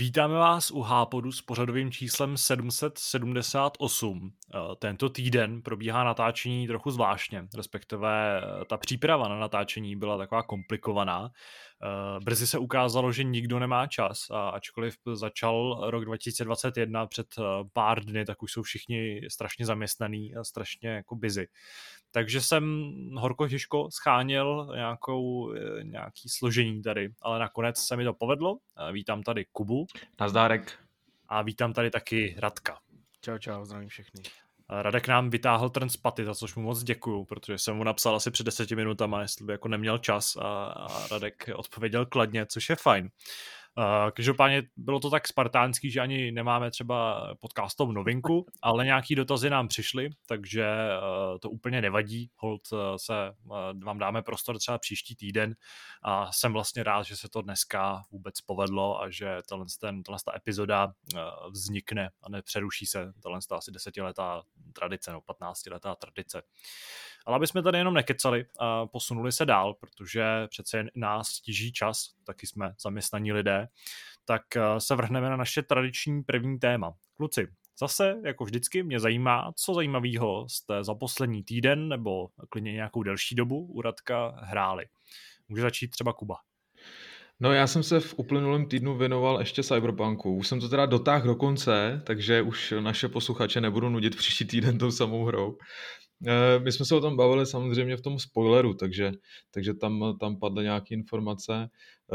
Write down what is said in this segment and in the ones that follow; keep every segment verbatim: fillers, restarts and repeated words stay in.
Vítáme vás u Hápodu s pořadovým číslem sedm set sedmdesát osm. Tento týden probíhá natáčení trochu zvláštně, respektive ta příprava na natáčení byla taková komplikovaná. Brzy se ukázalo, že nikdo nemá čas a ačkoliv začal rok dva tisíce dvacet jedna před pár dny, tak už jsou všichni strašně zaměstnaný a strašně jako busy. Takže jsem horko těžko scháněl nějakou, nějaký složení tady, ale nakonec se mi to povedlo. Vítám tady Kubu. Nazdárek. A vítám tady taky Radka. Čau, čau, zdravím všechny. Radek nám vytáhl trn z paty, za což mu moc děkuju, protože jsem mu napsal asi před deseti minutama, jestli by jako neměl čas a, a Radek odpověděl kladně, což je fajn. Uh, každopádně bylo to tak spartánský, že ani nemáme třeba podcastovou novinku, ale nějaký dotazy nám přišly, takže uh, to úplně nevadí. Hold uh, se uh, vám dáme prostor třeba příští týden a jsem vlastně rád, že se to dneska vůbec povedlo a že tato, ten, tato epizoda uh, vznikne a nepřeruší se tato asi desetiletá tradice, no patnáctiletá tradice. Ale aby jsme tady jenom nekecali a posunuli se dál, protože přece jen nás tíží čas, taky jsme zaměstnaní lidé, tak se vrhneme na naše tradiční první téma. Kluci, zase, jako vždycky, mě zajímá, co zajímavého jste za poslední týden nebo klidně nějakou delší dobu u Radka hráli. Může začít třeba Kuba. No já jsem se v uplynulém týdnu věnoval ještě Cyberpunku. Už jsem to teda dotáhl do konce, takže už naše posluchače nebudu nudit příští týden tou samou hrou. My jsme se o tom bavili samozřejmě v tom spoileru, takže, takže tam, tam padly nějaké informace.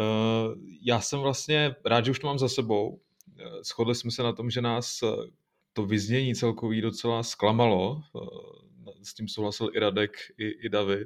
Já jsem vlastně rád, že už to mám za sebou. Shodli jsme se na tom, že nás to vyznění celkový docela zklamalo. S tím souhlasil i Radek, i, i David.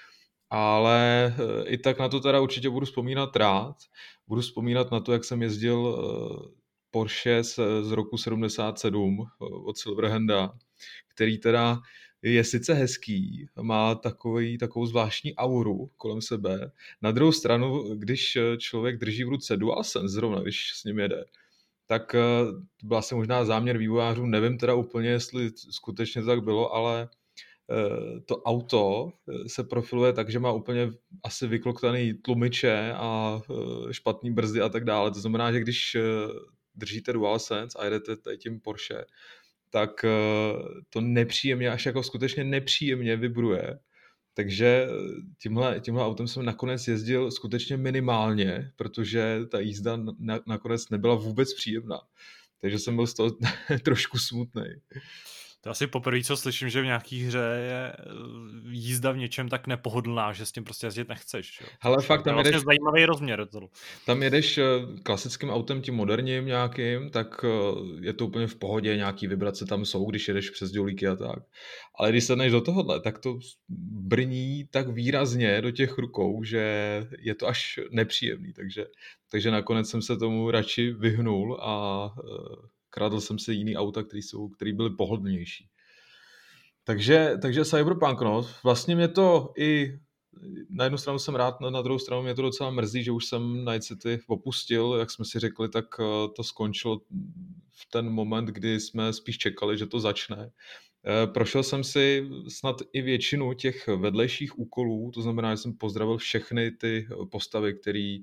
Ale i tak na to teda určitě budu vzpomínat rád. Budu vzpomínat na to, jak jsem jezdil Porsche z, z roku sedmdesát sedm od Silverhanda, který teda je sice hezký, má takový, takovou zvláštní auru kolem sebe. Na druhou stranu, když člověk drží v ruce DualSense zrovna, když s ním jede, tak to byl asi možná záměr vývojářů, nevím teda úplně, jestli skutečně to tak bylo, ale to auto se profiluje tak, že má úplně asi vykloktaný tlumiče a špatný brzdy a tak dále. To znamená, že když držíte DualSense a jedete tady tím Porsche, tak to nepříjemně, až jako skutečně nepříjemně vibruje. Takže tímhle, tímhle autem jsem nakonec jezdil skutečně minimálně, protože ta jízda na, nakonec nebyla vůbec příjemná. Takže jsem byl z toho trošku smutnej. To asi poprvé, co slyším, že v nějaký hře je jízda v něčem tak nepohodlná, že s tím prostě jezdit nechceš. Jo. Hele, fakt tam vlastně jedeš, zajímavý rozměr. To. Tam jedeš klasickým autem, tím moderním nějakým, tak je to úplně v pohodě, nějaký vibrace tam jsou, když jedeš přes dělíky a tak. Ale když sedneš do tohohle, tak to brní tak výrazně do těch rukou, že je to až nepříjemný. Takže, takže nakonec jsem se tomu radši vyhnul a kradl jsem si jiný auta, který, jsou, který byly pohodlnější. Takže, takže Cyberpunk, no, vlastně mě to i na jednu stranu jsem rád, na druhou stranu mě to docela mrzí, že už jsem Night City opustil, jak jsme si řekli, tak to skončilo v ten moment, kdy jsme spíš čekali, že to začne. Prošel jsem si snad i většinu těch vedlejších úkolů, to znamená, že jsem pozdravil všechny ty postavy, který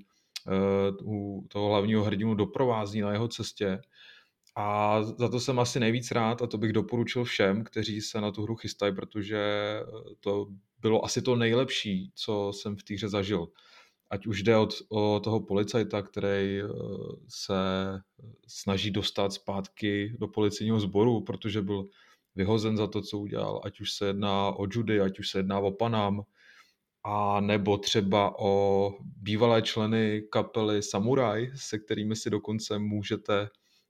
u toho hlavního hrdinu doprovází na jeho cestě. A za to jsem asi nejvíc rád a to bych doporučil všem, kteří se na tu hru chystají, protože to bylo asi to nejlepší, co jsem v té hře zažil. Ať už jde od, o toho policajta, který se snaží dostat zpátky do policijního sboru, protože byl vyhozen za to, co udělal. Ať už se jedná o Judy, ať už se jedná o Panam, a nebo třeba o bývalé členy kapely Samurai, se kterými si dokonce můžete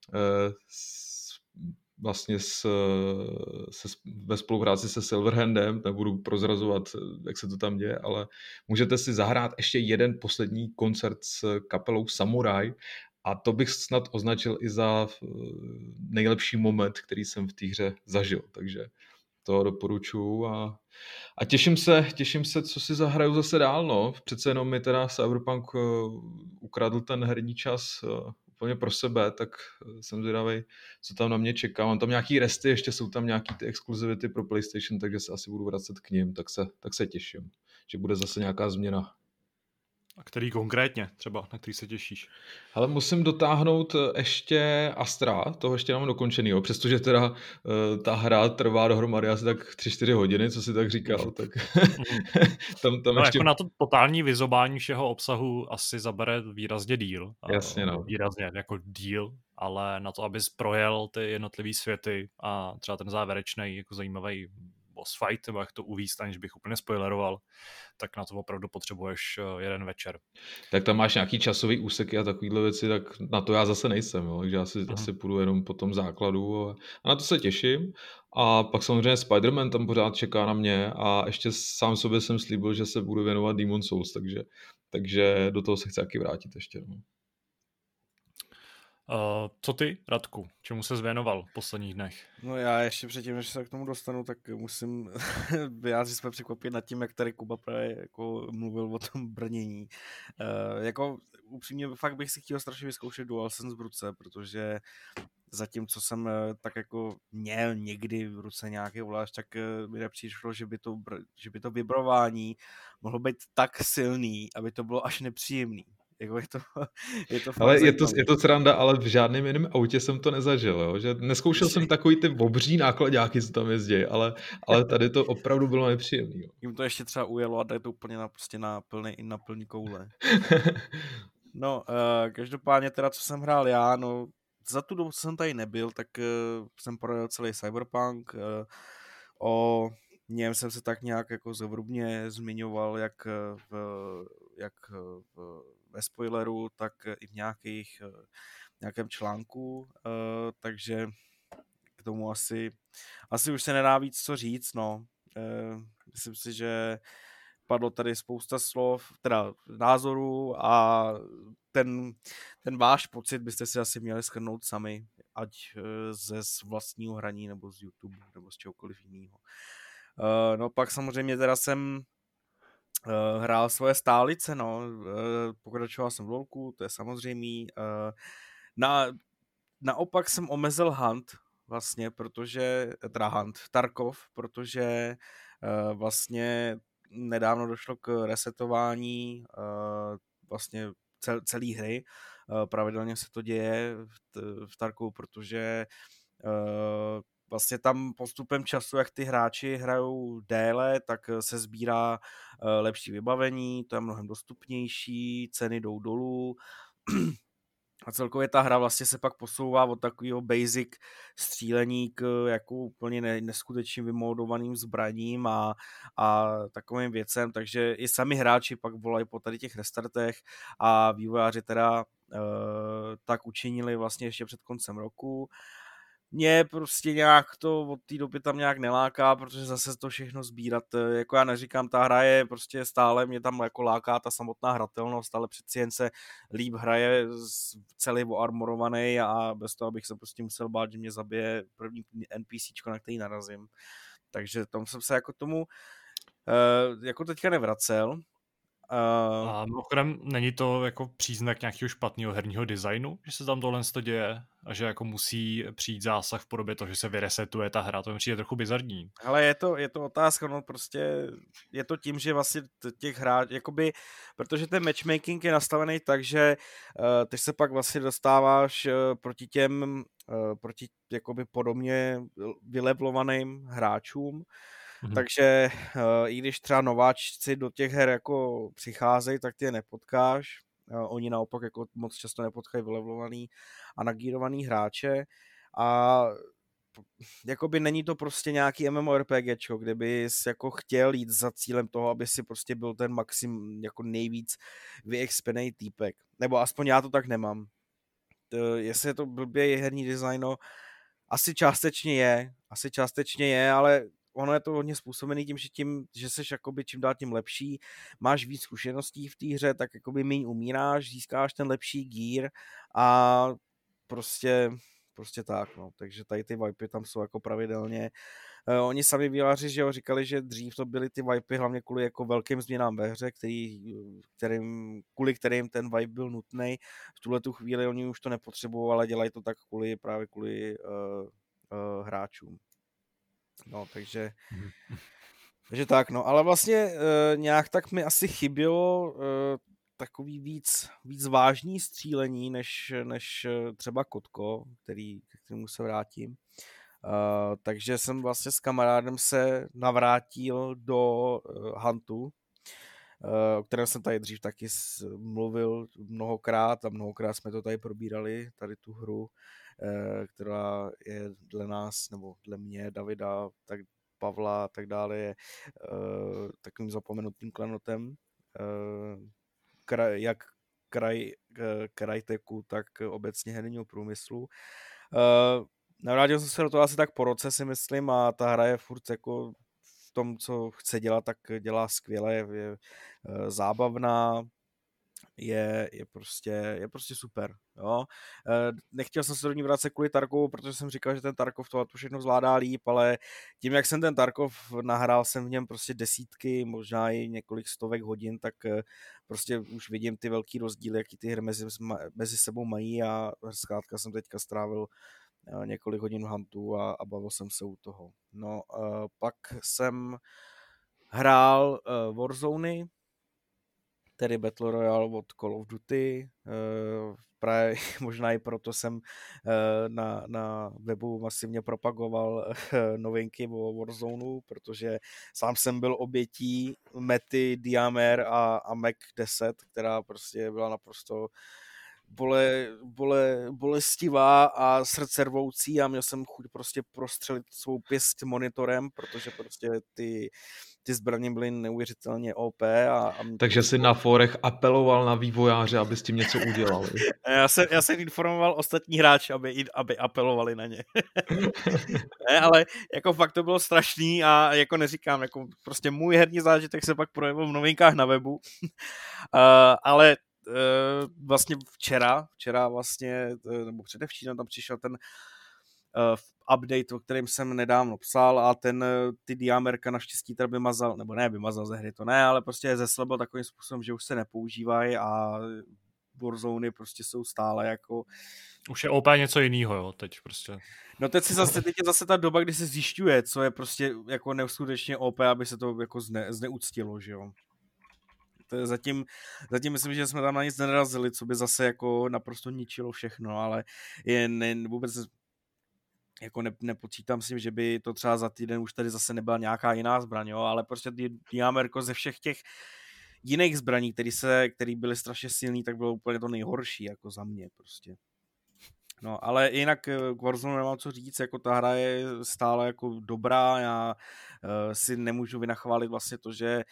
vlastně s, se, ve spolupráci se Silverhandem, nebudu prozrazovat, jak se to tam děje, ale můžete si zahrát ještě jeden poslední koncert s kapelou Samurai a to bych snad označil i za nejlepší moment, který jsem v té hře zažil, takže to doporučuji a, a těším se, těším se, co si zahraju zase dál, no. Přece jenom mi teda Cyberpunk ukradl ten herní čas úplně pro sebe, tak jsem zvědavej, co tam na mě čeká. Mám tam nějaký resty, ještě jsou tam nějaký ty exkluzivity pro PlayStation, takže se asi budu vracet k nim, tak se, tak se těším, že bude zase nějaká změna. A který konkrétně třeba, na který se těšíš? Ale musím dotáhnout ještě Astra, toho ještě mám dokončenýho, přestože teda uh, ta hra trvá dohromady asi tak tři čtyři hodiny, co si tak říkal, tak tam, tam No ještě... jako na to totální vyzobání všeho obsahu asi zabere výrazně díl, Jasně, no. výrazně jako díl, ale na to, abys projel ty jednotlivý světy a třeba ten závěrečný jako zajímavý boss fight, nebo jak to uvíct, aniž bych úplně spoileroval, tak na to opravdu potřebuješ jeden večer. Tak tam máš nějaký časový úseky a takovýhle věci, tak na to já zase nejsem, jo? Takže asi, Aha. asi půjdu jenom po tom základu a, a na to se těším. A pak samozřejmě Spider-Man tam pořád čeká na mě a ještě sám sobě jsem slíbil, že se budu věnovat Demon Souls, takže, takže do toho se chci taky vrátit ještě. No. Uh, co ty, Radku? Čemu se zvěnoval v posledních dnech? No já ještě předtím, než se k tomu dostanu, tak musím vyjádřit své překvapit nad tím, jak tady Kuba právě jako mluvil o tom brnění. Uh, jako upřímně fakt bych si chtěl strašně vyzkoušet DualSense v ruce, protože zatím, co jsem tak jako měl někdy v ruce nějaký ovladač, tak mi nepřišlo, že by to, že by to vibrování mohlo být tak silný, aby to bylo až nepříjemný. Jako je to, je to ale je to, je to sranda, ale v žádném jiném autě jsem to nezažil, jo? Že neskoušel jsem takový ty obří nákladáky, co tam jezdí, ale, ale tady to opravdu bylo nepříjemný. Jo? Jim to ještě třeba ujelo a jde to úplně na, prostě na plný, na plný koule. No, uh, každopádně teda, co jsem hrál já, no za tu dobu, co jsem tady nebyl, tak uh, jsem projel celý Cyberpunk. Uh, o něm jsem se tak nějak jako zevrubně zmiňoval, jak, v, jak v, ve spoileru, tak i v nějakých, nějakém článku, uh, takže k tomu asi, asi už se nedá víc co říct, no. Uh, myslím si, že padlo tady spousta slov, teda názorů a ten, ten váš pocit byste si asi měli shrnout sami, ať ze vlastního hraní, nebo z YouTube, nebo z čehokoliv jiného. Uh, no pak samozřejmě teda jsem uh, hrál svoje stálice, no, uh, pokračoval jsem v LoLku, to je samozřejmý. Uh, na, naopak jsem omezil Hunt, vlastně, protože, teda Hunt, Tarkov, protože uh, vlastně nedávno došlo k resetování uh, vlastně cel, celé hry. Uh, pravidelně se to děje v, t- v Tarkovu, protože uh, vlastně tam postupem času, jak ty hráči hrajou déle, tak se sbírá uh, lepší vybavení, to je mnohem dostupnější, ceny jdou dolů. A celkově ta hra vlastně se pak posouvá od takového basic střílení k jako úplně neskutečně vymodovaným zbraním a, a takovým věcem, takže i sami hráči pak volají po tady těch restartech a vývojáři teda e, tak učinili vlastně ještě před koncem roku. Mě prostě nějak to od té doby tam nějak neláká, protože zase to všechno sbírat, jako já neříkám, ta hra je prostě stále, mě tam jako láká ta samotná hratelnost, ale přeci jen se líp hraje celý oarmorovaný a bez toho bych se prostě musel bát, že mě zabije první NPCčko, na který narazím. Takže tam jsem se jako tomu uh, jako teďka nevracel. Uh, a mimochodem není to jako příznak nějakého špatného herního designu, že se tam tohle děje a že jako musí přijít zásah v podobě toho, že se vyresetuje ta hra, to mi přijde trochu bizarní. Ale je to, je to otázka, no prostě je to tím, že vlastně těch hráčů, jakoby, protože ten matchmaking je nastavený tak, že uh, ty se pak vlastně dostáváš uh, proti těm, uh, proti jakoby podobně vylevlovaným hráčům, Mm-hmm. Takže uh, i když třeba nováčci do těch her jako přicházejí, tak ty je nepotkáš. Uh, oni naopak jako moc často nepotkají vylevlovaný a nagírovaný hráče. A jakoby není to prostě nějaký MMORPGčko, kde bys jako chtěl jít za cílem toho, aby si prostě byl ten maxim jako nejvíc vyexpenej týpek. Nebo aspoň já to tak nemám. To, jestli je to blbě herní design, no, asi částečně je. Asi částečně je, ale ono je to hodně způsobený tím, že tím, že seš jakoby čím dál tím lepší, máš víc zkušeností v té hře, tak jakoby míň umíráš, získáš ten lepší gear a prostě, prostě tak, no. Takže tady ty vipy tam jsou jako pravidelně. Uh, oni sami vývojáři, že jo, říkali, že dřív to byly ty vipy hlavně kvůli jako velkým změnám ve hře, který, kterým, kvůli kterým ten vibe byl nutný. V tuhle tu chvíli oni už to nepotřebovali, ale dělají to tak kvůli, právě kvůli uh, uh, hráčům. No, takže, takže tak, no, ale vlastně uh, nějak tak mi asi chybělo uh, takový víc, víc vážný střílení, než, než třeba Kotko, který, k kterému se vrátím. Uh, takže jsem vlastně s kamarádem se navrátil do uh, Huntu, uh, o kterém jsem tady dřív taky mluvil mnohokrát a mnohokrát jsme to tady probírali, tady tu hru, uh, která je dle nás, nebo dle mě, Davida, tak Pavla a tak dále, je uh, takovým zapomenutým klanotem, uh, kraj, jak kraj, Cryteku, tak obecně herního průmyslu. Uh, Navrátil jsem se do toho asi tak po roce, si myslím, a ta hra je furt jako v tom, co chce dělat, tak dělá skvěle, je, je uh, zábavná, je, je, prostě, je prostě super. Jo? Uh, nechtěl jsem se do ní vracet kvůli Tarkovu, protože jsem říkal, že ten Tarkov to všechno zvládá líp, ale tím, jak jsem ten Tarkov nahrál, jsem v něm prostě desítky, možná i několik stovek hodin, tak uh, prostě už vidím ty velký rozdíly, jaký ty hry mezi, mezi sebou mají, a zkrátka jsem teďka strávil několik hodin v Huntu a, a bavil jsem se u toho. No, uh, pak jsem hrál uh, Warzony, tedy Battle Royale od Call of Duty. Uh, právě možná i proto jsem uh, na, na webu masivně propagoval uh, novinky o Warzonu, protože sám jsem byl obětí mety Diamer a, a Mac deset, která prostě byla naprosto Bole, bole, bolestivá a srdcervoucí, a měl jsem chuť prostě prostřelit svou pěst monitorem, protože prostě ty, ty zbraně byly neuvěřitelně O P. A, a Takže prostě... jsi na fórech apeloval na vývojáře, aby s tím něco udělali. Já jsem, já jsem informoval ostatní hráče, aby, aby apelovali na ně. Ne, ale jako fakt to bylo strašný a jako neříkám, jako prostě můj herní zážitek se pak projevil v novinkách na webu. uh, ale Uh, vlastně včera, včera vlastně, nebo předevčírem tam přišel ten uh, update, o kterém jsem nedávno psal, a ten ty Diamerka naštěstí teda vymazal, nebo ne vymazal ze hry, to ne, ale prostě je zeslabil takovým způsobem, že už se nepoužívají a Warzony prostě jsou stále jako... Už je O P něco jiného, jo, teď prostě. No teď si zase, teď je zase ta doba, kdy se zjišťuje, co je prostě jako neskutečně O P, aby se to jako zne, zneuctilo, že jo. Zatím, zatím myslím, že jsme tam na nic nenarazili, co by zase jako naprosto ničilo všechno, ale je ne, vůbec jako ne, nepočítám s tím, že by to třeba za týden už tady zase nebyla nějaká jiná zbraň, jo, ale prostě Diamerko ze všech těch jiných zbraní, které se, které byly strašně silný, tak bylo úplně to nejhorší, jako za mě prostě. No, ale jinak k Warzone nemám co říct, jako ta hra je stále jako dobrá, já uh, si nemůžu vynachválit vlastně to, že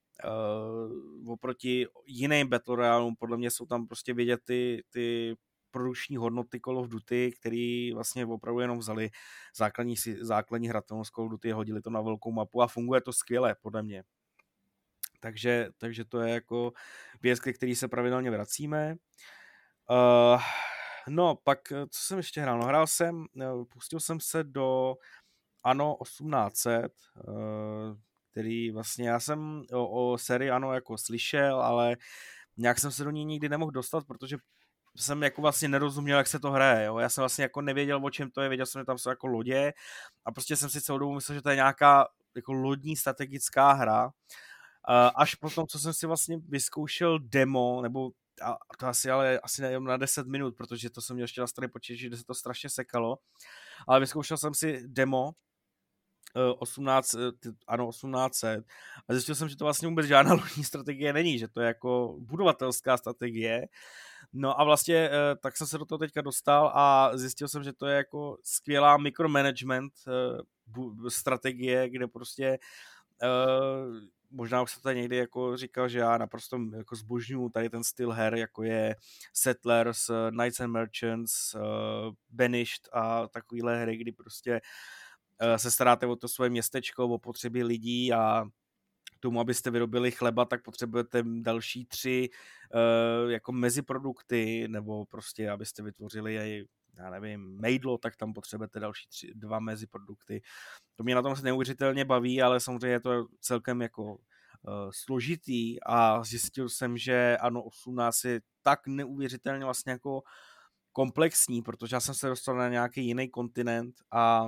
Uh, oproti jiným Battle Royalům, podle mě jsou tam prostě vidět ty, ty produkční hodnoty Call of Duty, který vlastně opravdu jenom vzali základní, základní hratelnost Call of Duty, hodili to na velkou mapu a funguje to skvěle, podle mě. Takže, takže to je jako věc, ke který se pravidelně vracíme. Uh, no, pak, co jsem ještě hrál? No, hrál jsem, pustil jsem se do Anno osmnáct set, uh, který vlastně, já jsem o, o sérii Anno jako slyšel, ale nějak jsem se do ní nikdy nemohl dostat, protože jsem jako vlastně nerozuměl, jak se to hraje, jo? Já jsem vlastně jako nevěděl, o čem to je, věděl jsem, že tam jsou jako lodě a prostě jsem si celou dobu myslel, že to je nějaká jako lodní strategická hra, až potom, co jsem si vlastně vyzkoušel demo, nebo a to asi ale asi nejenom na deset minut, protože to jsem měl ještě na starý počítač, kde se to strašně sekalo, ale vyzkoušel jsem si demo osmnáct, ano, osmnáct set a zjistil jsem, že to vlastně vůbec žádná lodní strategie není, že to je jako budovatelská strategie. No a vlastně tak jsem se do toho teďka dostal a zjistil jsem, že to je jako skvělá micromanagement strategie, kde prostě možná už se to někdy jako říkal, že já naprosto jako zbožňuju tady ten styl her, jako je Settlers, Knights and Merchants, Banished a takovýhle hry, kdy prostě se staráte o to svoje městečko, o potřeby lidí a tomu, abyste vyrobili chleba, tak potřebujete další tři uh, jako meziprodukty, nebo prostě, abyste vytvořili, já nevím, mejdlo, tak tam potřebujete další tři, dva meziprodukty. To mě na tom se neuvěřitelně baví, ale samozřejmě je to celkem jako uh, složitý a zjistil jsem, že Anno osmnáct je tak neuvěřitelně vlastně jako komplexní, protože já jsem se dostal na nějaký jiný kontinent a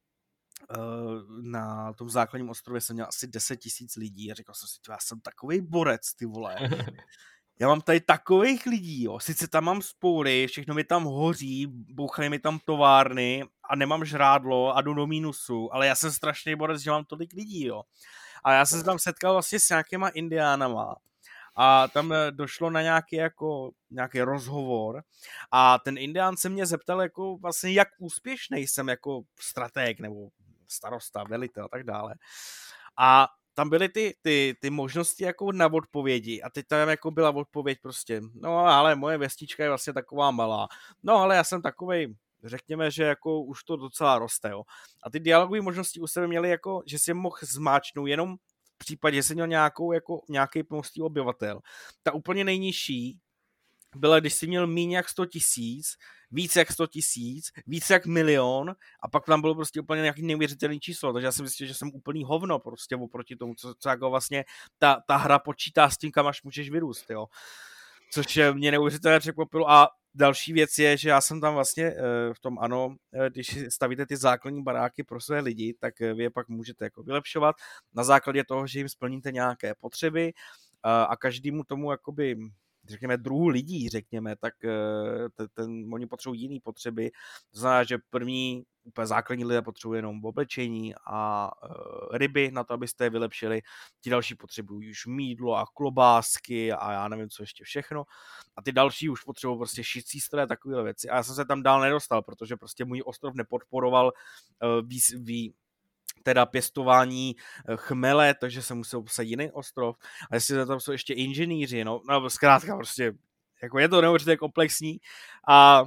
na tom základním ostrově jsem měl asi deset tisíc lidí a říkal jsem si, já jsem takovej borec, ty vole. já mám tady takových lidí, jo. Sice tam mám spoury, všechno mi tam hoří, bouchají mi tam továrny a nemám žrádlo a jdu do mínusu, ale já jsem strašný borec, že mám tolik lidí, jo. A já jsem se tam setkal vlastně s nějakýma indiánama a tam došlo na nějaký, jako, nějaký rozhovor a ten indián se mě zeptal, jako vlastně jak úspěšný jsem jako stratég nebo starosta, velitel a tak dále. A tam byly ty, ty, ty možnosti jako na odpovědi a teď tam jako byla odpověď prostě, no ale moje vestička je vlastně taková malá, no ale já jsem takovej, řekněme, že jako už to docela roste, jo. A ty dialogové možnosti u sebe měly jako, že si mohl zmáčknout jenom v případě, že jsi měl nějakou, jako, nějaký množství obyvatel. Ta úplně nejnižší byla, když jsi měl míň jak sto tisíc, víc jak sto tisíc, víc jak milion a pak tam bylo prostě úplně nějaký neuvěřitelný číslo, takže já si myslím, že jsem úplný hovno prostě oproti tomu, co, co jako vlastně ta, ta hra počítá s tím, kam až můžeš vyrůst, jo. Což mě neuvěřitelně překvapilo a další věc je, že já jsem tam vlastně v tom ANO, když stavíte ty základní baráky pro své lidi, tak vy je pak můžete jako vylepšovat na základě toho, že jim splníte nějaké potřeby a každému tomu jakoby řekněme druhu lidí, řekněme, tak ten, ten, oni potřebují jiný potřeby. To znamená, že první úplně základní lidé potřebují jenom oblečení a e, ryby na to, abyste je vylepšili. Ti další potřebují už mýdlo a klobásky a já nevím, co ještě všechno. A ty další už potřebují prostě šicí stroje a takovéhle věci. A já jsem se tam dál nedostal, protože prostě můj ostrov nepodporoval e, ví, ví, teda pěstování chmele, takže jsem musel posadit jiný ostrov. A jestli tam jsou ještě inženýři, no, no zkrátka prostě, jako je to neuvěřitelně komplexní a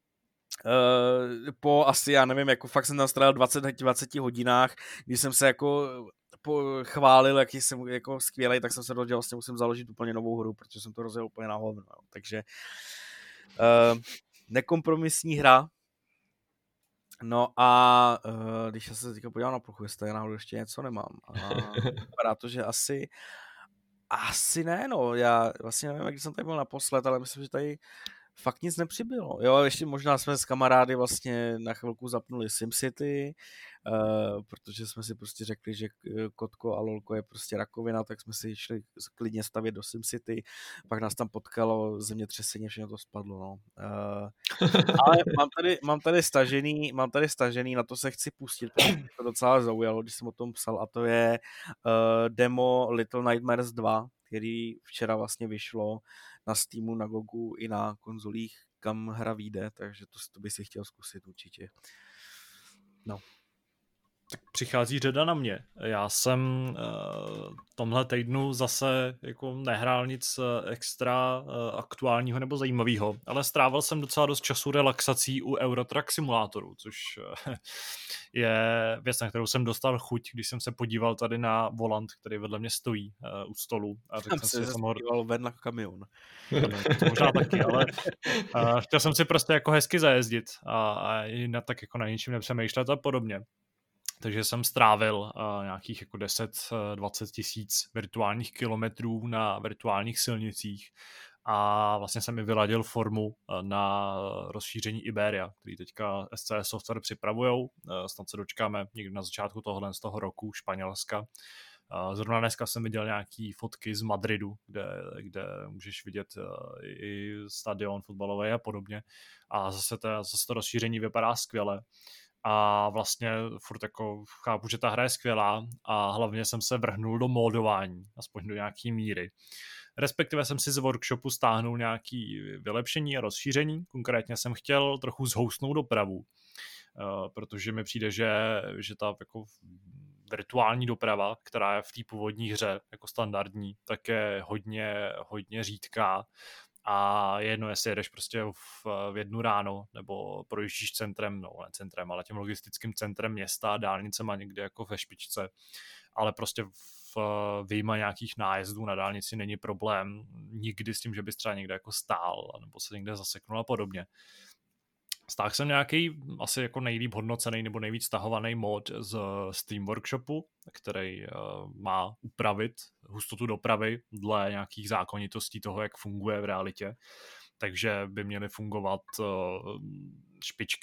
uh, po asi, já nevím, jako fakt jsem tam strávil dvacet, dvacet hodinách, když jsem se jako chválil, jaký jsem jako skvělej, tak jsem se rozdělal, vlastně musím založit úplně novou hru, protože jsem to rozdělal úplně na hovno. Jo. Takže uh, nekompromisní hra. No a uh, když já se teďka podívám na plochu, jestli náhodou ještě něco nemám. A vypadá to, že asi asi ne, no. Já vlastně nevím, jak jsem tady byl naposled, ale myslím, že tady fakt nic nepřibylo. Jo, ještě možná jsme s kamarády vlastně na chvilku zapnuli SimCity, uh, protože jsme si prostě řekli, že Kotko a Lolko je prostě rakovina, tak jsme si šli klidně stavět do SimCity, pak nás tam potkalo zemětřesení, všechno to spadlo, no. Uh, ale mám tady, mám tady stažený, mám tady stažený, na to se chci pustit, protože mě to docela zaujalo, když jsem o tom psal, a to je uh, demo Little Nightmares dva, který včera vlastně vyšlo na Steamu, na Gogu i na konzolích, kam hra vyjde, takže to, to by si chtěl zkusit určitě. No. Tak přichází řada na mě. Já jsem uh, tomhle týdnu zase jako nehrál nic uh, extra uh, aktuálního nebo zajímavého, ale strávil jsem docela dost času relaxací u Eurotrack simulátoru, což uh, je věc, na kterou jsem dostal chuť, když jsem se podíval tady na volant, který vedle mě stojí uh, u stolu. A řekl jsem si, že jsem ho ven na kamion. Ano, to možná taky, ale uh, chtěl jsem si prostě jako hezky zajezdit a, a jinak tak jako na ničím nepřemýšlet a podobně. Takže jsem strávil uh, nějakých jako deset dvacet tisíc virtuálních kilometrů na virtuálních silnicích a vlastně jsem i vyladil formu uh, na rozšíření Iberia, který teďka S C S Software připravujou. Uh, snad se dočkáme někdy na začátku tohohle z toho roku Španělska. Uh, zrovna dneska jsem viděl nějaký fotky z Madridu, kde, kde můžeš vidět uh, i stadion fotbalový a podobně. A zase to, zase to rozšíření vypadá skvěle. A vlastně furt jako chápu, že ta hra je skvělá a hlavně jsem se vrhnul do módování, aspoň do nějaký míry. Respektive jsem si z workshopu stáhnul nějaký vylepšení a rozšíření, konkrétně jsem chtěl trochu zhoustnout dopravu, protože mi přijde, že, že ta jako virtuální doprava, která je v té původní hře jako standardní, tak je hodně, hodně řídká. A jedno, jestli jedeš prostě v, v jednu ráno, nebo projíždíš centrem, no ne centrem, ale tím logistickým centrem města, dálnicema někde jako ve špičce, ale prostě v vyjma nějakých nájezdů na dálnici není problém nikdy s tím, že bys třeba někde jako stál, nebo se někde zaseknul a podobně. Stáhl jsem nějaký asi jako nejlíp hodnocený nebo nejvíc stahovaný mod z Steam Workshopu, který uh, má upravit hustotu dopravy dle nějakých zákonitostí toho, jak funguje v realitě. Takže by měly fungovat uh, špičky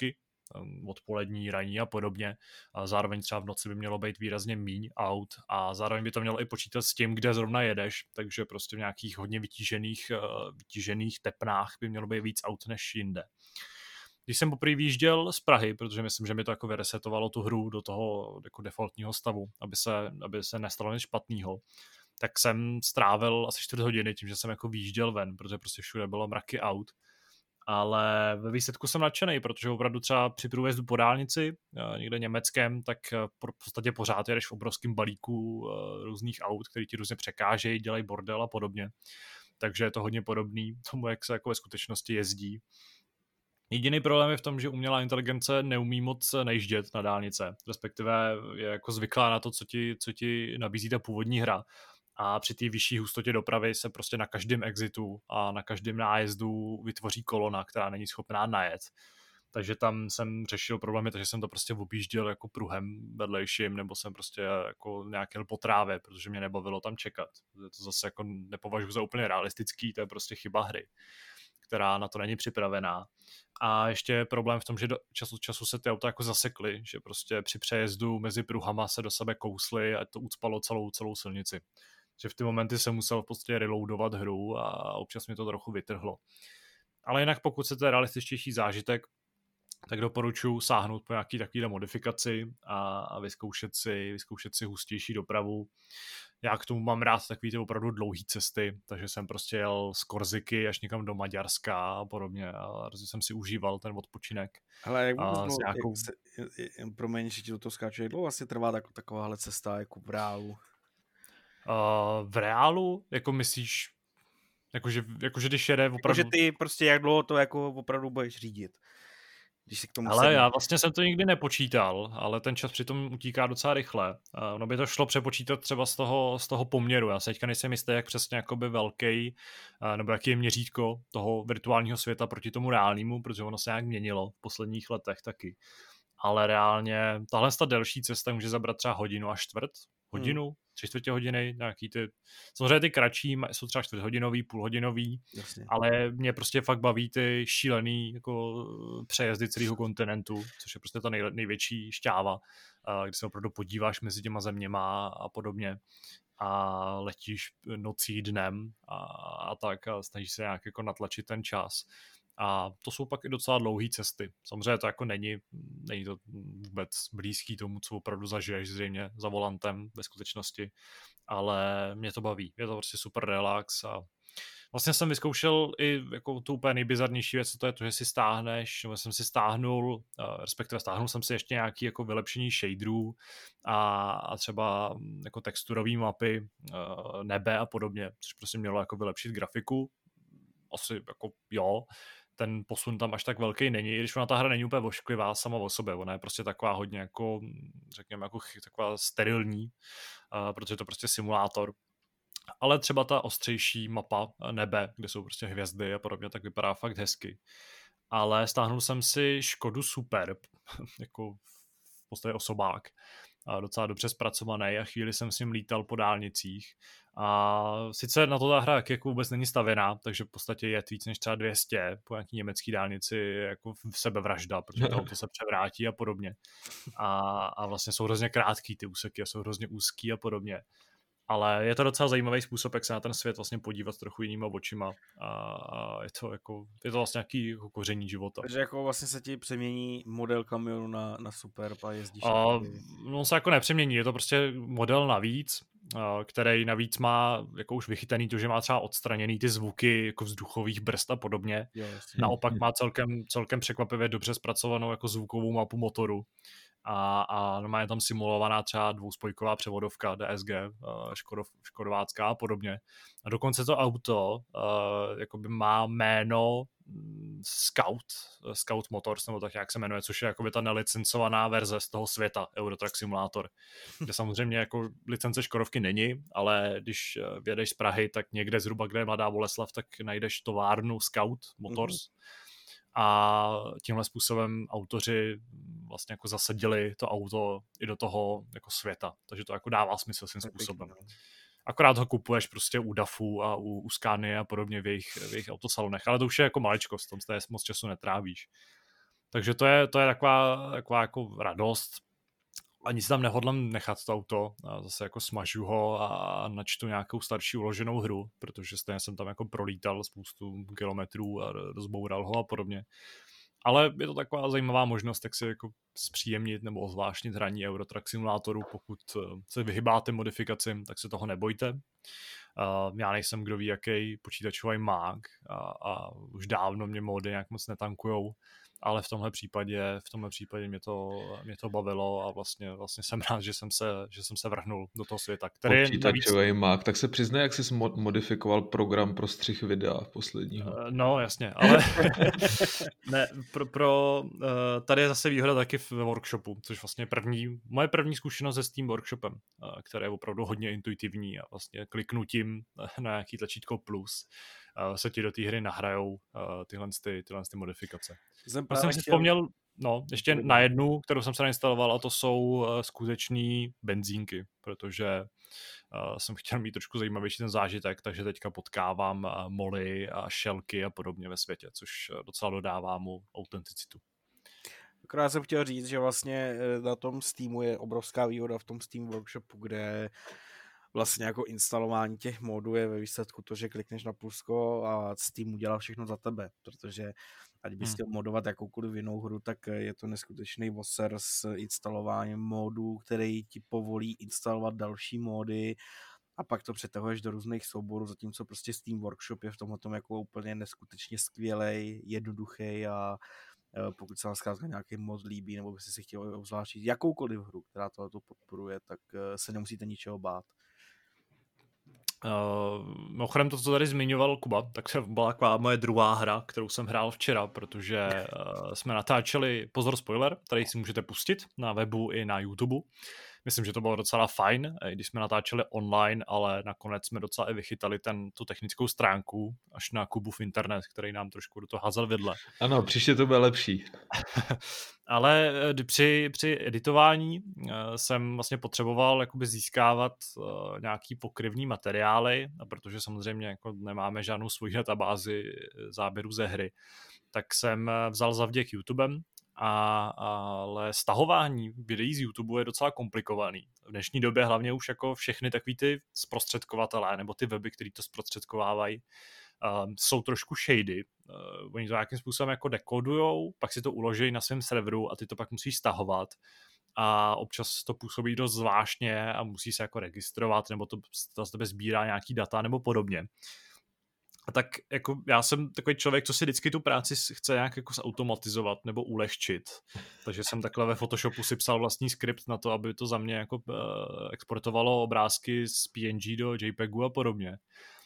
odpolední, ranní a podobně. A zároveň třeba v noci by mělo být výrazně míň aut a zároveň by to mělo i počítat s tím, kde zrovna jedeš, takže prostě v nějakých hodně vytížených, vytížených tepnách by mělo být víc aut než jinde. Když jsem poprvé výjížděl z Prahy, protože myslím, že mi to jako vyresetovalo tu hru do toho jako defaultního stavu, aby se, aby se nestalo nic špatného, tak jsem strávil asi čtyři hodiny tím, že jsem jako výjížděl ven, protože prostě všude bylo mraky aut. Ale ve výsledku jsem nadšený, protože opravdu třeba při průjezdu po dálnici, někde německém, tak v podstatě pořád jedeš v obrovském balíku různých aut, který ti různě překážejí, dělají bordel a podobně. Takže je to hodně podobný tomu, jak se jako ve skutečnosti jezdí. Jediný problém je v tom, že umělá inteligence neumí moc najíždět na dálnice, respektive je jako zvyklá na to, co ti, co ti nabízí ta původní hra. A při té vyšší hustotě dopravy se prostě na každém exitu a na každém nájezdu vytvoří kolona, která není schopná najet. Takže tam jsem řešil problémy, takže jsem to prostě objížděl jako pruhem vedlejším, nebo jsem prostě jako nějaký po trávě, protože mě nebavilo tam čekat. To zase jako nepovažuji za úplně realistický, to je prostě chyba hry, která na to není připravená. A ještě je problém v tom, že do času od času se ty auta jako zasekly, že prostě při přejezdu mezi pruhama se do sebe kously a to ucpalo celou, celou silnici. Že v ty momenty jsem musel v podstatě reloadovat hru a občas mi to trochu vytrhlo. Ale jinak pokud chcete realističtější zážitek, tak doporučuji sáhnout po nějaký takovýhle modifikaci a, a vyzkoušet, si, vyzkoušet si hustější dopravu. Já k tomu mám rád takový ty opravdu dlouhý cesty, takže jsem prostě jel z Korziky až někam do Maďarska a podobně a hrozně jsem si užíval ten odpočinek. Hele, jak vůbec dlouho, nějakou... jak se, promiň, že ti do toho skáču, jak dlouho vlastně trvá tak, takováhle cesta jako v reálu? Uh, v reálu? Jako myslíš, jakože, jakože když jede opravdu... Jakože ty prostě jak dlouho to jako opravdu budeš řídit? Když si k tomu ale sedne. já vlastně jsem to nikdy nepočítal, ale ten čas přitom utíká docela rychle. Ono by to šlo přepočítat třeba z toho, z toho poměru. Já se teďka nejsem jistý, jak přesně jakoby velký, nebo jaký je měřítko toho virtuálního světa proti tomu reálnému, protože ono se nějak měnilo v posledních letech taky. Ale reálně tahle ta delší cesta může zabrat třeba hodinu a čtvrt, hodinu, hmm. tři čtvrtě hodiny, nějaký ty, samozřejmě ty kratší jsou třeba čtvrthodinový, půlhodinový, Jasně. ale mě prostě fakt baví ty šílený jako přejezdy celého kontinentu, což je prostě ta nej, největší šťáva, kdy se opravdu podíváš mezi těma zeměma a podobně a letíš nocí, dnem a, a tak a snažíš se nějak jako natlačit ten čas. A to jsou pak i docela dlouhé cesty. Samozřejmě to jako není, není to vůbec blízký tomu, co opravdu zažiješ zřejmě za volantem ve skutečnosti, ale mě to baví. Je to prostě super relax a vlastně jsem vyzkoušel i jako tu úplně nejbizarnější věc, to je to, že si stáhneš, nebo jsem si stáhnul, respektive stáhnul jsem si ještě nějaký jako vylepšení shaderů a, a třeba jako texturový mapy, nebe a podobně, což prostě mělo jako vylepšit grafiku. Asi jako jo, ten posun tam až tak velký není, i když ona ta hra není úplně vošklivá sama o sobě, ona je prostě taková hodně jako, řekněme, jako taková sterilní, uh, protože je to prostě simulátor. Ale třeba ta ostřejší mapa nebe, kde jsou prostě hvězdy a podobně, tak vypadá fakt hezky. Ale stáhnul jsem si Škodu Superb, jako v podstatě osobák, a docela dobře zpracovaný a chvíli jsem s ním lítal po dálnicích. A sice na to ta hra jako vůbec není stavěná, takže v podstatě je víc než třeba dvě stě po nějaký německý dálnici jako v sebevražda, protože to auto se převrátí a podobně. A, a vlastně jsou hrozně krátký ty úseky a jsou hrozně úzký a podobně. Ale je to docela zajímavý způsob, jak se na ten svět vlastně podívat trochu jinýma očima a je to jako, je to vlastně nějaký jako koření života. Takže jako vlastně se ti přemění model kamionu na, na Superb a jezdíš. A, no se jako nepřemění, je to prostě model navíc, který navíc má jako už vychytaný to, že má třeba odstraněný ty zvuky jako vzduchových brzd a podobně. Jo, naopak má celkem, celkem překvapivě dobře zpracovanou jako zvukovou mapu motoru. A, a no, má tam simulovaná třeba dvouspojková převodovka D S G, škodov, škodovácká a podobně. A dokonce to auto uh, jakoby má jméno Scout, Scout Motors, nebo tak jak se jmenuje, což je jakoby ta nelicencovaná verze z toho světa Eurotrack Simulator, kde samozřejmě jako licence Škodovky není, ale když vědeš z Prahy, tak někde zhruba, kde je Mladá Boleslav, tak najdeš továrnu Scout Motors. Mm-hmm. A tímhle způsobem autoři vlastně jako zasadili to auto i do toho jako světa, takže to jako dává smysl svým způsobem. Akorát ho kupuješ prostě u D A F u a u, u Scania a podobně v jejich, v jejich autosalonech, ale to už je jako maličkost, tam se moc času netrávíš. Takže to je, to je taková, taková jako radost. Ani si tam nehodlám nechat to auto, a zase jako smažu ho a načtu nějakou starší uloženou hru, protože stejně jsem tam jako prolítal spoustu kilometrů a rozboural ho a podobně. Ale je to taková zajímavá možnost, jak si jako zpříjemnit nebo ozvláštnit hraní Eurotrack simulátoru. Pokud se vyhybáte modifikacím, tak se toho nebojte. Uh, já nejsem kdo ví jaký počítačový mák a, a už dávno mě mody nějak moc netankujou, ale v tomhle případě, v tomhle případě mě to, mě to bavilo a vlastně, vlastně jsem rád, že jsem se, že jsem se vrhnul do toho světa. Který počítačový navíc... mák, tak se přiznej, jak jsi modifikoval program pro střih videa posledního. Uh, no, jasně, ale ne, pro, pro uh, tady je zase výhoda taky v workshopu, což vlastně první, moje první zkušenost se Steam Workshopem, uh, který je opravdu hodně intuitivní a vlastně kliknutím na nějaký tlačítko plus uh, se ti do té hry nahrajou uh, tyhle, ty, tyhle ty modifikace. Jsem, jsem si vzpomněl, no, ještě na jednu, kterou jsem se nainstaloval, a to jsou uh, skutečný benzínky, protože uh, jsem chtěl mít trošku zajímavější ten zážitek, takže teďka potkávám uh, moly a šelky a podobně ve světě, což uh, docela dodává mu autenticitu. Akorát jsem chtěl říct, že vlastně na tom Steamu je obrovská výhoda v tom Steam Workshopu, kde vlastně jako instalování těch modů je ve výsledku to, že klikneš na plusko a Steam udělá všechno za tebe, protože ať bys chtěl hmm. modovat jakoukoliv jinou hru, tak je to neskutečný voser s instalováním modů, který ti povolí instalovat další módy a pak to přetahuješ do různých souborů, zatímco prostě Steam Workshop je v tomhle tom jako úplně neskutečně skvělej, jednoduchý a pokud se vám zkrátka nějaký mod líbí, nebo byste si chtěli obzvláštit jakoukoliv hru, která tohleto podporuje, tak se nemusíte ničeho bát. Uh, mimochodem to, co tady zmiňoval Kuba, tak se byla taková moje druhá hra, kterou jsem hrál včera, protože uh, jsme natáčeli, pozor spoiler, tady si můžete pustit na webu i na YouTube. Myslím, že to bylo docela fajn, když jsme natáčeli online, ale nakonec jsme docela i vychytali ten, tu technickou stránku až na Kubův internet, který nám trošku do toho házel vidle. Ano, příště to bude lepší. Ale při, při editování jsem vlastně potřeboval jakoby získávat nějaký pokryvný materiály, a protože samozřejmě jako nemáme žádnou svoji databázi záběrů ze hry, tak jsem vzal zavděk YouTubem, A, ale stahování videí z YouTube je docela komplikovaný. V dnešní době hlavně už jako všechny takový ty zprostředkovatelé nebo ty weby, který to zprostředkovávají, um, jsou trošku shady. Uh, oni to nějakým způsobem jako dekodujou, pak si to uloží na svém serveru a ty to pak musíš stahovat. A občas to působí dost zvláštně a musí se jako registrovat, nebo to, to z tebe sbírá nějaký data nebo podobně. A tak jako já jsem takový člověk, co si vždycky tu práci chce nějak jako zautomatizovat nebo ulehčit. Takže jsem takhle ve Photoshopu si psal vlastní skript na to, aby to za mě jako uh, exportovalo obrázky z P N G do JPEGu a podobně.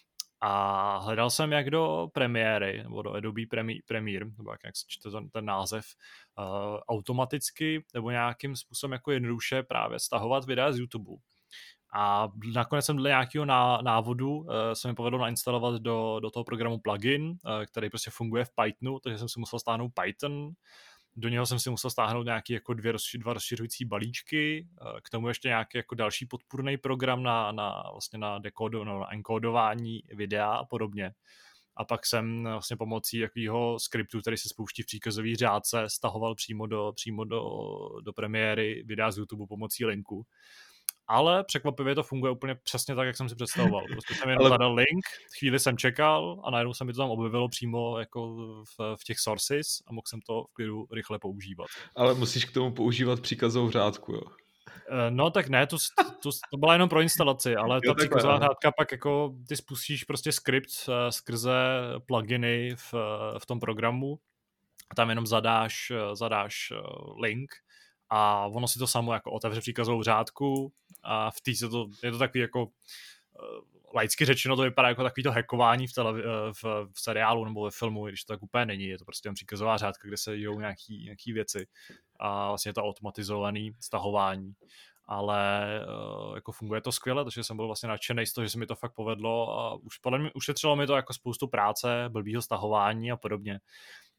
A hledal jsem jak do Premiéry, nebo do Adobe Premiere, nebo jak se čte ten, ten název, uh, automaticky nebo nějakým způsobem jako jednoduše právě stahovat videa z YouTube. A nakonec jsem dle nějakého návodu uh, se mi povedlo nainstalovat do, do toho programu plugin, uh, který prostě funguje v Pythonu, takže jsem si musel stáhnout Python, do něho jsem si musel stáhnout nějaký jako dvě rozši, dva rozšiřující balíčky, uh, k tomu ještě nějaký jako další podpůrný program na, na, vlastně na, dekodo, no, na enkodování videa a podobně. A pak jsem vlastně pomocí jakýho skriptu, který se spouští v příkazový řádce, stahoval přímo do, přímo do, do premiéry videa z YouTube pomocí linku. Ale překvapivě to funguje úplně přesně tak, jak jsem si představoval. Prostě jsem jenom zadal link, chvíli jsem čekal a najednou se mi to tam objevilo přímo jako v, v těch sources a mohl jsem to v klidu rychle používat. Ale musíš k tomu používat příkazovou řádku, jo? No tak ne, to, to, to byla jenom pro instalaci, ale ta příkazová řádka pak jako ty spustíš prostě skript skrze pluginy v, v tom programu a tam jenom zadáš, zadáš link a ono si to samo jako otevře příkazovou řádku a v té se to, je to takový jako uh, laicky řečeno, to vypadá jako takový to hackování v, televi- v, v seriálu nebo ve filmu, když to tak úplně není, je to prostě jen příkazová řádka, kde se dějou nějaký, nějaký věci a vlastně je to automatizovaný stahování, ale uh, jako funguje to skvěle, takže jsem byl vlastně nadšenej z toho, že se mi to fakt povedlo a už podle mě ušetřilo mi to jako spoustu práce, blbýho stahování a podobně.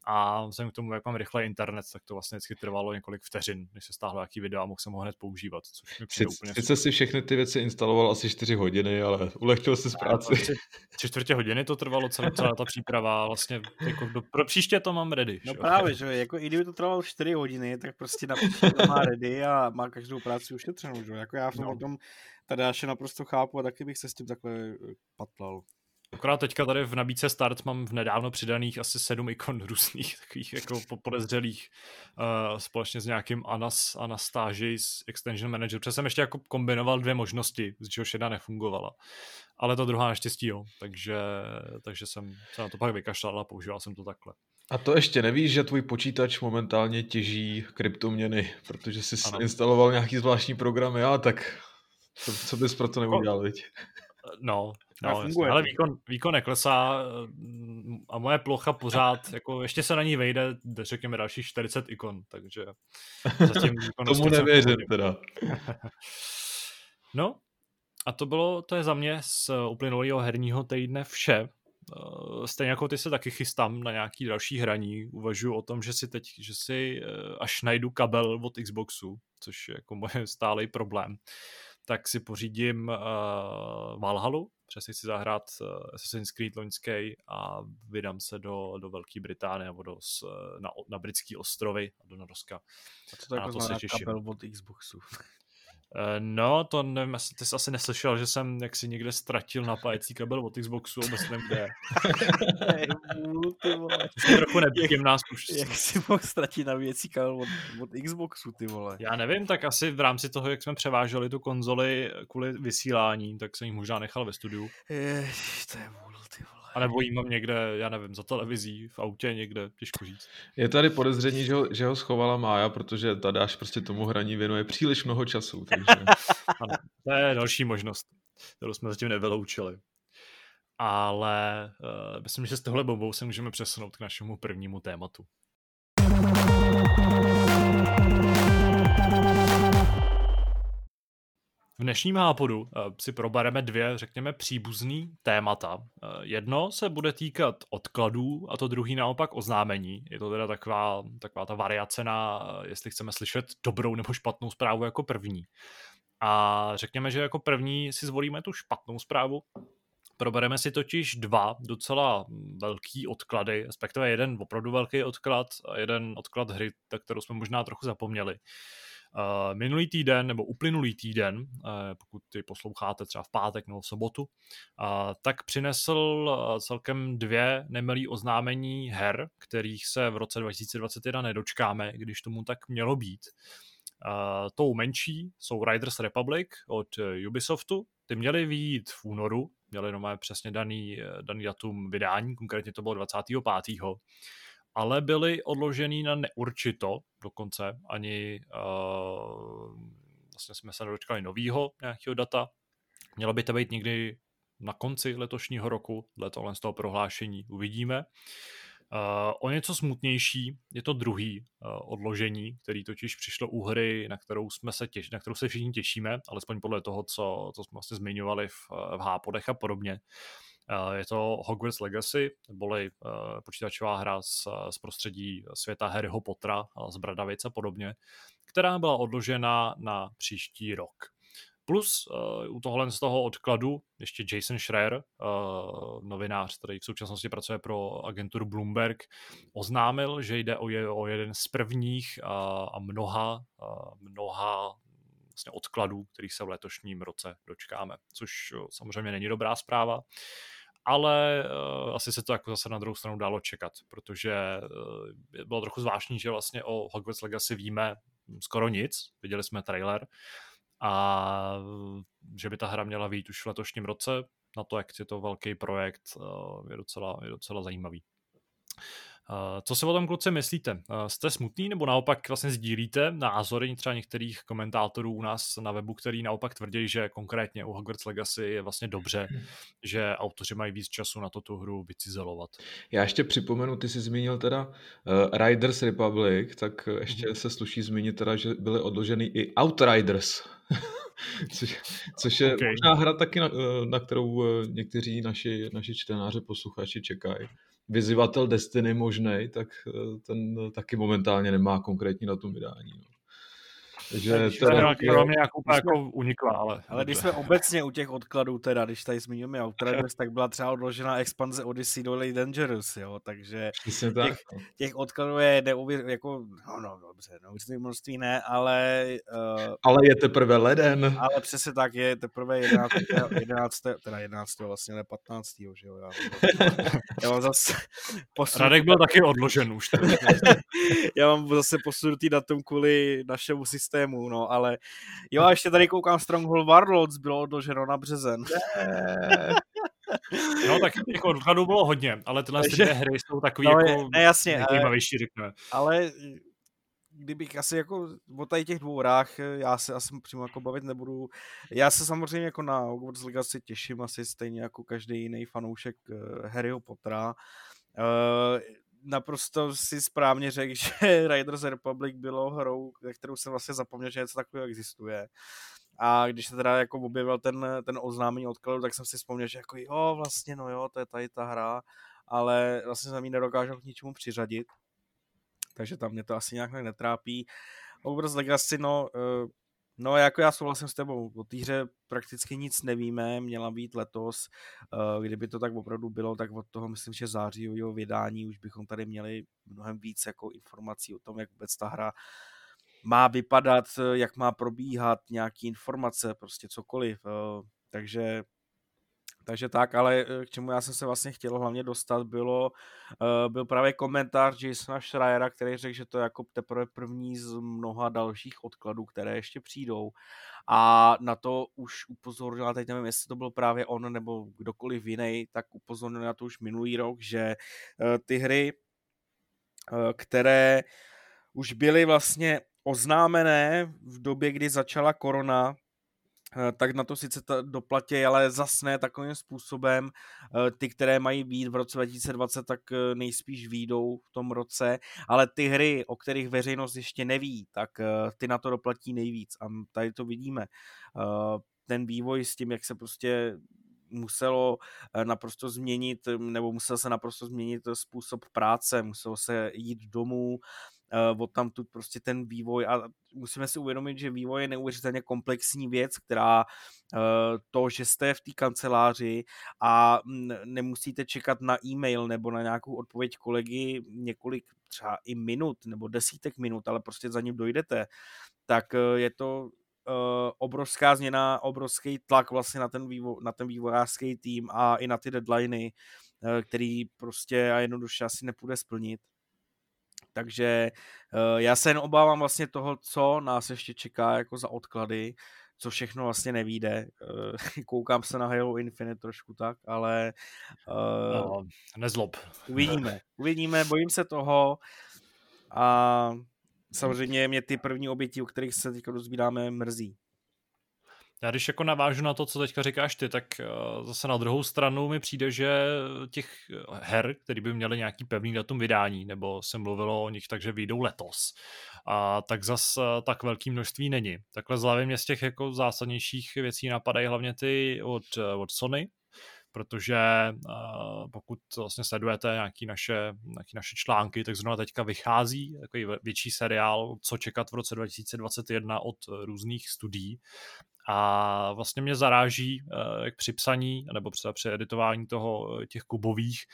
A vzhledem k tomu, jak mám rychlej internet, tak to vlastně vždycky trvalo několik vteřin, než se stáhlo nějaký video a mohl jsem ho hned používat, což mi přijde úplně Sice si všechny ty věci instaloval asi čtyři hodiny, ale ulehčil si z práci. Tři, tři čtvrtě hodiny to trvalo celá, celá ta příprava, vlastně jako do, pro příště to mám ready. No že? právě, že jako i kdyby to trvalo čtyři hodiny, tak prostě na příště to má ready a má každou práci ušetřenou, že? Jako já v tom no. tom Tadeáše naprosto chápu a taky bych se s tím takhle patlal. Akorát teďka tady v nabídce Start mám v nedávno přidaných asi sedm ikon různých takových jako podezřelých uh, společně s nějakým Anas, Anastasis Extension Manager. Protože jsem ještě jako kombinoval dvě možnosti, z čehož jedna nefungovala. Ale ta druhá naštěstí jo, takže, takže jsem se na to pak vykašlal a používal jsem to takhle. A to ještě nevíš, že tvůj počítač momentálně těží kryptoměny, protože jsi ano. instaloval nějaký zvláštní programy, ale tak to, co bys pro to neudělal, viď? No, no ale výkon, výkon neklesá a moje plocha pořád, jako ještě se na ní vejde, řekněme dalších čtyřicet ikon, takže zatím tomu nevěřím teda. No, a to bylo, to je za mě z uplynulého herního týdne vše. Stejně jako ty se taky chystám na nějaký další hraní. Uvažuji o tom, že si teď, že si až najdu kabel od Xboxu, což je jako moje stálý problém, tak si pořídím uh, Valhallu, protože si chci zahrát uh, Assassin's Creed loňský a vydám se do, do Velké Británie nebo do, na, na britský ostrovy a do Norska. A co to jako znamená kabel od Xboxu? No, to nevím, ty jsi asi neslyšel, že jsem jaksi někde ztratil napájecí kabel od Xboxu, myslím, kde je. Trochu nepěkým nás už. Jak jsi mohl ztratit navíjecí kabel od, od Xboxu, ty vole? Já nevím, tak asi v rámci toho, jak jsme převáželi tu konzoli kvůli vysílání, tak jsem ji možná nechal ve studiu. Ježiš, to je vůl, ty vole. A nebo jí mám někde, já nevím, za televizí, v autě někde, těžko říct. Je tady podezření, že ho, že ho schovala Mája, protože Tadáš prostě tomu hraní věnuje příliš mnoho času. Takže... Ano, to je další možnost, kterou jsme zatím nevyloučili. Ale uh, myslím, že s tohle bombou se můžeme přesunout k našemu prvnímu tématu. V dnešním hápodu si probereme dvě, řekněme, příbuzný témata. Jedno se bude týkat odkladů a to druhý naopak oznámení. Je to teda taková, taková ta variace na, jestli chceme slyšet dobrou nebo špatnou zprávu jako první. A řekněme, že jako první si zvolíme tu špatnou zprávu. Probereme si totiž dva docela velký odklady, respektive jeden opravdu velký odklad a jeden odklad hry, tak kterou jsme možná trochu zapomněli. Uh, minulý týden, nebo uplynulý týden, uh, pokud ty posloucháte třeba v pátek nebo v sobotu, uh, tak přinesl uh, celkem dvě nemilý oznámení her, kterých se v roce dva tisíce dvacet jedna nedočkáme, když tomu tak mělo být. Uh, tou menší jsou Riders Republic od Ubisoftu. Ty měly vyjít v únoru, měly normálně přesně daný, daný datum vydání, konkrétně to bylo dvacátého pátého ale byly odložený na neurčito dokonce, ani uh, vlastně jsme se nedočkali novýho nějakého data. Mělo by to být někdy na konci letošního roku, dle tohle z toho prohlášení uvidíme. Uh, o něco smutnější je to druhý uh, odložení, který totiž přišlo u hry, na kterou, jsme se těš, na kterou se všichni těšíme, alespoň podle toho, co, co jsme vlastně zmiňovali v, v hápodech a podobně. Uh, je to Hogwarts Legacy, neboli uh, počítačová hra z, z prostředí světa Harryho Pottera, z Bradavic a podobně, která byla odložena na příští rok. Plus uh, u tohle z toho odkladu ještě Jason Schreier, uh, novinář, který v současnosti pracuje pro agenturu Bloomberg, oznámil, že jde o, je, o jeden z prvních uh, a mnoha, uh, mnoha vlastně odkladů, kterých se v letošním roce dočkáme, což uh, samozřejmě není dobrá zpráva, ale uh, asi se to jako zase na druhou stranu dalo čekat, protože uh, bylo trochu zvláštní, že vlastně o Hogwarts Legacy víme skoro nic, viděli jsme trailer, a že by ta hra měla vyjít už v letošním roce, na to, jak je to velký projekt, je docela, je docela zajímavý. Co si o tom, kluci, myslíte? Jste smutný nebo naopak vlastně sdílíte názory třeba některých komentátorů u nás na webu, který naopak tvrdí, že konkrétně u Hogwarts Legacy je vlastně dobře, že autoři mají víc času na to tu hru vycizelovat? Já ještě připomenu, ty jsi zmínil teda uh, Riders Republic, tak ještě se sluší zmínit teda, že byly odloženy i Outriders. Což, což je Okay. možná hra taky, na, na kterou někteří naši, naši čtenáři, posluchači čekají. Vyzývatel Destiny možnej, tak ten taky momentálně nemá konkrétní datum vydání. No. Takže to je taky mě jako, jako unikla, ale... Ale když jsme obecně u těch odkladů teda, když tady zmiňujeme Outriders, tak byla třeba odložená expanze Odyssey do Late Dangerous, jo, takže těch, těch odkladů je neuvěř, jako, no, no, dobře, neuvěřitelné množství ne, ale... Uh, ale je teprve leden. Ale přesně tak, je teprve jedenáctého, jedenáctého teda jedenáctého vlastně, ne patnáctého že jo, já, já mám zase... Posunutý... Radek byl taky odložen už. Já mám zase posunutý datum kvůli našemu systému, no, ale jo, a ještě tady koukám, Stronghold Warlords bylo odloženo na březen. No tak těch odkladů bylo hodně, ale tyhle Takže... dvě hry jsou takový no, jako ne, jasně, nejzajímavější, řekněme. Ale kdybych asi jako o tady těch dvou hrách, já se asi přímo jako bavit nebudu. Já se samozřejmě jako na Hogwarts Legacy těším asi stejně jako každý jiný fanoušek Harryho Pottera. Uh, naprosto si správně řekl, že Riders Republic bylo hrou, kterou jsem vlastně zapomněl, že něco takového existuje. A když se teda jako objevil ten, ten oznámení odkladu, tak jsem si vzpomněl, že jako jo, vlastně no jo, to je tady ta hra, ale vlastně jsem ji nedokážu k ničemu přiřadit. Takže tam mě to asi nějak netrápí. Hogwarts Legacy, no, no jako já souhlasím s tebou, o té hře prakticky nic nevíme, měla být letos, kdyby to tak opravdu bylo, tak od toho myslím, že zářijového vydání už bychom tady měli mnohem víc jako informací o tom, jak vůbec ta hra má vypadat, jak má probíhat, nějaký informace, prostě cokoliv, takže Takže tak, ale k čemu já jsem se vlastně chtěl hlavně dostat, bylo, byl právě komentář Jasona Schreiera, který řekl, že to je jako teprve první z mnoha dalších odkladů, které ještě přijdou. A na to už upozornil, teď nevím, jestli to byl právě on nebo kdokoliv jiný, tak upozornil na to už minulý rok, že ty hry, které už byly vlastně oznámené v době, kdy začala korona, tak na to sice doplatí, ale zas ne takovým způsobem. Ty, které mají být v roce dva tisíce dvacet, tak nejspíš výjdou v tom roce, ale ty hry, o kterých veřejnost ještě neví, tak ty na to doplatí nejvíc. A tady to vidíme. Ten vývoj s tím, jak se prostě muselo naprosto změnit, nebo musel se naprosto změnit způsob práce, muselo se jít domů, od tam tu prostě ten vývoj a musíme si uvědomit, že vývoj je neuvěřitelně komplexní věc, která to, že jste v té kanceláři a nemusíte čekat na e-mail nebo na nějakou odpověď kolegy několik třeba i minut nebo desítek minut, ale prostě za ním dojdete, tak je to obrovská změna, obrovský tlak vlastně na ten, vývoj, na ten vývojářský tým a i na ty deadliny, který prostě a jednoduše asi nepůjde splnit. Takže uh, já se jen obávám vlastně toho, co nás ještě čeká jako za odklady, co všechno vlastně nevíde. Uh, koukám se na Halo Infinite trošku tak, ale uh, no, nezlob. Uvidíme, uvidíme, bojím se toho a samozřejmě mě ty první oběti, o kterých se teďka dozvídáme, mrzí. Já když jako navážu na to, co teďka říkáš ty, tak zase na druhou stranu mi přijde, že těch her, které by měly nějaký pevný datum vydání, nebo se mluvilo o nich, takže vyjdou letos, a tak zase tak velké množství není. Takhle z hlavy mě z těch jako zásadnějších věcí napadají hlavně ty od, od Sony, protože uh, pokud vlastně sledujete nějaký naše, nějaký naše články, tak zrovna teďka vychází takový větší seriál, co čekat v roce dva tisíce dvacet jedna od různých studií. A vlastně mě zaráží, jak při psaní nebo při editování toho, těch kubových,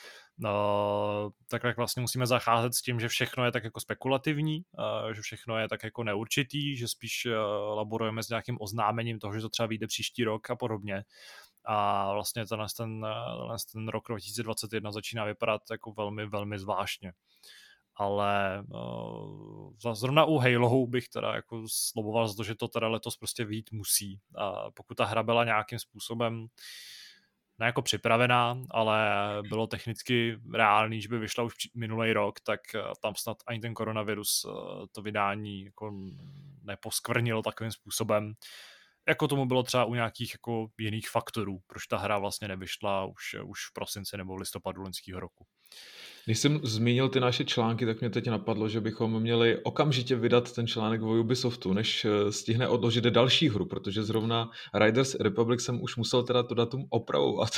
tak jak vlastně musíme zacházet s tím, že všechno je tak jako spekulativní, že všechno je tak jako neurčitý, že spíš laborujeme s nějakým oznámením toho, že to třeba vyjde příští rok a podobně. A vlastně ten, ten, ten rok dva tisíce dvacet jedna začíná vypadat jako velmi, velmi zvláštně. Ale uh, zrovna u Halo bych teda jako sloboval za to, že to teda letos prostě vyjít musí. A pokud ta hra byla nějakým způsobem ne jako připravená, ale bylo technicky reálný, že by vyšla už minulý rok, tak tam snad ani ten koronavirus to vydání jako neposkvrnilo takovým způsobem, jako tomu bylo třeba u nějakých jako jiných faktorů, proč ta hra vlastně nevyšla už, už v prosinci nebo v listopadu loňského roku. Když jsem zmínil ty naše články, tak mě teď napadlo, že bychom měli okamžitě vydat ten článek o Ubisoftu, než stihne odložit další hru, protože zrovna Riders Republic jsem už musel teda to datum opravovat.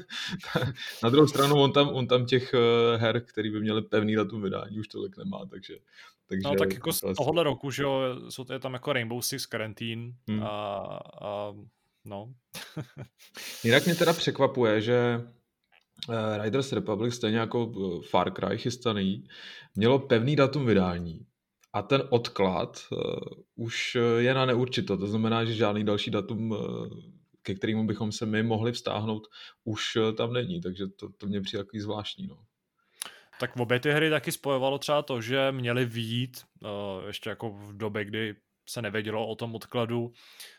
Na druhou stranu on tam, on tam těch her, který by měly pevný datum vydání, už tolik nemá, takže... takže no tak jako z tohohle roku, že jo, jsou to tam jako Rainbow Six Quarantine hmm. a, a no. Jinak mě teda překvapuje, že Riders Republic, stejně jako Far Cry chystaný, mělo pevný datum vydání a ten odklad uh, už je na neurčito. To znamená, že žádný další datum, uh, ke kterému bychom se my mohli vztáhnout, už uh, tam není, takže to, to mě přijde takový zvláštní. No. Tak v obě ty hry taky spojovalo třeba to, že měly vyjít uh, ještě jako v době, kdy se nevědělo o tom odkladu,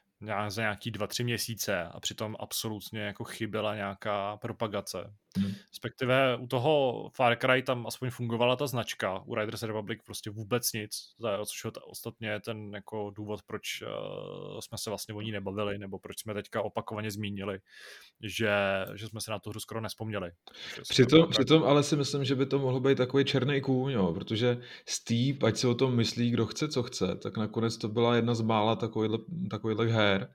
za nějaký dva, tři měsíce a přitom absolutně jako chyběla nějaká propagace. Hmm. Respektive u toho Far Cry tam aspoň fungovala ta značka, u Riders Republic prostě vůbec nic, což je ostatně ten jako důvod, proč uh, jsme se vlastně o ní nebavili, nebo proč jsme teďka opakovaně zmínili, že, že jsme se na tu hru skoro nespomněli. Přitom, přitom ale si myslím, že by to mohlo být takový černý kůň, jo, protože Steep, ať si o tom myslí, kdo chce, co chce, tak nakonec to byla jedna z mála takovýhle, takovýhle her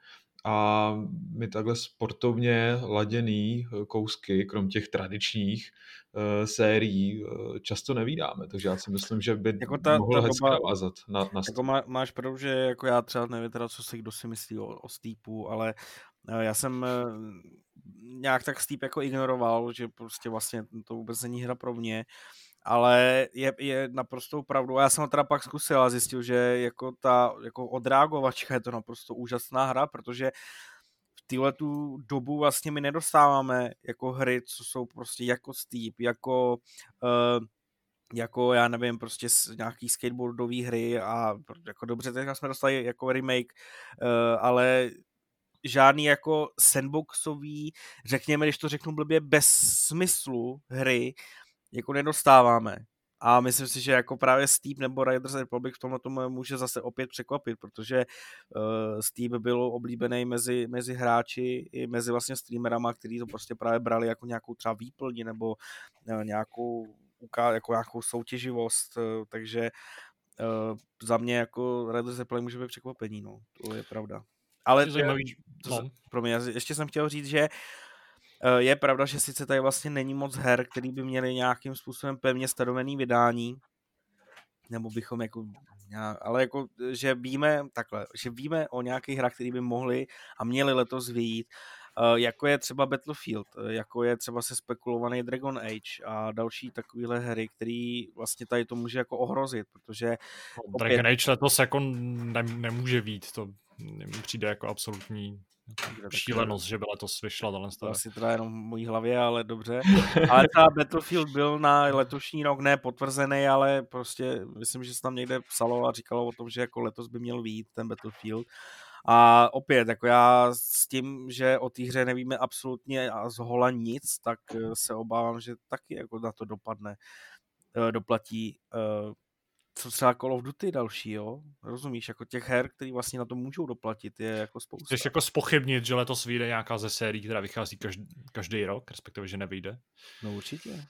a my takhle sportovně laděný kousky, krom těch tradičních uh, sérií, uh, často nevídáme, takže já si myslím, že by jako ta, mohl hezky navázat na, na jako má, máš pravdu, že jako já třeba nevím teda, co si kdo si myslí o, o Steepu, ale uh, já jsem uh, nějak tak Steep jako ignoroval, že prostě vlastně to vůbec není hra pro mě, ale je, je naprosto pravdou. Já jsem ho teda pak zkusil a zjistil, že jako ta jako odreagovačka je to naprosto úžasná hra, protože v téhle tu dobu vlastně my nedostáváme jako hry, co jsou prostě jako Steep, jako uh, jako já nevím, prostě nějaký skateboardové hry a jako dobře, teďka jsme dostali jako remake, uh, ale žádný jako sandboxový, řekněme, když to řeknu blbě, bez smyslu hry, jako nedostáváme. A myslím si, že jako právě Steep nebo Riders Republic v tomhle tomu může zase opět překvapit, protože uh, Steep byl oblíbený mezi, mezi hráči i mezi vlastně streamerama, kteří to prostě právě brali jako nějakou třeba výplň nebo uh, nějakou, jako nějakou soutěživost, uh, takže uh, za mě jako Riders Republic může být překvapení, no, to je pravda. Ale to, to, pro mě, ještě jsem chtěl říct, že je pravda, že sice tady vlastně není moc her, který by měly nějakým způsobem pevně stanovený vydání, nebo bychom jako, ale jako, že víme takhle, že víme o nějakých hrách, které by mohly a měly letos vyjít, jako je třeba Battlefield, jako je třeba se spekulovaný Dragon Age a další takovéhle hry, které vlastně tady to může jako ohrozit, protože no, opět... Dragon Age letos jako ne, nemůže vyjít, to mi přijde jako absolutní šílenost, že by letos vyšla. To asi teda jenom v mojí hlavě, ale dobře. Ale ta Battlefield byl na letošní rok ne potvrzený, ale prostě myslím, že se tam někde psalo a říkalo o tom, že jako letos by měl vyjít ten Battlefield. A opět, jako já s tím, že o té hře nevíme absolutně a z hola nic, tak se obávám, že taky jako na to dopadne, doplatí co třeba Call of Duty další, jo? Rozumíš, jako těch her, který vlastně na to můžou doplatit, je jako spousta. Chceš jako zpochybnit, že letos vyjde nějaká ze sérií, která vychází každý, každý rok, respektive, že nevyjde? No určitě.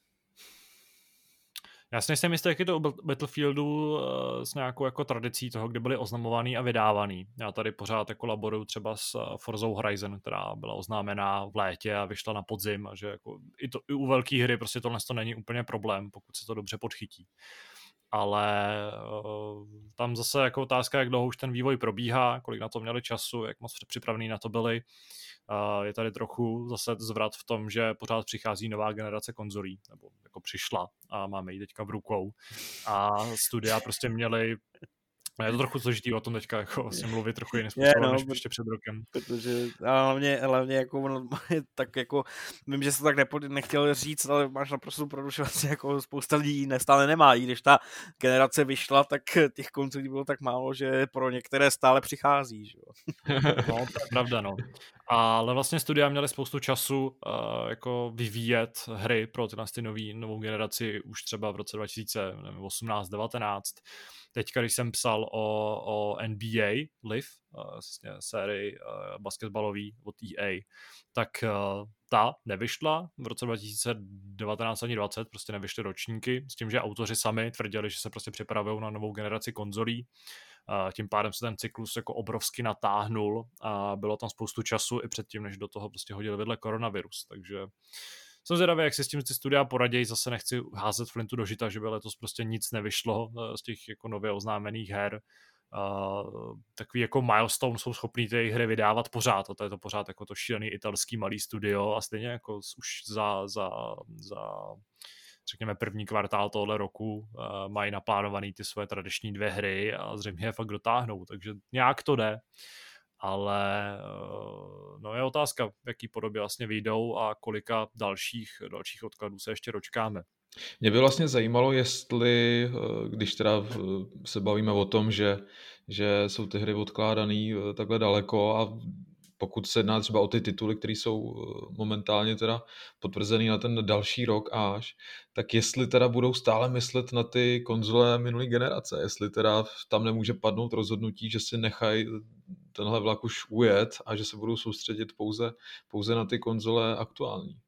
Já si nejsem jistý, jak je to o Battlefieldu uh, s nějakou jako tradicí toho, kde byly oznamovaný a vydávaný. Já tady pořád jako laboruju třeba s uh, Forzou Horizon, která byla oznámená v létě a vyšla na podzim a že jako i, to, i u velké hry prostě tohle to není úplně problém, pokud se to dobře podchytí. Ale uh, tam zase jako otázka, jak dlouho už ten vývoj probíhá, kolik na to měli času, jak moc připravený na to byli. Uh, je tady trochu zase zvrat v tom, že pořád přichází nová generace konzolí, nebo jako přišla a máme ji teďka v rukou. A studia prostě měli, je to trochu složitý o tom teďka jako vlastně mluvit trochu jiným způsobem, no, než ještě před rokem. Protože hlavně, hlavně jako, tak jako, vím, že se tak nepo, nechtěl říct, ale máš naprosto pravdu, že vlastně jako spousta lidí nestále nemá. I když ta generace vyšla, tak těch konzolí bylo tak málo, že pro některé stále přichází. Že? No, to je pravda, no. Ale vlastně studia měly spoustu času uh, jako vyvíjet hry pro tyhle ty nový, novou generaci už třeba v roce dva tisíce osmnáct devatenáct. Teďka, když jsem psal o, o N B A Live, vlastně sérii basketbalový od E A, tak ta nevyšla v roce dva tisíce devatenáct ani dvacet, prostě nevyšly ročníky, s tím, že autoři sami tvrdili, že se prostě připravují na novou generaci konzolí. Tím pádem se ten cyklus jako obrovsky natáhnul a bylo tam spoustu času i předtím, než do toho prostě hodili vedle koronavirus, takže jsem zvědavý, jak si s tím ty studia poradějí, zase nechci házet flintu do žita, že by letos prostě nic nevyšlo z těch jako nově oznámených her. Uh, takový jako milestone jsou schopný ty hry vydávat pořád a to je to pořád jako to šílený italský malý studio a stejně jako už za, za, za řekněme první kvartál tohle roku uh, mají naplánovaný ty svoje tradiční dvě hry a zřejmě je fakt dotáhnou, takže nějak to jde. Ale no je otázka, v jaký podobě vlastně vyjdou a kolika dalších, dalších odkladů se ještě dočkáme. Mě by vlastně zajímalo, jestli, když teda se bavíme o tom, že, že jsou ty hry odkládaný takhle daleko a pokud se jedná třeba o ty tituly, které jsou momentálně teda potvrzený na ten další rok až, tak jestli teda budou stále myslet na ty konzole minulý generace, jestli teda tam nemůže padnout rozhodnutí, že si nechají tenhle vlak už ujet a že se budou soustředit pouze, pouze na ty konzole aktuální.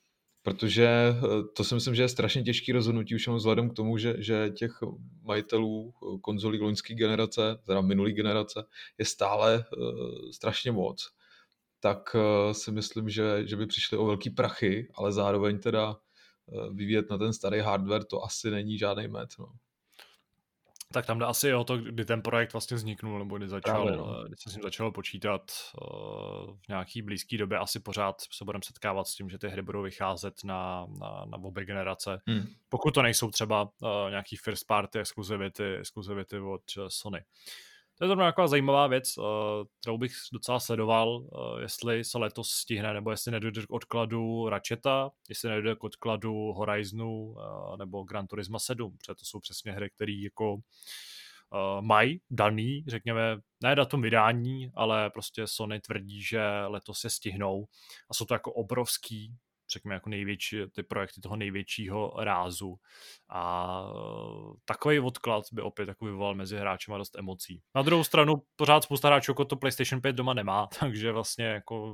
Protože to si myslím, že je strašně těžký rozhodnutí už jenom vzhledem k tomu, že, že těch majitelů konzolí loňské generace, teda minulý generace, je stále uh, strašně moc. Tak uh, si myslím, že, že by přišli o velký prachy, ale zároveň teda uh, vyvíjet na ten starý hardware, to asi není žádný met. No. Tak tam jde asi o to, kdy ten projekt vlastně vzniknul, nebo kdy začal, Právě, no. kdy se s ním začalo počítat v nějaký blízké době, asi pořád se budeme setkávat s tím, že ty hry budou vycházet na, na, na obě generace. Hmm. Pokud to nejsou třeba uh, nějaký first party exkluzivity, exkluzivity od Sony. To je zrovna taková zajímavá věc, uh, kterou bych docela sledoval, uh, jestli se letos stihne, nebo jestli nedojde k odkladu Ratcheta, jestli nedojde k odkladu Horizonu uh, nebo Gran Turismo sedm, protože to jsou přesně hry, které jako uh, mají daný, řekněme, ne datum vydání, ale prostě Sony tvrdí, že letos se stihnou a jsou to jako obrovský, řekněme, jako největší, ty projekty toho největšího rázu. A takový odklad by opět jako vyvolal mezi hráčema dost emocí. Na druhou stranu pořád spousta hráčů jako to PlayStation pět doma nemá, takže vlastně jako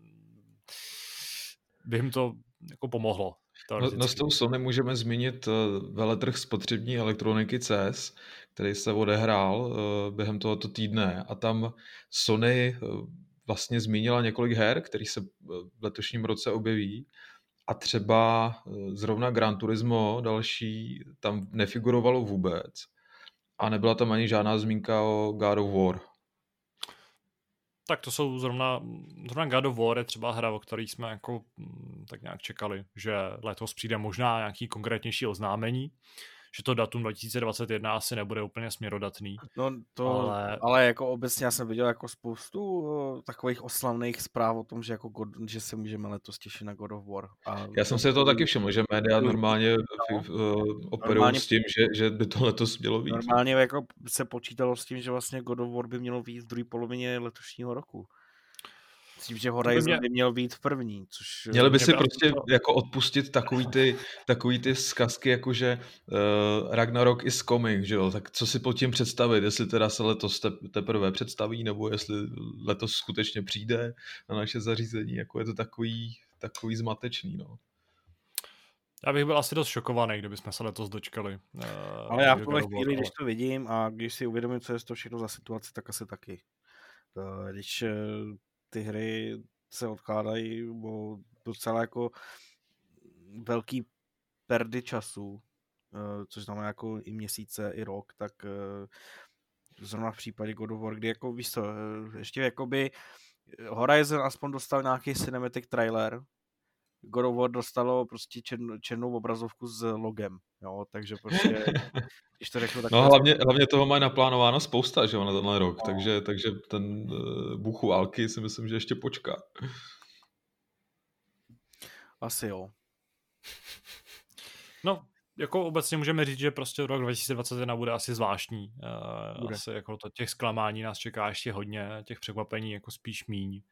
by jim to jako pomohlo. No, no s tou Sony můžeme zmínit veletrh spotřební elektroniky C E S, který se odehrál během tohoto týdne a tam Sony vlastně zmínila několik her, který se v letošním roce objeví a třeba zrovna Gran Turismo další tam nefigurovalo vůbec a nebyla tam ani žádná zmínka o God of War. Tak to jsou zrovna, zrovna God of War je třeba hra, o který jsme jako tak nějak čekali, že letos přijde možná nějaký konkrétnější oznámení, že to datum dva tisíce dvacet jedna asi nebude úplně směrodatný. No to, ale... ale jako obecně já jsem viděl jako spoustu uh, takových oslavných zpráv o tom, že, jako God, že se můžeme letos těšit na God of War. A já jsem si to taky všiml, že média normálně no, uh, operují normálně... s tím, že, že by to letos mělo být. Normálně jako se počítalo s tím, že vlastně God of War by mělo být v druhé polovině letošního roku. S tím, že Horizon by, mě... by měl být v první, což... Měli by si prostě to... jako odpustit takový ty, takový ty zkazky, jako že uh, Ragnarok is coming, že jo, tak co si pod tím představit, jestli teda se letos te- teprve představí, nebo jestli letos skutečně přijde na naše zařízení, jako je to takový, takový zmatečný, no. Já bych byl asi dost šokovaný, kdybychom se letos dočkali. Uh, ale já v tuhle chvíli, když to vidím a když si uvědomím, co je to všechno za situaci, tak asi taky. Uh, když... Uh... ty hry se odkládají o docela jako velký perdy času, což znamená jako i měsíce, i rok, tak zrovna v případě God of War, kdy jako víš co, ještě jakoby Horizon aspoň dostal nějaký cinematic trailer, God of War dostalo prostě černou, černou obrazovku s logem, jo, takže prostě, když to řeknu tak... No hlavně, hlavně toho mají naplánováno spousta, že jo, na tenhle rok, no. takže, takže ten uh, Bůh Alky si myslím, že ještě počká. Asi jo. No, jako obecně můžeme říct, že prostě rok dva tisíce dvacet jedna bude asi zvláštní. Uh, bude. Asi jako to těch zklamání nás čeká ještě hodně, těch překvapení jako spíš míň.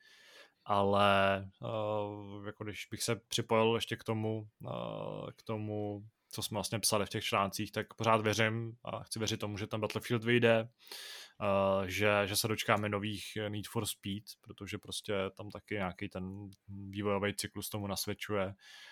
Ale uh, jako když bych se připojil ještě k tomu, uh, k tomu co jsme vlastně psali v těch článcích, tak pořád věřím a chci věřit tomu, že ten Battlefield vyjde, uh, že, že se dočkáme nových Need for Speed, protože prostě tam taky nějaký ten vývojový cyklus tomu nasvědčuje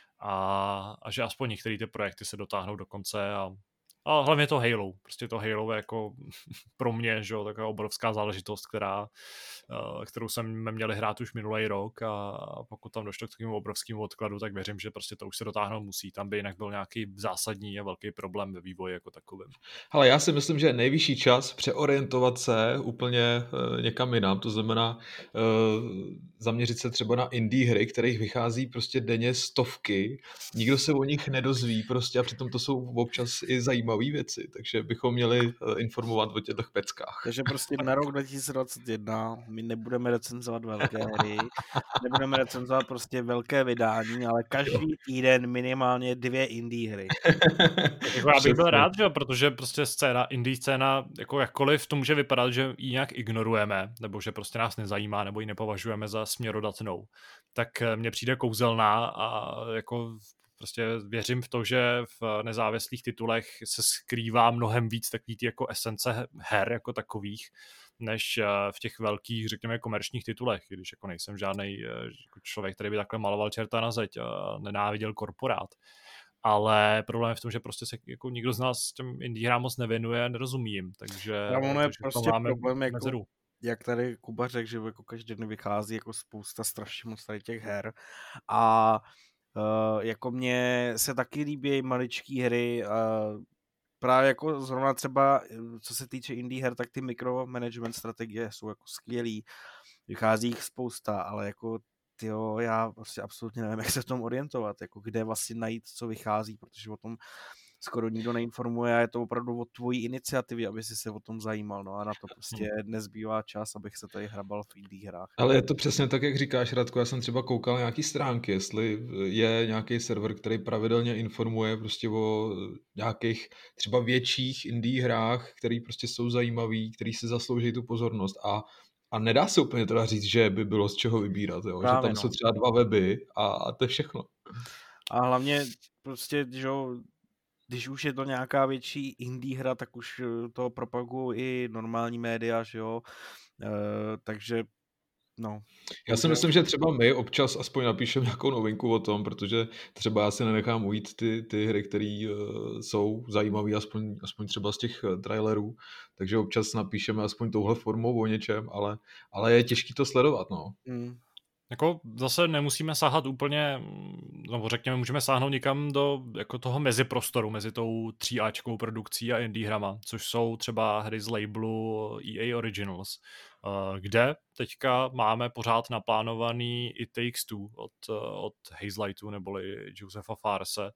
a, a že aspoň některé ty projekty se dotáhnou do konce a A hlavně to Halo. Prostě to Halo je jako pro mě, že jo, taková obrovská záležitost, která, kterou jsme měli hrát už minulý rok a pokud tam došlo k takovému obrovskému odkladu, tak věřím, že prostě to už se dotáhnout musí. Tam by jinak byl nějaký zásadní a velký problém ve vývoji jako takovém. Ale já si myslím, že je nejvyšší čas přeorientovat se úplně někam jinam. To znamená zaměřit se třeba na indie hry, kterých vychází prostě denně stovky. Nikdo se o nich nedozví prostě a přitom to jsou občas i zajímavé věci, takže bychom měli informovat o těch peckách. Takže prostě na rok dva tisíce dvacet jedna my nebudeme recenzovat velké hry, nebudeme recenzovat prostě velké vydání, ale každý týden minimálně dvě indie hry. Jako já bych byl rád, že? Protože prostě scéna, indie scéna, jako jakkoliv to může vypadat, že ji nějak ignorujeme, nebo že prostě nás nezajímá, nebo ji nepovažujeme za směrodatnou, tak mně přijde kouzelná a jako prostě věřím v to, že v nezávislých titulech se skrývá mnohem víc takový ty jako esence her jako takových, než v těch velkých, řekněme, komerčních titulech, když jako nejsem žádnej jako člověk, který by takhle maloval čerta na zeď a nenáviděl korporát. Ale problém je v tom, že prostě se jako nikdo z nás těm indie hrám moc nevěnuje, nerozumí jim, takže, já ono je prostě problém, jako, mezeru. Jak tady Kuba řekl, že jako každý den vychází jako spousta strašně moc tady těch her a Uh, jako mně se taky líbí maličký hry, uh, právě jako zrovna třeba, co se týče indie her, tak ty micromanagement strategie jsou jako skvělý, vychází jich spousta, ale jako tyjo, já prostě absolutně nevím, jak se v tom orientovat, jako kde vlastně najít, co vychází, protože o tom skoro nikdo neinformuje a je to opravdu o tvojí iniciativě, aby si se o tom zajímal, no a na to prostě nezbývá čas, abych se tady hrabal v indie hrách. Ale je to přesně tak, jak říkáš, Radko, já jsem třeba koukal na nějaký stránky, jestli je nějaký server, který pravidelně informuje prostě o nějakých třeba větších indie hrách, který prostě jsou zajímavý, který si zaslouží tu pozornost a A nedá se úplně teda říct, že by bylo z čeho vybírat, jo? Že tam no. jsou třeba dva weby a, a to je všechno. A hlavně prostě, že když už je to nějaká větší indie hra, tak už to propagují i normální média, že jo, e, takže no. Já si myslím, že třeba my občas aspoň napíšeme nějakou novinku o tom, protože třeba já si nenechám ujít ty, ty hry, které uh, jsou zajímavé, aspoň, aspoň třeba z těch uh, trailerů, takže občas napíšeme aspoň touhle formou o něčem, ale, ale je těžký to sledovat, no. Mm. Jako zase nemusíme sáhat úplně, nebo řekněme, můžeme sáhnout někam do jako toho meziprostoru, mezi tou tříáčkovou produkcí a indie hrama, což jsou třeba hry z labelu E A Originals, kde teďka máme pořád naplánovaný It Takes Two od, od Hazelightu neboli Josefa Farse.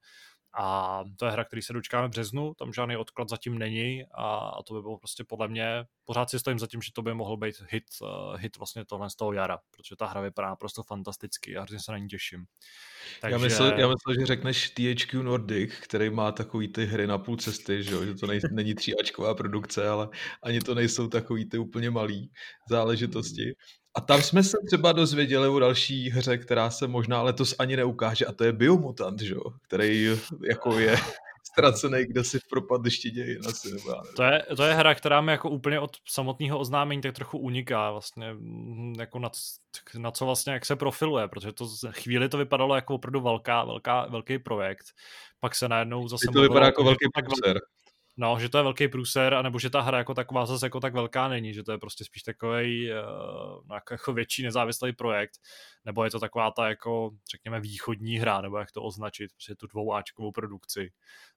A to je hra, který se dočkáme v březnu, tam žádný odklad zatím není a, a to by bylo prostě podle mě, pořád si stojím za tím, že to by mohl být hit, uh, hit vlastně tohle z toho jara, protože ta hra vypadá naprosto fantasticky a hrozně se na ní těším. Takže... Já, myslel, já myslel, že řekneš T H Q Nordic, který má takový ty hry na půl cesty, že, že to nej, není tříáčková produkce, ale ani to nejsou takový ty úplně malý záležitosti. A tam jsme se třeba dozvěděli o další hře, která se možná letos ani neukáže, a to je Biomutant, že? Který jako je ztracený kdesi v propadlišti dějin. Asi, to, je, to je hra, která mi jako úplně od samotného oznámení tak trochu uniká vlastně, jako na, na co vlastně, jak se profiluje, protože to chvíli to vypadalo jako opravdu velká, velká, velký projekt, pak se najednou zase... to vypadá jako velký průser. No, že to je velký průser, anebo že ta hra jako taková zase jako tak velká není, že to je prostě spíš takovej uh, jako větší nezávislý projekt, nebo je to taková ta jako, řekněme, východní hra, nebo jak to označit, prostě tu dvouáčkovou produkci.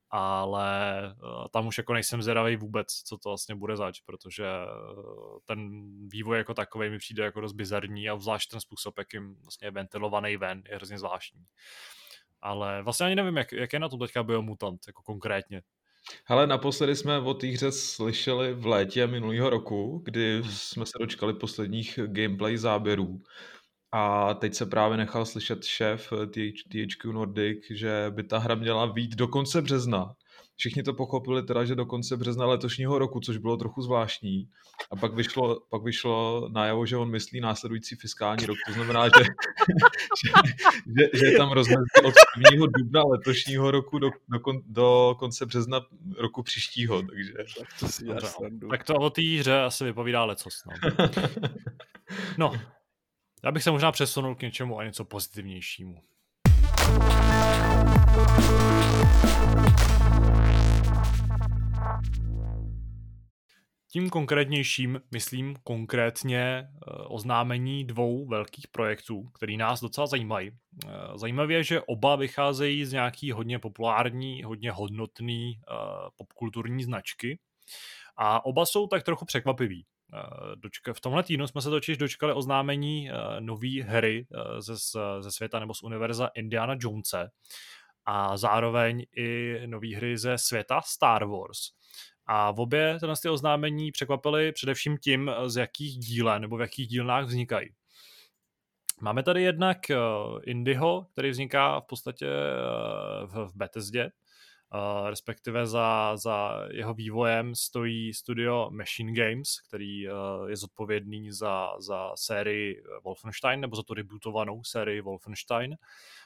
Ale uh, tam už jako nejsem zvědavý vůbec, co to vlastně bude zač, protože uh, ten vývoj jako takovej mi přijde jako dost bizarní a zvlášť ten způsob, jakým vlastně je ventilovaný ven, je hrozně zvláštní. Ale vlastně ani nevím, jak, jak je na tom teďka Biomutant, jako konkrétně. Hele, naposledy jsme o té hře slyšeli v létě minulého roku, kdy jsme se dočkali posledních gameplay záběrů. A teď se právě nechal slyšet šéf T H Q Nordic, že by ta hra měla vyjít do konce března. Všichni to pochopili teda, že do konce března letošního roku, což bylo trochu zvláštní. A pak vyšlo, pak vyšlo najevo, že on myslí následující fiskální rok. To znamená, že, že, že, že je tam rozmezí od prvního dubna letošního roku do, do, kon, do konce března roku příštího. Takže... Tak to si Dobře, tak to o té hře asi vypovídá lecos. No. no, já bych se možná přesunul k něčemu a něco pozitivnějšímu. Tím konkrétnějším myslím konkrétně oznámení dvou velkých projektů, který nás docela zajímají. Zajímavé je, že oba vycházejí z nějaký hodně populární, hodně hodnotný popkulturní značky a oba jsou tak trochu překvapivý. V tomhle týdnu jsme se totiž dočkali oznámení nový hry ze, ze světa nebo z univerza Indiana Jonese a zároveň i nový hry ze světa Star Wars. A v obě tyhle ty oznámení překvapily především tím, z jakých dílen nebo v jakých dílnách vznikají. Máme tady jednak Indyho, který vzniká v podstatě v Bethesdě, respektive za, za jeho vývojem stojí studio Machine Games, který je zodpovědný za, za sérii Wolfenstein, nebo za tu rebootovanou sérii Wolfenstein.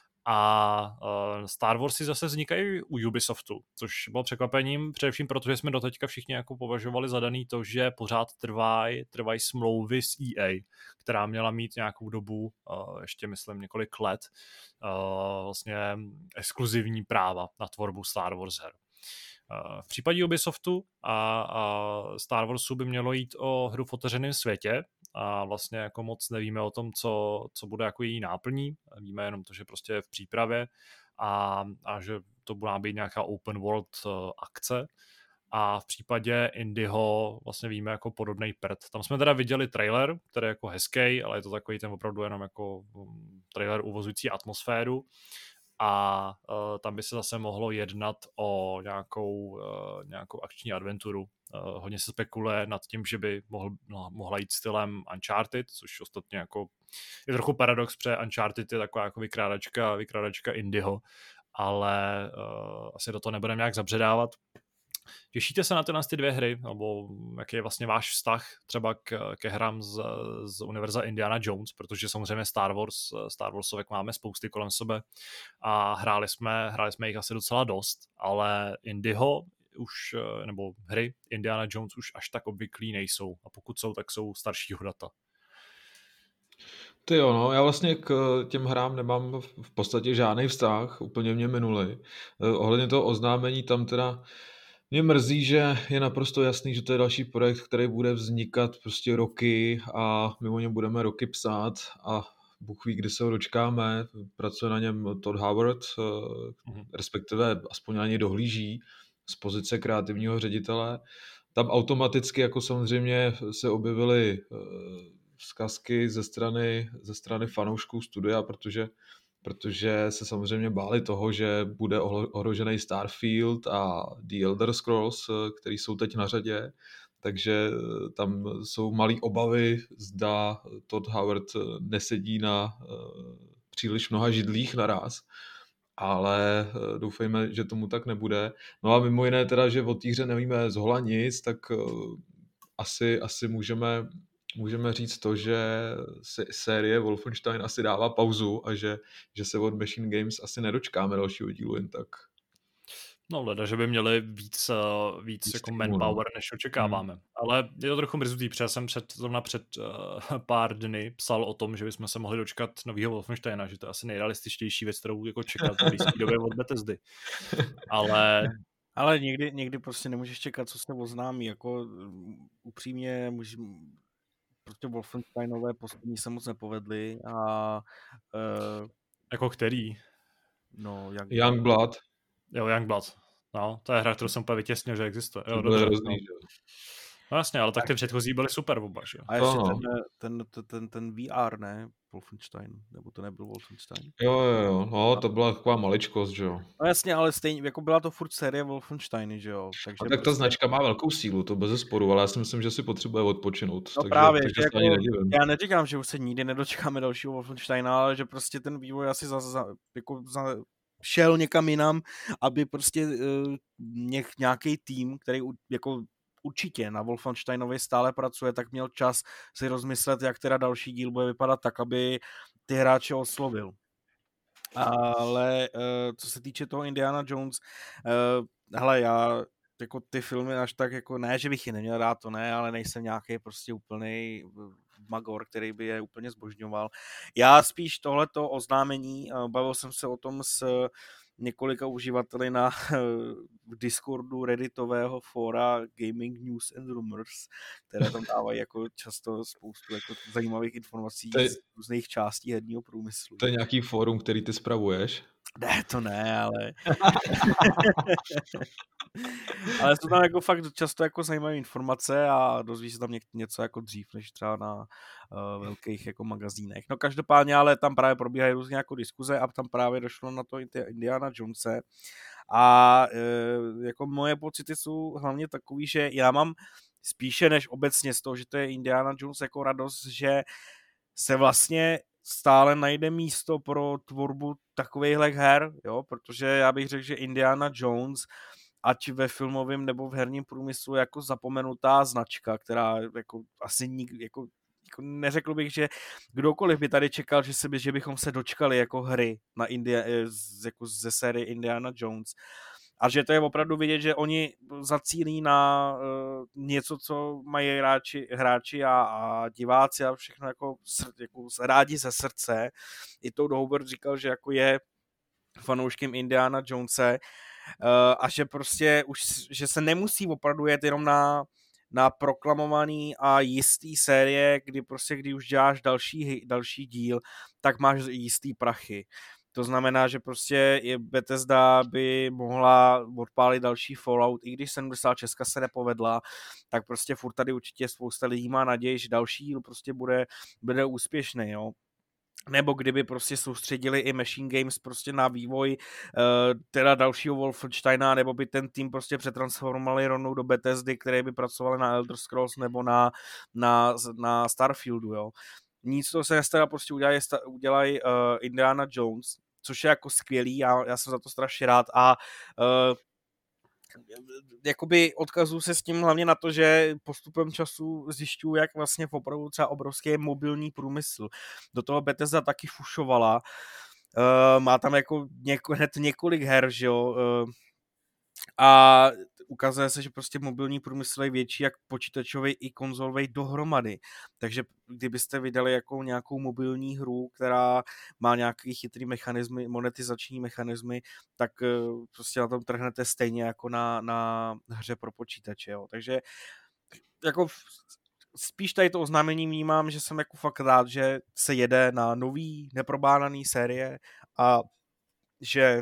A uh, Star Warsy zase vznikají u Ubisoftu, což bylo překvapením, především protože jsme doteďka všichni jako považovali za daný to, že pořád trvají trvaj smlouvy s E A, která měla mít nějakou dobu, uh, ještě myslím několik let, uh, vlastně exkluzivní práva na tvorbu Star Wars her. Uh, v případě Ubisoftu a, a Star Warsu by mělo jít o hru v otevřeném světě, a vlastně jako moc nevíme o tom, co, co bude jako její náplní. Víme jenom to, že prostě je v přípravě a, a že to bude být nějaká open world uh, akce. A v případě Indyho vlastně víme jako podobný prd. Tam jsme teda viděli trailer, který je jako hezký, ale je to takový ten opravdu jenom jako um, trailer uvozující atmosféru. A uh, tam by se zase mohlo jednat o nějakou, uh, nějakou akční adventuru. Uh, hodně se spekuluje nad tím, že by mohl, no, mohla jít stylem Uncharted, což ostatně jako je trochu paradox, protože Uncharted je taková jako vykrádačka, vykrádačka Indyho, ale uh, asi do toho nebudeme nějak zabředávat. Těšíte se na tyhle ty dvě hry, nebo jaký je vlastně váš vztah třeba k, ke hrám z, z univerza Indiana Jones, protože samozřejmě Star Wars, Star Warsovek máme spousty kolem sebe a hráli jsme, hráli jsme jich asi docela dost, ale Indyho už, nebo hry Indiana Jones už až tak obvyklý nejsou a pokud jsou, tak jsou staršího data. Ty jo, no, já vlastně k těm hrám nemám v podstatě žádný vztah, úplně mě minuli. Ohledně toho oznámení tam teda mě mrzí, že je naprosto jasný, že to je další projekt, který bude vznikat prostě roky a my o něm budeme roky psát a Bůh ví, kdy se ho dočkáme. Pracuje na něm Todd Howard, mm-hmm. respektive aspoň na něj dohlíží z pozice kreativního ředitele. Tam automaticky jako samozřejmě se objevily vzkazky ze strany, ze strany fanoušků studia, protože protože se samozřejmě báli toho, že bude ohrožený Starfield a The Elder Scrolls, který jsou teď na řadě, takže tam jsou malý obavy, zda Todd Howard nesedí na příliš mnoha židlích naraz, ale doufejme, že tomu tak nebude. No a mimo jiné teda, že o té hře nevíme zhola nic, tak asi, asi můžeme Můžeme říct to, že série Wolfenstein asi dává pauzu a že, že se od Machine Games asi nedočkáme dalšího dílu jen tak. No, leda, že by měli víc, uh, víc, víc jako manpower, než očekáváme. Hmm. Ale je to trochu mrzutý, protože jsem před, zrovna před uh, pár dny psal o tom, že bychom se mohli dočkat novýho Wolfensteina, že to je asi nejrealističtější věc, kterou jako čekat v blízké době od Bethesdy. Ale... Ale někdy, někdy prostě nemůžeš čekat, co se oznámí. Jako upřímně můžeme... Prostě Wolfensteinové poslední se moc nepovedly a... Uh, jako který? No, Young, Youngblood. Jo, Youngblood. No, to je hra, kterou jsem úplně vytěsnil, že existuje. Jo, to dobře, hrozný, no. No jasně, ale tak ty předchozí byly super oba, že? A ještě ten, ten, ten, ten, ten V R, ne? Wolfenstein, nebo to nebyl Wolfenstein? Jo, jo, jo, no, to byla taková maličkost, že jo. No jasně, ale stejně, jako byla to furt série Wolfensteiny, že jo. Takže a tak ta značka má velkou sílu, to bez zesporu, ale já si myslím, že si potřebuje odpočinout. No takže, právě, takže že jako, já neříkám, že už se nikdy nedočkáme dalšího Wolfensteina, ale že prostě ten vývoj asi za, za, jako za šel někam jinam, aby prostě uh, něk, nějaký tým, který jako určitě na Wolfensteinovi stále pracuje, tak měl čas si rozmyslet, jak teda další díl bude vypadat tak, aby ty hráče oslovil. Ale uh, co se týče toho Indiana Jones, uh, hele, já jako ty filmy až tak jako, ne, že bych je neměl rád, to ne, ale nejsem nějaký prostě úplný magor, který by je úplně zbožňoval. Já spíš tohleto oznámení, uh, bavil jsem se o tom s několika uživateli na v Discordu redditového fóra Gaming News and Rumors, které tam dávají jako často spoustu jako zajímavých informací je, z různých částí herního průmyslu. To je nějaký fórum, který ty spravuješ? Ne, to ne, ale... ale jsou tam jako fakt často jako zajímavé informace a dozví se tam něco jako dřív, než třeba na uh, velkých jako magazínech. No každopádně, ale tam právě probíhají různě jako diskuze a tam právě došlo na to Indiana Jonese a uh, jako moje pocity jsou hlavně takový, že já mám spíše než obecně z toho, že to je Indiana Jones jako radost, že se vlastně stále najde místo pro tvorbu takovejhle her, jo, protože já bych řekl, že Indiana Jones, ať ve filmovém nebo v herním průmyslu, jako zapomenutá značka, která jako asi nik, jako, jako neřekl bych, že kdokoliv by tady čekal, že, se by, že bychom se dočkali jako hry na India, jako ze série Indiana Jones. A že to je opravdu vidět, že oni zacílí na uh, něco, co mají hráči, hráči a, a diváci a všechno jako, jako rádi ze srdce. I Todd Howard říkal, že jako je fanouškem Indiana Jonese uh, a že prostě už, že se nemusí opravdu jet jenom na, na proklamovaný a jistý série, kdy prostě, kdy už děláš další, další díl, tak máš jistý prachy. To znamená, že prostě je Bethesda by mohla odpálit další Fallout, i když sedmdesát šest se nepovedla, tak prostě furt tady určitě spousta lidí má naději, že další díl prostě bude, bude úspěšný, jo. Nebo kdyby prostě soustředili i Machine Games prostě na vývoj uh, teda dalšího Wolfensteina, nebo by ten tým prostě přetransformovali rovnou do Bethesdy, které by pracovali na Elder Scrolls nebo na, na, na Starfieldu, jo. Nic toho se nestane, prostě udělají, udělají uh, Indiana Jones, což je jako skvělý, já, já jsem za to strašně rád a uh, jakoby odkazuju se s tím hlavně na to, že postupem času zjišťuju, jak vlastně v opravdu třeba obrovský mobilní průmysl. Do toho Bethesda taky fušovala, uh, má tam jako něko, hned několik her, že jo, uh, a ukazuje se, že prostě mobilní průmysl je větší jak počítačový i konzolový dohromady. Takže kdybyste vydali jako nějakou mobilní hru, která má nějaký chytrý mechanismy, monetizační mechanismy, tak prostě na tom trhnete stejně jako na, na hře pro počítače. Jo. Takže jako spíš tady to oznámení vnímám, že jsem jako fakt rád, že se jede na nový, neprobádaný série a že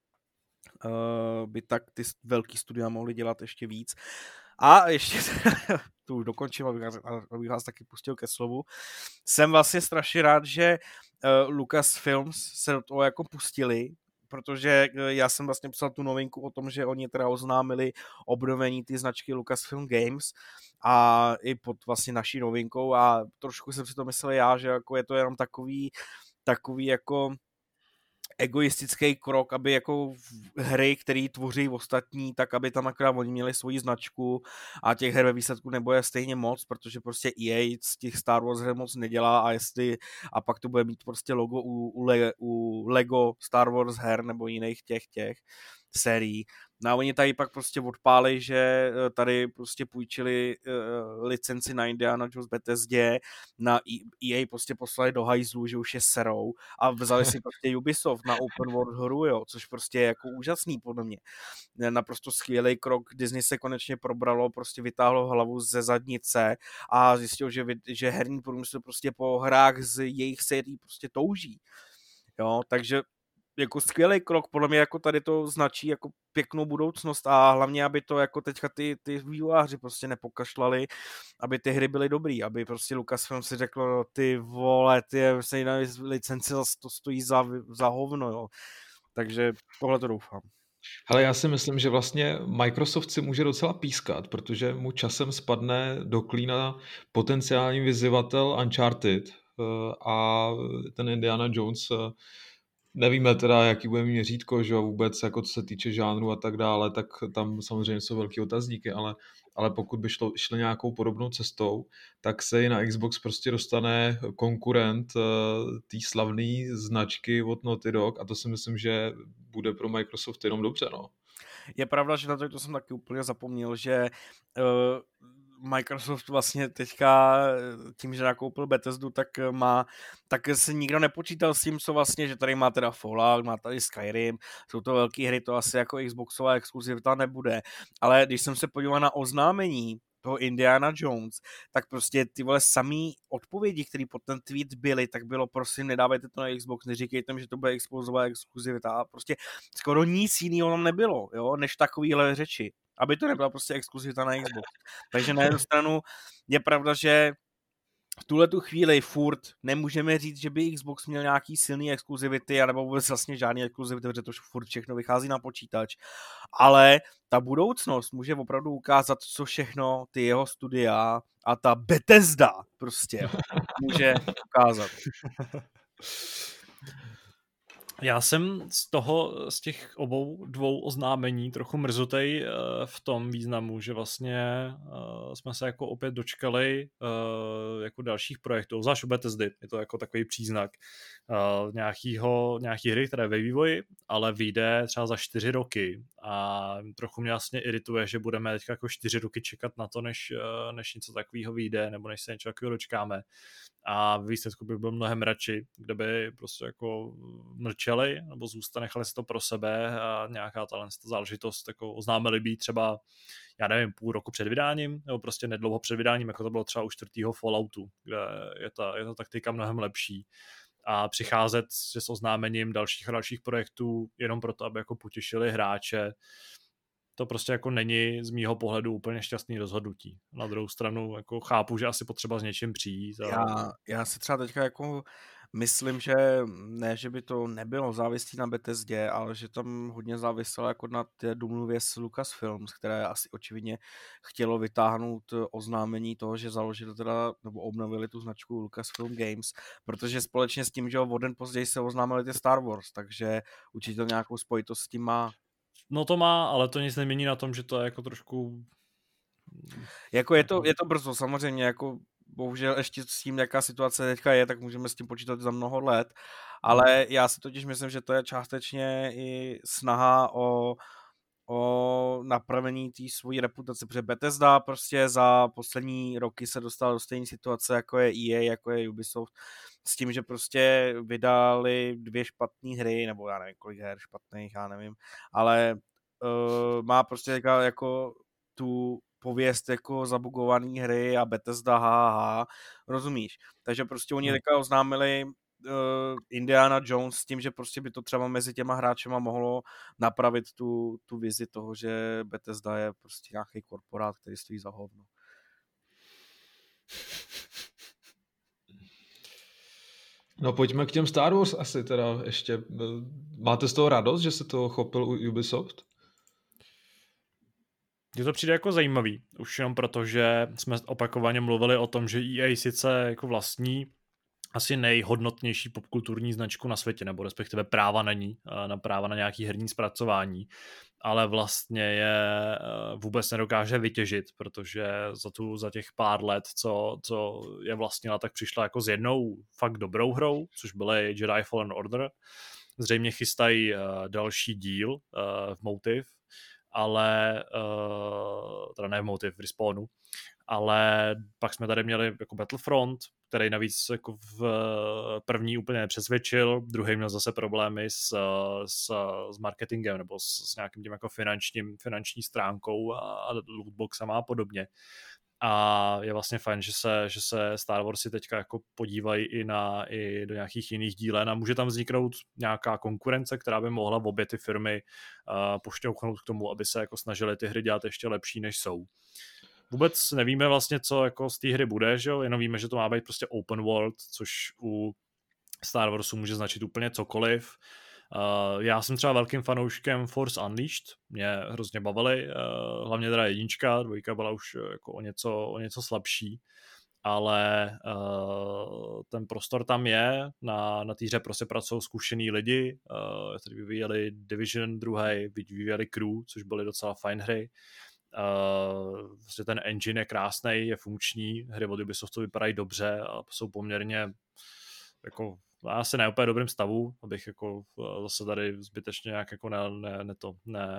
Uh, by tak ty velký studia mohly dělat ještě víc. A ještě, to už dokončím, abych vás, abych vás taky pustil ke slovu, jsem vlastně strašně rád, že uh, Lucasfilms se do toho jako pustili, protože já jsem vlastně psal tu novinku o tom, že oni teda oznámili obnovení ty značky Lucasfilm Games a i pod vlastně naší novinkou a trošku jsem si to myslel já, že jako je to jenom takový, takový jako egoistický krok, aby jako hry, které tvoří ostatní, tak aby tam akorát oni měli svoji značku a těch her ve výsledku nebude stejně moc, protože prostě E A z těch Star Wars her moc nedělá a jestli a pak to bude mít prostě logo u, u, Le, u Lego Star Wars her nebo jiných těch těch sérií. No a oni tady pak prostě odpálili, že tady prostě půjčili uh, licenci na Indiana Jones Bethesdě, na E A prostě poslali do hajzlu, že už je serou a vzali si prostě Ubisoft na open world hru, jo, což prostě je jako úžasný podle mě. Naprosto skvělý krok, Disney se konečně probralo, prostě vytáhlo hlavu ze zadnice a zjistil, že, že herní průmysl prostě po hrách z jejich sérií prostě touží. Jo, takže jako skvělý krok, podle mě jako tady to značí jako pěknou budoucnost a hlavně, aby to jako teďka ty, ty vývojáři prostě nepokašlali, aby ty hry byly dobrý, aby prostě Lucasfilm si řekl, ty vole, ty se jiná licenci to stojí za, za hovno, jo. Takže tohle to doufám. Ale já si myslím, že vlastně Microsoft si může docela pískat, protože mu časem spadne do klína potenciální vyzývatel Uncharted a ten Indiana Jones nevíme teda, jaký bude měřítko, že jo, vůbec, jako co se týče žánru a tak dále, tak tam samozřejmě jsou velký otazníky, ale, ale pokud by šlo, šli nějakou podobnou cestou, tak se i na Xbox prostě dostane konkurent uh, té slavné značky od Naughty Dog a to si myslím, že bude pro Microsoft jenom dobře, no. Je pravda, že na to, to jsem taky úplně zapomněl, že uh, Microsoft vlastně teďka tím, že nakoupil Bethesdu, tak má, tak se nikdo nepočítal s tím, co vlastně, že tady má teda Fallout, má tady Skyrim, jsou to velké hry, to asi jako Xboxová exkluzivita nebude, ale když jsem se podíval na oznámení toho Indiana Jones, tak prostě ty vole samý odpovědi, které pod ten tweet byly, tak bylo prosím nedávejte to na Xbox, neříkejte mi, že to bude Xboxová exkluzivita a prostě skoro nic jiného tam nebylo, jo, než takovýhle řeči. Aby to nebyla prostě exkluzivita na Xbox. Takže na jednu stranu je pravda, že v tuhle tu chvíli furt nemůžeme říct, že by Xbox měl nějaký silný exkluzivity, anebo vůbec vlastně žádný exkluzivity, protože to furt všechno vychází na počítač. Ale ta budoucnost může opravdu ukázat, co všechno ty jeho studia a ta Bethesda prostě může ukázat. Já jsem z toho, z těch obou dvou oznámení trochu mrzutej v tom významu, že vlastně jsme se jako opět dočkali jako dalších projektů, zvlášť u Bethesdy, je to jako takový příznak nějakýho, nějaký hry, které je ve vývoji, ale vyjde třeba za čtyři roky a trochu mě vlastně irituje, že budeme teďka jako čtyři roky čekat na to, než, než něco takového vyjde, nebo než se něco takového dočkáme. A v výsledku bych byl mnohem radši, kde by prostě jako mlčeli, nebo zůstane, nechali si to pro sebe a nějaká tahle záležitost jako oznámili být třeba, já nevím, půl roku před vydáním, nebo prostě nedlouho před vydáním, jako to bylo třeba u čtvrtého Falloutu, kde je ta, je ta taktika mnohem lepší. A přicházet s oznámením dalších a dalších projektů jenom proto, aby jako potěšili hráče, to prostě jako není z mýho pohledu úplně šťastný rozhodnutí. Na druhou stranu jako chápu, že asi potřeba s něčím přijít. Ale... Já, já si třeba teďka jako myslím, že ne, že by to nebylo závislý na Bethesdě, ale že tam hodně záviselo jako na té domluvě s Lucasfilms, které asi očividně chtělo vytáhnout oznámení toho, že založili teda, nebo obnovili tu značku Lucasfilm Games, protože společně s tím, že o den později se oznámili ty Star Wars, takže určitě to nějakou spojitost s tím má. No to má, ale to nic nemění na tom, že to je jako trošku... Jako je to, je to brzo, samozřejmě, jako bohužel ještě s tím, jaká situace teďka je, tak můžeme s tím počítat za mnoho let, ale já si totiž myslím, že to je částečně i snaha o, o napravení té svojí reputace, protože Bethesda prostě za poslední roky se dostala do stejné situace, jako je E A, jako je Ubisoft, s tím, že prostě vydali dvě špatné hry, nebo já nevím, kolik her špatných, já nevím, ale uh, má prostě jako, jako tu pověst jako zabugovaný hry a Bethesda, ha, ha, rozumíš? Takže prostě oni teďka oznámili uh, Indiana Jones s tím, že prostě by to třeba mezi těma hráčema mohlo napravit tu, tu vizi toho, že Bethesda je prostě nějaký korporát, který stojí za hovno. No pojďme k těm Star Wars asi teda ještě. Máte z toho radost, že se to chopil u Ubisoft? Mně to přijde jako zajímavý, už jenom proto, že jsme opakovaně mluvili o tom, že E A sice jako vlastní asi nejhodnotnější popkulturní značku na světě, nebo respektive práva na ní, na práva na nějaký herní zpracování, ale vlastně je vůbec nedokáže vytěžit, protože za, tu, za těch pár let, co, co je vlastnila, tak přišla jako s jednou fakt dobrou hrou, což byly Jedi Fallen Order. Zřejmě chystají další díl v Motive, ale uh, teda ne v Motive, v Respawnu, ale pak jsme tady měli jako Battlefront, který navíc jako v první úplně nepřesvědčil, druhý měl zase problémy s, s, s marketingem nebo s, s nějakým tím jako finančním, finanční stránkou a, a lootboxama a podobně. A je vlastně fajn, že se, že se Star Warsy teďka jako podívají i, na, i do nějakých jiných dílen a může tam vzniknout nějaká konkurence, která by mohla obě ty firmy uh, pošťouchnout k tomu, aby se jako snažili ty hry dělat ještě lepší, než jsou. Vůbec nevíme vlastně, co jako z té hry bude, že jo? Jenom víme, že to má být prostě open world, což u Star Warsu může značit úplně cokoliv. Uh, já jsem třeba velkým fanouškem Force Unleashed, mě hrozně bavily, uh, hlavně teda jednička, dvojka byla už jako o něco, o něco slabší, ale uh, ten prostor tam je, na, na té hře prostě pracují zkušený lidi, uh, kteří vyvíjeli Division druhý, vyvíjeli Crew, což byly docela fajn hry. Uh, vlastně ten engine je krásný, je funkční, hry od Ubisoftu vypadají dobře a jsou poměrně jako asi ne úplně dobrým stavu, abych jako zase tady zbytečně nějak jako ne, ne, ne to, ne,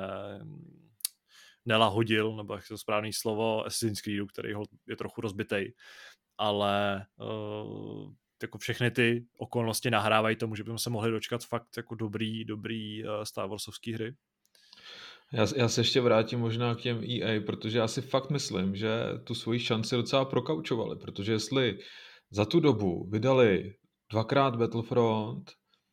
nelahodil, nebo jak to správný slovo, Assassin's Creedu, který je trochu rozbitej, ale uh, jako všechny ty okolnosti nahrávají tomu, že bychom se mohli dočkat fakt jako dobrý, dobrý uh, Star Warsovský hry. Já, já se ještě vrátím možná k těm E A, protože já si fakt myslím, že tu svoji šanci docela prokaučovali, protože jestli za tu dobu vydali dvakrát Battlefront,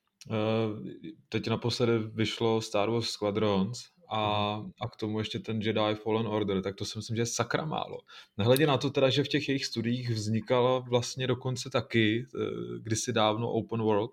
teď naposledy vyšlo Star Wars Squadrons a, a k tomu ještě ten Jedi Fallen Order, tak to si myslím, že je sakra málo. Nehledě na to teda, že v těch jejich studiích vznikala vlastně dokonce taky kdysi dávno Open World.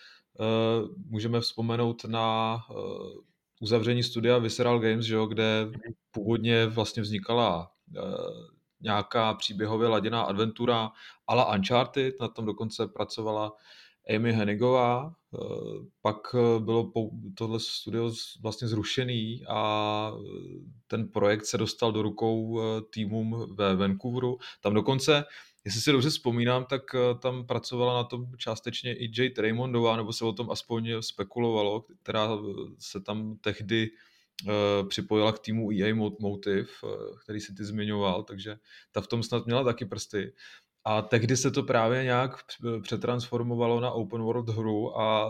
Můžeme vzpomenout na uzavření studia Visceral Games, že jo, kde původně vlastně vznikala nějaká příběhově laděná adventura a la Uncharted, na tom dokonce pracovala Amy Hennigová, pak bylo tohle studio vlastně zrušený a ten projekt se dostal do rukou týmům ve Vancouveru. Tam dokonce, jestli si dobře vzpomínám, tak tam pracovala na tom částečně i Jade Raymondová, nebo se o tom aspoň spekulovalo, která se tam tehdy připojila k týmu E A Motive, který si ty zmiňoval, takže ta v tom snad měla taky prsty. A tehdy se to právě nějak přetransformovalo na open world hru a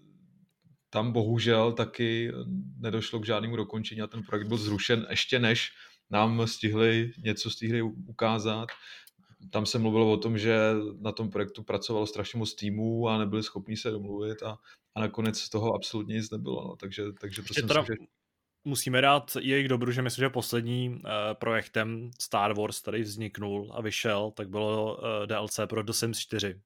tam bohužel taky nedošlo k žádnému dokončení a ten projekt byl zrušen ještě než nám stihli něco z té hry ukázat. Tam se mluvilo o tom, že na tom projektu pracovalo strašně moc týmů a nebyli schopni se domluvit a, a nakonec z toho absolutně nic nebylo. No. Takže, takže to si myslím, že... Musíme dát jejich dobru, že myslím, že posledním uh, projektem Star Wars, který vzniknul a vyšel, tak bylo uh, D L C pro The Sims čtyři.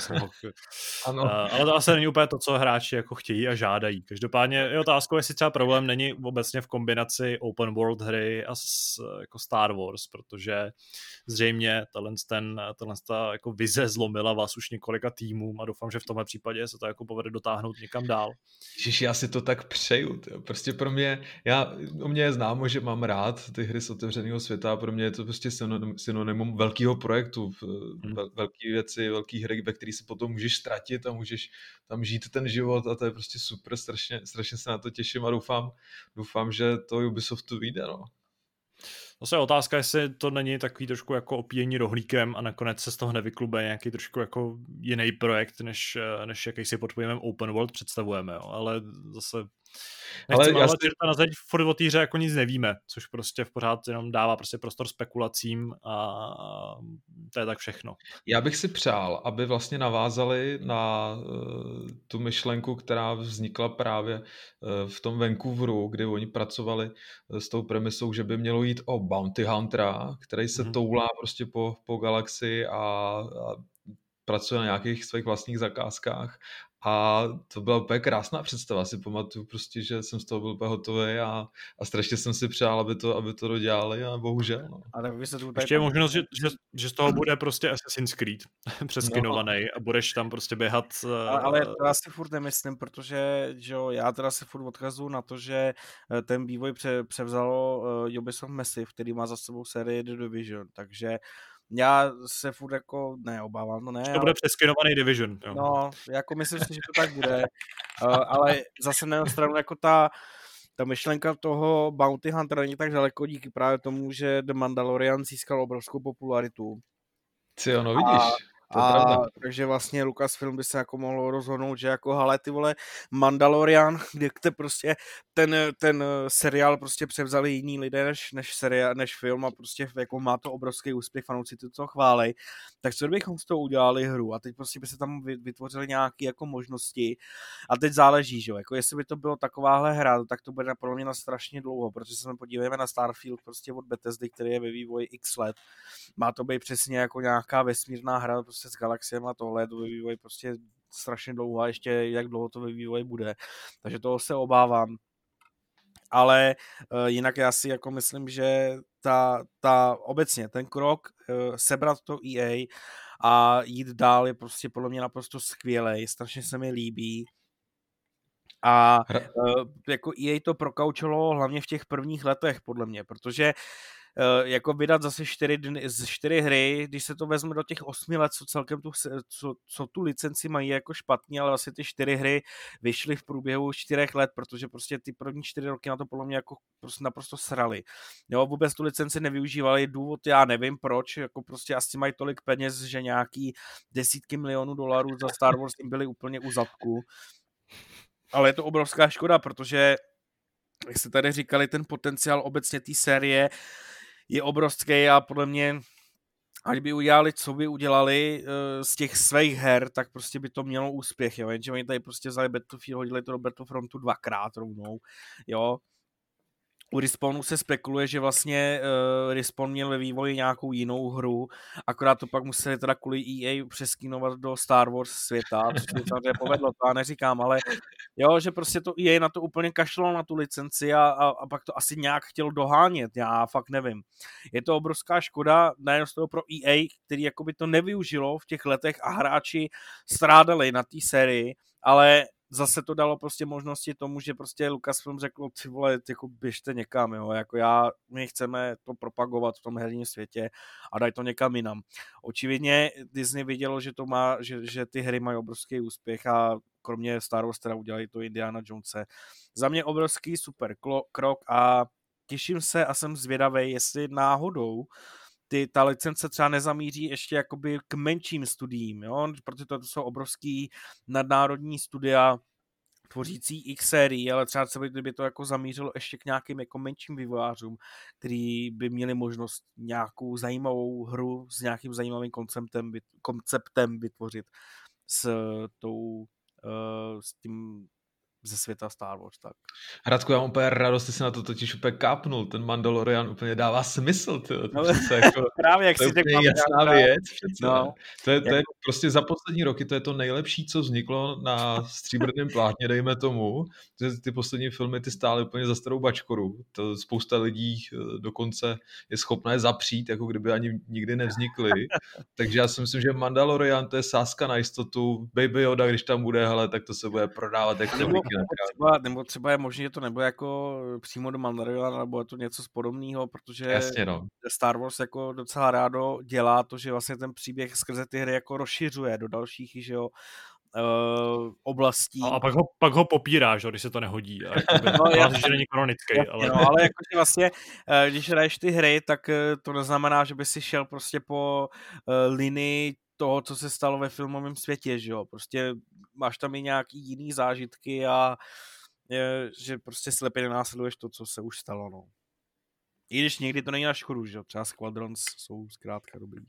Ano. Uh, ale to asi není úplně to, co hráči jako chtějí a žádají. Každopádně je otázkou, jestli třeba problém není obecně v kombinaci open world hry a s, jako Star Wars, protože zřejmě tenhle, ten, tenhle ta jako vize zlomila vás už několika týmům a doufám, že v tomhle případě se to jako povede dotáhnout někam dál. Ježiš, já si to tak přeju. Tyjo. Prostě pro mě, já, o mě je známo, že mám rád ty hry z otevřeného světa a pro mě je to prostě synonymum velkého projektu, hmm. velké věci, velké hry, ve kterých se potom můžeš ztratit a můžeš tam žít ten život a to je prostě super, strašně, strašně se na to těším a doufám, doufám, že to Ubisoftu vyjde, no. Zase je otázka, jestli to není takový trošku jako opíjení rohlíkem a nakonec se z toho nevyklube nějaký trošku jako jiný projekt, než, než jaký si pod pojmem open world představujeme, jo. Ale zase nechci mávat si... na zeď, furt o té hře jako nic nevíme, což prostě v pořád jenom dává prostě prostor spekulacím a to je tak všechno. Já bych si přál, aby vlastně navázali na uh, tu myšlenku, která vznikla právě uh, v tom Vancouveru, kdy oni pracovali uh, s tou premisou, že by mělo jít o bounty huntera, který se mm-hmm. toulá prostě po, po galaxii a, a pracuje na nějakých svých vlastních zakázkách. A to byla úplně krásná představa, si pamatuju prostě, že jsem z toho byl úplně hotový a, a strašně jsem si přál, aby to, aby to dodělali a bohužel. No. Ale vy se tu ještě je možnost, že, že, že z toho bude prostě Assassin's Creed přeskinovaný no. a budeš tam prostě běhat. Ale, ale to já si furt nemyslím, protože že jo, já teda si furt odkazuju na to, že ten vývoj pře, převzalo uh, Ubisoft Massive, který má za sebou sérii The Division, takže já se furt jako neobávám, no ne. To bude přeskinovaný Division. Jo. No, jako myslím si, že to tak bude, uh, ale zase na stranu jako ta, ta myšlenka toho Bounty Huntera není tak daleko díky právě tomu, že The Mandalorian získal obrovskou popularitu. Co, no vidíš. A... A takže vlastně Lucasfilm by se jako mohlo rozhodnout, že jako hele ty vole Mandalorian, kde te prostě ten, ten seriál prostě převzali jiní lidé než, než, seriál, než film a prostě jako má to obrovský úspěch, fanouci to co chválej, tak co kdybychom z toho udělali hru a teď prostě by se tam vytvořily nějaké jako možnosti a teď záleží, že jo, jako jestli by to bylo takováhle hra, tak to bude pro mě na strašně dlouho, protože se podívejme na Starfield prostě od Bethesdy, který je ve vývoji x let, má to být přesně jako nějaká vesmírná hra prostě s galaxiem a tohle, to ve vývoji prostě strašně dlouho a ještě jak dlouho to ve vývoji bude. Takže toho se obávám. ale uh, jinak já si jako myslím, že ta, ta obecně ten krok uh, sebrat to E A a jít dál je prostě podle mě naprosto skvělej, strašně se mi líbí. A uh, jako E A to prokaučilo hlavně v těch prvních letech, podle mě, protože uh, jako vydat zase čtyři, dny, z čtyři hry, když se to vezme do těch osmi let, co celkem tu, co, co tu licenci mají jako špatně, ale vlastně ty čtyři hry vyšly v průběhu čtyřech let, protože prostě ty první čtyři roky na to podle mě jako prostě naprosto srali. Jo, vůbec tu licenci nevyužívali, důvod já nevím proč, jako prostě asi mají tolik peněz, že nějaký desítky milionů dolarů za Star Wars jim byly úplně u zadku. Ale je to obrovská škoda, protože, jak jste tady říkali, ten potenciál obecně té série je obrovský a podle mě, ať by udělali, co by udělali uh, z těch svých her, tak prostě by to mělo úspěch, jo, jenže oni tady prostě vzali Battlefield, hodili to do Battlefrontu dvakrát rovnou, jo. U Respawnu se spekuluje, že vlastně uh, Respawn měl ve vývoji nějakou jinou hru, akorát to pak museli teda kvůli E A přeskínovat do Star Wars světa, což se samozřejmě povedlo, to já neříkám, ale jo, že prostě to E A na to úplně kašlalo na tu licenci a, a, a pak to asi nějak chtěl dohánět, já fakt nevím. Je to obrovská škoda, nejen z toho pro E A, který jakoby to nevyužilo v těch letech a hráči strádali na té sérii, ale zase to dalo prostě možnosti tomu, že prostě Lucasfilm řekl, ty vole, jako běžte někam, jo, jako já, my chceme to propagovat v tom herním světě a daj to někam jinam. Očividně Disney vidělo, že to má, že, že ty hry mají obrovský úspěch a kromě Star Wars teda udělali to Indiana Jonese. Za mě obrovský super krok a těším se a jsem zvědavý, jestli náhodou ty, ta licence třeba nezamíří ještě jakoby k menším studiím, jo? Protože to, to jsou obrovský nadnárodní studia tvořící X sérii, ale třeba třeba kdyby to jako zamířilo ještě k nějakým jako menším vývojářům, který by měli možnost nějakou zajímavou hru s nějakým zajímavým konceptem, konceptem vytvořit s tou, uh, s tím ze světa Star Wars, tak. Radku, já mám úplně radost, ty se na to totiž úplně kápnul, ten Mandalorian úplně dává smysl, ty, to, no, jako, právě, jak to je si úplně jasná věc, no. to, je, to je prostě za poslední roky, to je to nejlepší, co vzniklo na stříbrném plátně, dejme tomu, že ty poslední filmy ty stály úplně za starou bačkoru, to spousta lidí dokonce je schopné zapřít, jako kdyby ani nikdy nevznikly, takže já si myslím, že Mandalorian to je sázka na jistotu, Baby Yoda, když tam bude, hele, tak to se bude prodávat jak nebo, třeba, nebo třeba je možné, že to nebude jako přímo do Mandaloriana, nebo je to něco podobného, protože Jasně, no. Star Wars jako docela rádo dělá to, že vlastně ten příběh skrze ty hry jako rozšiřuje do dalších, že jo, Uh, oblastí. A pak ho, pak ho popírá, že, když se to nehodí. A jakoby, no, já, že není kanonický. Ale... No, ale jakože vlastně, když hraješ ty hry, tak to neznamená, že by si šel prostě po uh, linii toho, co se stalo ve filmovém světě, že jo. Prostě máš tam i nějaký jiný zážitky a je, že prostě slepě nenásleduješ to, co se už stalo, no. I když někdy to není na škodu, že jo. Třeba Squadrons jsou zkrátka dobrý.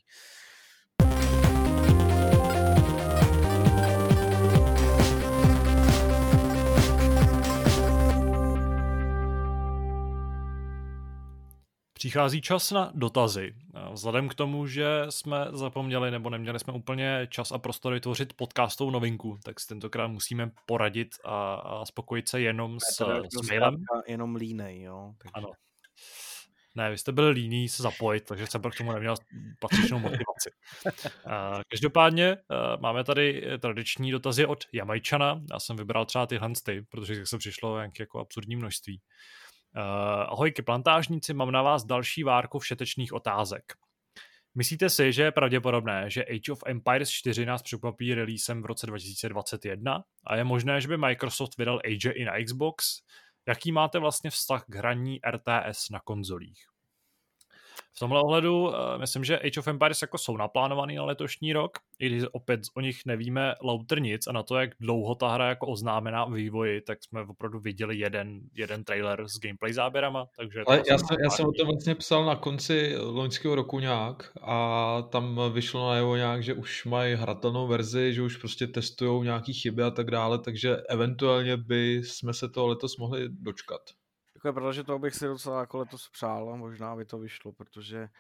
Přichází čas na dotazy. Vzhledem k tomu, že jsme zapomněli nebo neměli jsme úplně čas a prostor vytvořit podcastovou novinku, tak si tentokrát musíme poradit a, a spokojit se jenom s, s mailem. Jenom línej, jo. Takže... Ano. Ne, vy jste byli líní se zapojit, takže jsem k tomu neměl patřičnou motivaci. Každopádně máme tady tradiční dotazy od Jamajčana. Já jsem vybral třeba tyhle ty, protože se přišlo nějaké jako absurdní množství. Uh, ahojky plantážníci, mám na vás další várku všetečných otázek. Myslíte si, že je pravděpodobné, že Age of Empires čtyři nás překvapí releasem v roce dva tisíce dvacet jedna a je možné, že by Microsoft vydal Age i na Xbox? Jaký máte vlastně vztah k hraní R T S na konzolích? V tomhle ohledu uh, myslím, že Age of Empires jako jsou naplánovaný na letošní rok, i když opět o nich nevíme lauter nic a na to, jak dlouho ta hra jako oznámená v vývoji, tak jsme opravdu viděli jeden, jeden trailer s gameplay záběrama. Takže ale já jsem, já jsem o tom vlastně psal na konci loňského roku nějak a tam vyšlo najevo nějak, že už mají hratelnou verzi, že už prostě testujou nějaký chyby a tak dále, takže eventuálně by jsme se to letos mohli dočkat. Protože to bych si docela jako letos přál a možná by to vyšlo, protože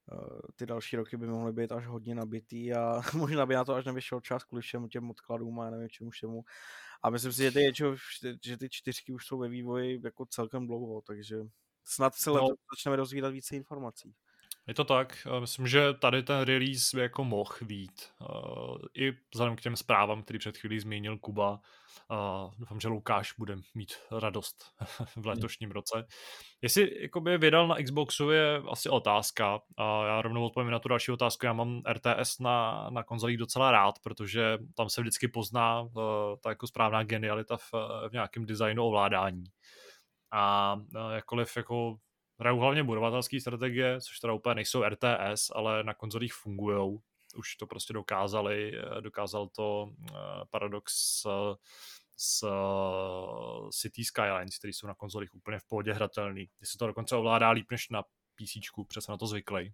ty další roky by mohly být až hodně nabitý a možná by na to až nevyšel čas kvůli všem těm odkladům a nevím čemu všemu. A myslím si, že ty, že ty čtyřky už jsou ve vývoji jako celkem dlouho, takže snad se letos no. začneme dozvídat více informací. Je to tak. Myslím, že tady ten release by jako mohl být. I vzhledem k těm zprávám, který před chvílí zmínil Kuba. Doufám, že Lukáš bude mít radost v letošním roce. Jestli jakoby vydal na Xboxu je asi otázka. A já rovnou odpovím na tu další otázku. Já mám R T S na, na konzolích docela rád, protože tam se vždycky pozná ta jako správná genialita v, v nějakém designu ovládání. A jakkoliv jako hraju hlavně budovatelské strategie, což teda úplně nejsou R T S, ale na konzolích fungujou. Už to prostě dokázali, dokázal to Paradox s, s City Skylines, který jsou na konzolích úplně v pohodě hratelný. Ty se to dokonce ovládá líp než na PCčku, přece na to zvyklej.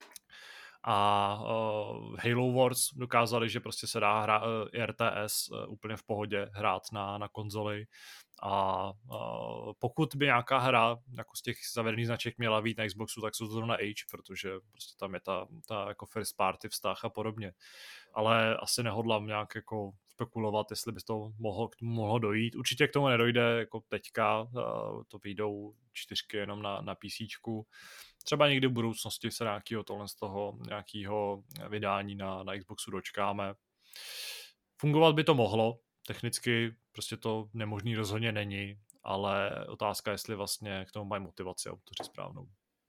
A uh, Halo Wars dokázali, že prostě se dá hra, uh, R T S uh, úplně v pohodě hrát na, na konzoli. A uh, pokud by nějaká hra jako z těch zavedených značek měla být na Xboxu, tak jsou to na Age, protože prostě tam je ta, ta jako first party vztah a podobně. Ale asi nehodlám nějak jako spekulovat, jestli by to mohlo, k tomu mohlo dojít. Určitě k tomu nedojde jako teďka, uh, to vyjdou čtyřky jenom na, na PCčku. Třeba někdy v budoucnosti se nějakého tohle z toho nějakého vydání na, na Xboxu dočkáme. Fungovat by to mohlo, technicky prostě to nemožný rozhodně není, ale otázka, jestli vlastně k tomu mají motivaci autoři správnou.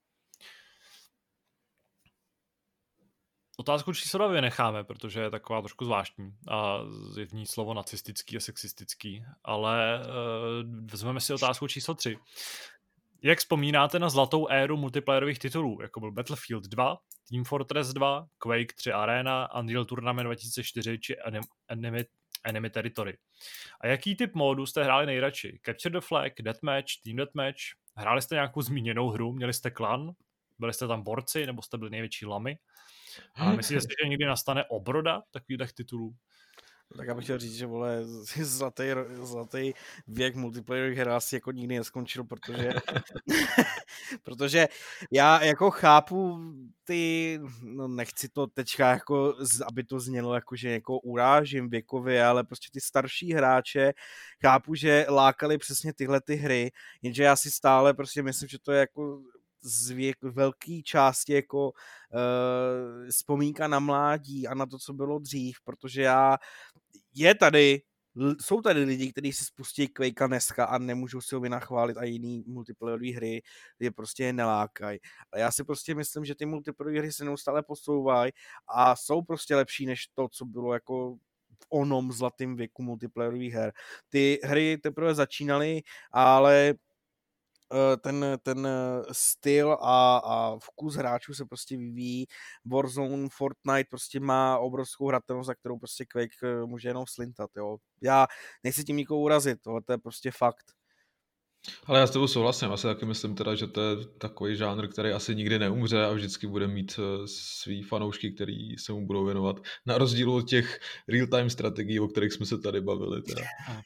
Otázku číslo dva vynecháme, protože je taková trošku zvláštní a je v ní slovo nacistický a sexistický, ale uh, vezmeme si otázku číslo tři. Jak vzpomínáte na zlatou éru multiplayerových titulů, jako byl Battlefield dva, Team Fortress dva, Quake tři Arena, Unreal Tournament dva tisíce čtyři či Enemy, Enemy Territory? A jaký typ módu jste hráli nejradši? Capture the Flag, Deathmatch, Team Deathmatch? Hráli jste nějakou zmíněnou hru? Měli jste klan? Byli jste tam borci? Nebo jste byli největší lamy? A myslíte si, že někdy nastane obroda takových titulů? Tak já bych chtěl říct, že vole, zlatý, zlatý věk multiplayerových her asi jako nikdy neskončil, protože protože já jako chápu ty, no nechci to teďka jako, aby to znělo jako, že jako urážím věkově, ale prostě ty starší hráče chápu, že lákali přesně tyhle ty hry, jenže já si stále prostě myslím, že to je jako z věk, velký části jako uh, vzpomínka na mládí a na to, co bylo dřív, protože já je tady, jsou tady lidi, kteří si spustí Quakea dneska a nemůžou si ho vynachválit a jiný multiplayerové hry je prostě je nelákají. A já si prostě myslím, že ty multiplayerové hry se neustále posouvají a jsou prostě lepší než to, co bylo jako v onom zlatém věku multiplayerových her. Ty hry teprve začínaly, ale ten, ten styl a, a vkus hráčů se prostě vyvíjí. Warzone, Fortnite prostě má obrovskou hratelnost, za kterou prostě Quake může jenom slintat, jo. Já nechci tím nikoho urazit, to, to je prostě fakt. Ale já s tebou souhlasím, asi taky myslím teda, že to je takový žánr, který asi nikdy neumře a vždycky bude mít svý fanoušky, který se mu budou věnovat. Na rozdíl od těch real-time strategií, o kterých jsme se tady bavili. Teda.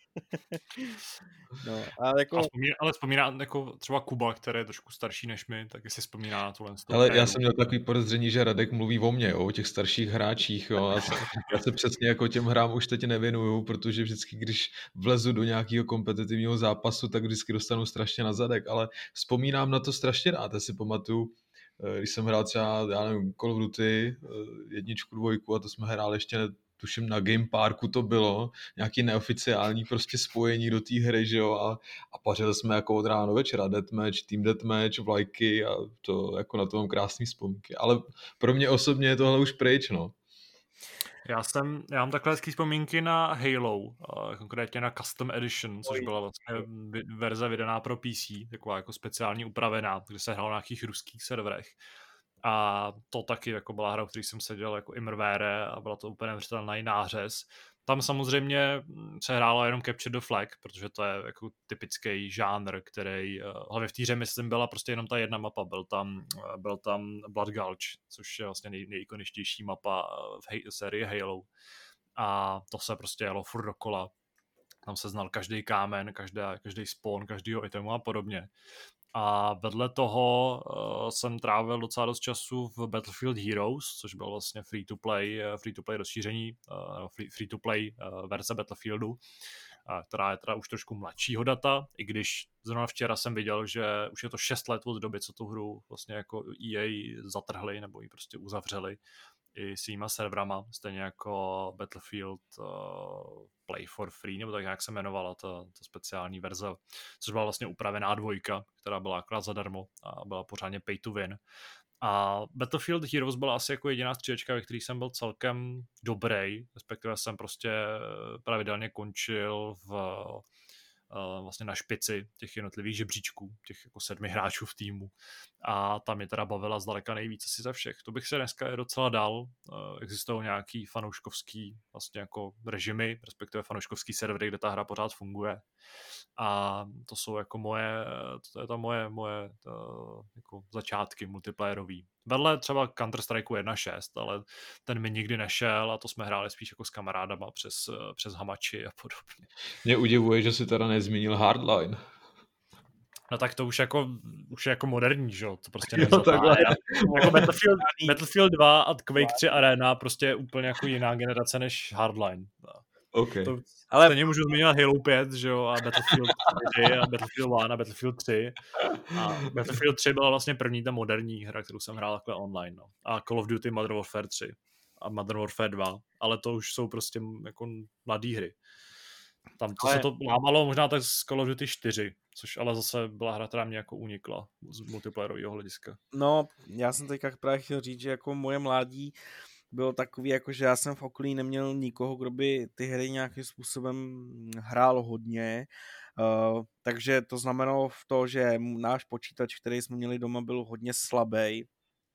No, ale, jako... a vzpomíná, ale vzpomíná jako třeba Kuba, který je trošku starší než my, tak si vzpomíná na tohle. Ale já jsem měl takový podezření, že Radek mluví o mně, o těch starších hráčích. Jo. Já, se, já se přesně jako těm hrám už teď nevěnuju, protože vždycky, když vlezu do nějakého kompetitivního zápasu, tak vždycky dostanu strašně na zadek, ale vzpomínám na to strašně rád. Já si pamatuju, když jsem hrál třeba, já nevím, Call of Duty, jedničku, dvojku a to jsme hráli ještě tuším na Game Parku to bylo, nějaký neoficiální prostě spojení do té hry, že jo, a, a pařili jsme jako od rána do večera, Deathmatch, Team Deathmatch, vlajky a to jako na to mám krásný vzpomínky, ale pro mě osobně je tohle už pryč, no. Já jsem, já mám takhle hezký vzpomínky na Halo, konkrétně na Custom Edition, což byla vlastně verze vydaná pro P C, taková jako speciální upravená, kde se hrál na nějakých ruských serverech. A to taky jako byla hra, v který jsem seděl jako immervére a byla to úplně nevřetelný nářez. Tam samozřejmě se hrálo jenom Capture the Flag, protože to je jako typický žánr, který, hlavně v té hře myslím byla prostě jenom ta jedna mapa, byl tam, byl tam Blood Gulch, což je vlastně nej, nejikoničtější mapa v hej, sérii Halo. A to se prostě jelo furt dokola. Tam se znal každý kámen, každá, každý spawn, každýho itemu a podobně. A vedle toho uh, jsem trávil docela dost času v Battlefield Heroes, což byl vlastně free-to-play, free-to-play rozšíření, uh, free, free-to-play uh, verze Battlefieldu, uh, která je teda už trošku mladšího data, i když zrovna včera jsem viděl, že už je to šest let od doby, co tu hru vlastně jako E A zatrhli, nebo ji prostě uzavřeli i svýma serverama, stejně jako Battlefield uh, Play for Free, nebo tak jak se jmenovala ta, ta speciální verze, což byla vlastně upravená dvojka, která byla akorát zadarmo a byla pořádně pay to win. A Battlefield Heroes byla asi jako jediná střílečka, ve který jsem byl celkem dobrý, respektive jsem prostě pravidelně končil v vlastně na špici těch jednotlivých žebříčků, těch jako sedmi hráčů v týmu. A tam mě teda bavila zdaleka nejvíc asi ze všech. To bych se dneska docela dal. Existují nějaký fanouškovský vlastně jako režimy, respektive fanouškovský servery, kde ta hra pořád funguje. A to jsou jako moje, to je ta moje, moje to, jako začátky multiplayerový. Vedle třeba Counter-Strike jedna šest, ale ten mi nikdy nešel a to jsme hráli spíš jako s kamarádama přes, přes hamači a podobně. Mě udivuje, že si teda nezmínil Hardline. No tak to už jako, už je jako moderní, že jo, to prostě nezapá. Jako Battlefield, Battlefield dva a Quake tři Arena prostě je úplně jako jiná generace než Hardline. Okay. To, ale stejně můžu zmínit Halo pět, že jo, a Battlefield čtyři a Battlefield jedna a Battlefield tři. A Battlefield tři byla vlastně první ta moderní hra, kterou jsem hrál takhle online, no. A Call of Duty Modern Warfare tři a Modern Warfare dva, ale to už jsou prostě jako mladý hry. Tam to ale... se to lámalo možná tak z Call of Duty čtyři, což ale zase byla hra, která mě jako unikla z multiplayerového hlediska. No, já jsem teďka právě chtěl říct, že jako moje mládí bylo takový, jako že já jsem v okolí neměl nikoho, kdo by ty hry nějakým způsobem hrál hodně, uh, takže to znamenalo v to, že náš počítač, který jsme měli doma, byl hodně slabý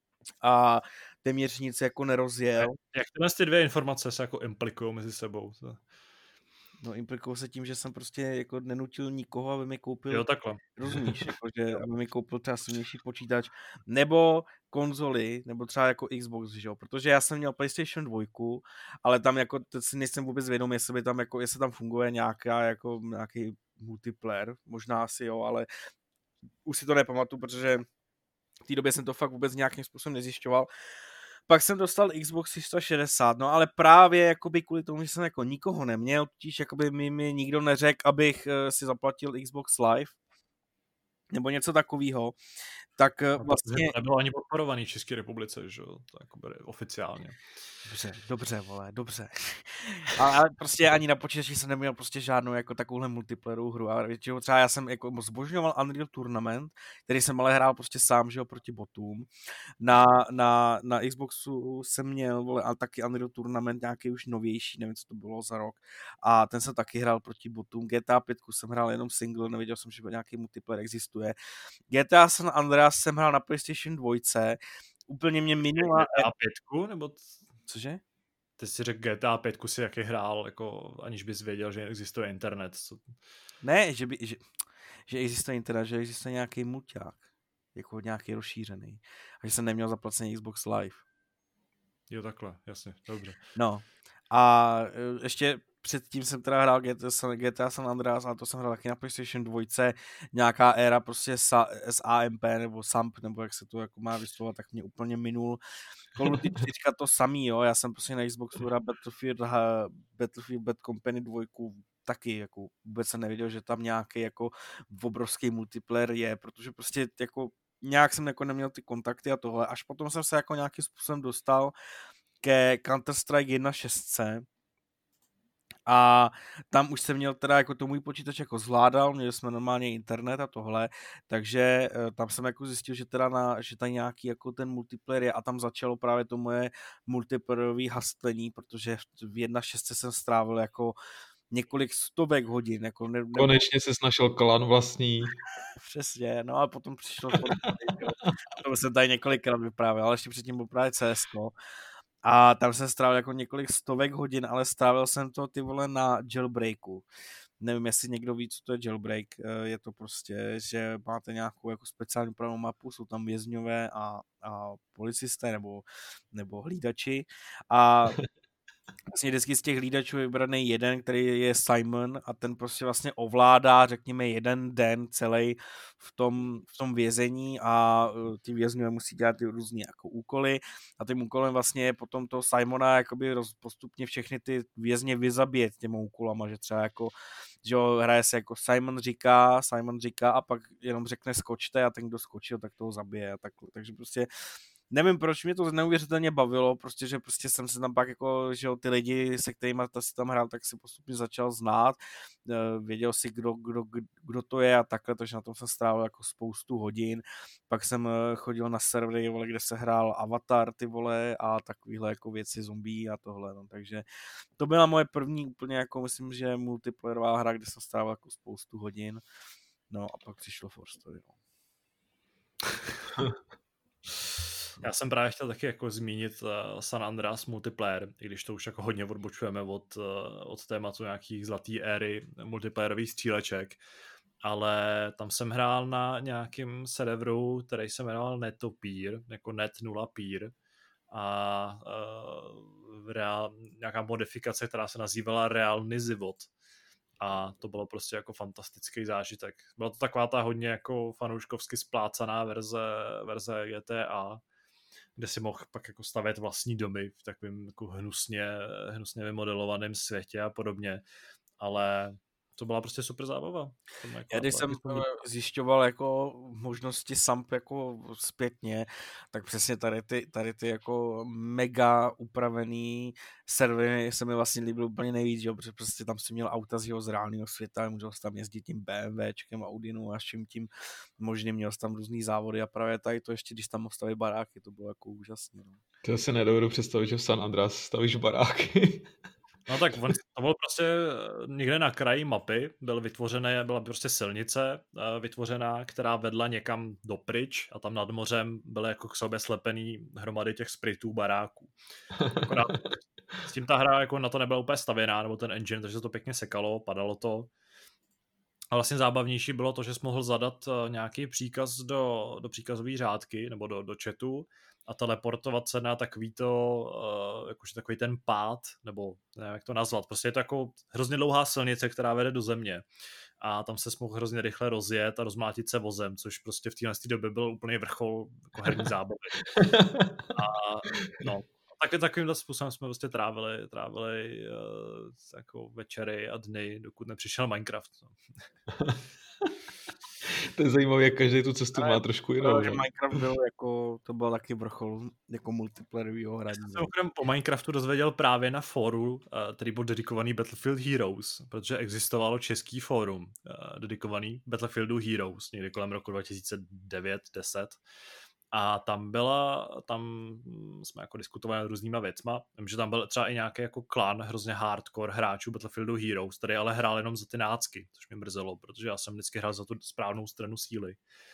a téměř nic jako nerozjel. Jak tyhle ty dvě informace se jako implikují mezi sebou? To... No implikují se tím, že jsem prostě jako nenutil nikoho, aby mi koupil, jo, takhle. rozumíš, jako, že aby mi koupil třeba silnější počítač, nebo konzoli, nebo třeba jako Xbox, že jo, protože já jsem měl PlayStation dva, ale tam jako, teď si nejsem vůbec vědom, jestli by tam jako, jestli tam funguje nějaká, jako nějaký multiplayer, možná asi jo, ale už si to nepamatuju, protože v té době jsem to fakt vůbec nějakým způsobem nezjišťoval. Pak jsem dostal Xbox tři sta šedesát, no ale právě jakoby kvůli tomu, že jsem jako nikoho neměl, totiž jakoby mi, mi nikdo neřekl, abych uh, si zaplatil Xbox Live, nebo něco takového, tak uh, vlastně... To nebylo ani podporovaný v České republice, že jo, to jakoby oficiálně. Dobře, dobře, vole, dobře. Ale prostě ani na počítači jsem neměl prostě žádnou jako takovouhle multiplayerovou hru. A většinou třeba já jsem jako zbožňoval Unreal Tournament, který jsem ale hrál prostě sám, že jo, proti botům. Na, na, na Xboxu jsem měl, vole, a taky Unreal Tournament nějaký už novější, nevím, co to bylo za rok. A ten jsem taky hrál proti botům. G T A pět jsem hrál jenom single, nevěděl jsem, že nějaký multiplayer existuje. G T A San Andreas jsem hrál na PlayStation dva, úplně mě minula... G T A pět, nebo... Cože? Ty si řekl G T A pět si jaký hrál, jako aniž bys věděl, že existuje internet. Co... Ne, že, by, že, že existuje internet, že existuje nějaký mulťák, jako nějaký rozšířený. A že jsem neměl zaplacený Xbox Live. Jo, takhle, jasně, dobře. No, a ještě předtím jsem teda hrál G T A San Andreas, ale to jsem hrál taky na PlayStation dva, nějaká éra prostě S A M P nebo S A M P, nebo jak se to jako má vyslovovat, tak mě úplně minul. Call of Duty čtyři to samý, jo, já jsem prostě na Xboxu hrál Battlefield, Battlefield Bad Company dva taky, jako vůbec jsem nevěděl, že tam nějaký jako obrovský multiplayer je, protože prostě jako nějak jsem jako neměl ty kontakty a tohle, až potom jsem se jako nějakým způsobem dostal ke Counter-Strike jedna šest a tam už jsem měl teda jako to můj počítač jako zvládal, měli jsme normálně internet a tohle, takže tam jsem jako zjistil, že teda na, že tady nějaký jako ten multiplayer je a tam začalo právě to moje multiplayerové hastlení, protože v jedna šest jsem strávil jako několik stovek hodin. Jako ne, ne... Konečně se našel klan vlastní. Přesně, no a potom přišlo to jsem tady několikrát vyprávěl, ale ještě předtím byl právě C S ko. A tam jsem strávil jako několik stovek hodin, ale strávil jsem to ty vole na jailbreaku. Nevím, jestli někdo ví, co to je jailbreak. Je to prostě, že máte nějakou jako speciální upravenou mapu, jsou tam vězňové a, a policisté nebo, nebo hlídači. A vlastně vždycky z těch hlídačů je vybraný jeden, který je Simon a ten prostě vlastně ovládá, řekněme, jeden den celý v tom, v tom vězení a ty vězni musí dělat ty různý jako úkoly a tím úkolem vlastně je potom toho Simona jakoby roz, postupně všechny ty vězně vyzabíjet těma úkolama, že třeba jako, že jo, hraje se jako Simon říká, Simon říká a pak jenom řekne skočte a ten, kdo skočil, tak toho zabije a tak, takže prostě nevím, proč mě to neuvěřitelně bavilo, prostě, že prostě jsem se tam pak jako, že jo, ty lidi, se kterými si tam hrál, tak si postupně začal znát, věděl si, kdo, kdo, kdo to je a takhle, takže na tom jsem strávil jako spoustu hodin, pak jsem chodil na servery, vole, kde se hrál Avatar, ty vole, a takovýhle jako věci zombie a tohle, no, takže to byla moje první úplně jako, myslím, že multiplayerová hra, kde jsem strávil jako spoustu hodin, no a pak přišlo For Story, no. Já jsem právě chtěl taky jako zmínit uh, San Andreas multiplayer, i když to už jako hodně odbočujeme od, uh, od tématu nějakých zlatý éry multiplayerových stříleček, ale tam jsem hrál na nějakým serveru, který se jmenoval Netopír, jako net nula pír a uh, reál, nějaká modifikace, která se nazývala Reálný život. A to bylo prostě jako fantastický zážitek. Byla to taková ta hodně jako fanouškovsky splácaná verze, verze G T A, kde si mohl pak jako stavět vlastní domy v takovém jako hnusně, hnusně vymodelovaném světě a podobně. Ale to byla prostě super zábava. Já když jsem zjišťoval jako možnosti samp jako zpětně, tak přesně tady ty, tady ty jako mega upravený servery se mi vlastně líbily úplně nejvíc, jo, protože prostě tam si měl auta z jeho z reálného světa, můžel jsi tam jezdit tím BMWčkem, Audinu a vším tím možným, měl jsi tam různý závody a právě tady to ještě, když tam mohl stavit baráky, to bylo jako úžasné. No. To se nedovedu představit, že v San Andreas stavíš baráky. No tak on, to bylo prostě někde na kraji mapy, byl vytvořené, byla prostě silnice vytvořená, která vedla někam dopryč a tam nad mořem byly jako k sobě slepený hromady těch spritů baráků. Akorát s tím ta hra jako na to nebyla úplně stavěná, nebo ten engine, takže to pěkně sekalo, padalo to. A vlastně zábavnější bylo to, že jsi mohl zadat nějaký příkaz do, do příkazové řádky nebo do, do chatu a teleportovat se na takový to, uh, jakože takový ten pád, nebo nevím, jak to nazvat. Prostě je to jako hrozně dlouhá silnice, která vede do země. A tam se mohl hrozně rychle rozjet a rozmlátit se vozem, což prostě v téhle době byl úplně vrchol jako herní zábavy. A no, tak, takovýmhle způsobem jsme prostě trávili, trávili uh, jako večery a dny, dokud nepřišel Minecraft. No. To je zajímavé, jak každý tu cestu ale má trošku jinou. Že Minecraft byl jako, to byl taky vrchol jako multiplayerovýho hraní. Já jsem o Minecraftu dozvěděl právě na fóru, který byl dedikovaný Battlefield Heroes, protože existovalo český fórum dedikovaný Battlefieldu Heroes někdy kolem roku dva tisíce devět deset. A tam byla, tam jsme jako diskutovali nad různýma věcma. Vím, že tam byl třeba i nějaký jako klan hrozně hardcore hráčů Battlefieldu Heroes, který ale hrál jenom za ty nácky, což mě mrzelo, protože já jsem vždycky hrál za tu správnou stranu síly.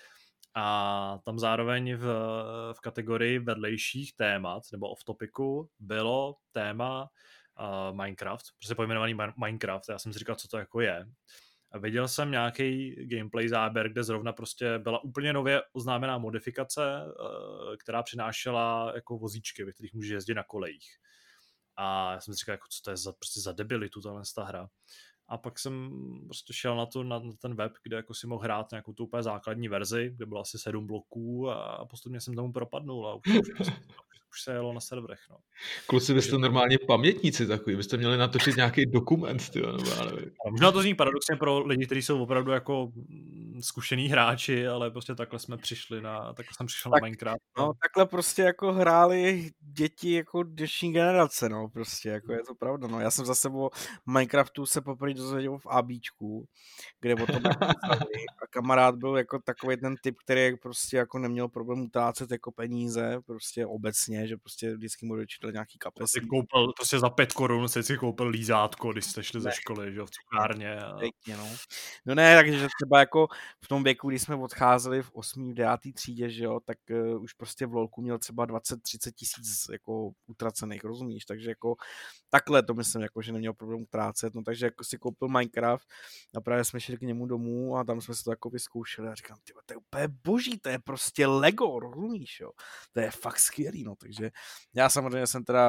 A tam zároveň v, v kategorii vedlejších témat, nebo off-topicu, bylo téma uh, Minecraft, prostě pojmenovaný Minecraft. Já jsem si říkal, co to jako je. A viděl jsem nějaký gameplay záběr, kde zrovna prostě byla úplně nově oznámená modifikace, která přinášela jako vozíčky, ve kterých můžeš jezdit na kolejích. A já jsem si říkal, jako, co to je za, prostě za debilitu tahle hra. A pak jsem prostě šel na, to, na ten web, kde jako si mohl hrát nějakou tu úplně základní verzi, kde bylo asi sedm bloků a postupně jsem tomu propadnul a už, už, už se jelo na serverech. No. Kluci, byste normálně pamětníci takový, byste měli natočit nějaký dokument, tyjo, nebo já nevím. A možná to zní paradoxně pro lidi, kteří jsou opravdu jako zkušený hráči, ale prostě takhle jsme přišli na, takhle jsem přišel tak, na Minecraft. No. no takhle prostě jako hráli děti jako dnešní generace, no prostě, jako je to pravda, no. Já jsem za sebou Minecraftu se poprvé dozvěděl v ABčku, kde o tom a kamarád byl jako takový ten typ, který prostě jako neměl problém utrácet jako peníze, prostě obecně, že prostě vždycky mu dočítal nějaký kapesy. Prostě koupil, prostě za pět korun si si koupil lízátko, když jste šli ne. ze školy, že v cukárně. A... Pěkně, no. no ne, takže třeba jako v tom věku, kdy jsme odcházeli v osmý, v devátý třídě, že jo, tak uh, už prostě v lolku měl třeba dvacet třicet tisíc jako utracených, rozumíš, takže jako takhle to myslím, jako, že neměl problém utrácet, no takže jako si koupil Minecraft a právě jsme šli k němu domů a tam jsme se to jako vyzkoušeli a říkám, tyba, to je úplně boží, to je prostě Lego, rozumíš, jo, to je fakt skvělý, no, takže já samozřejmě jsem teda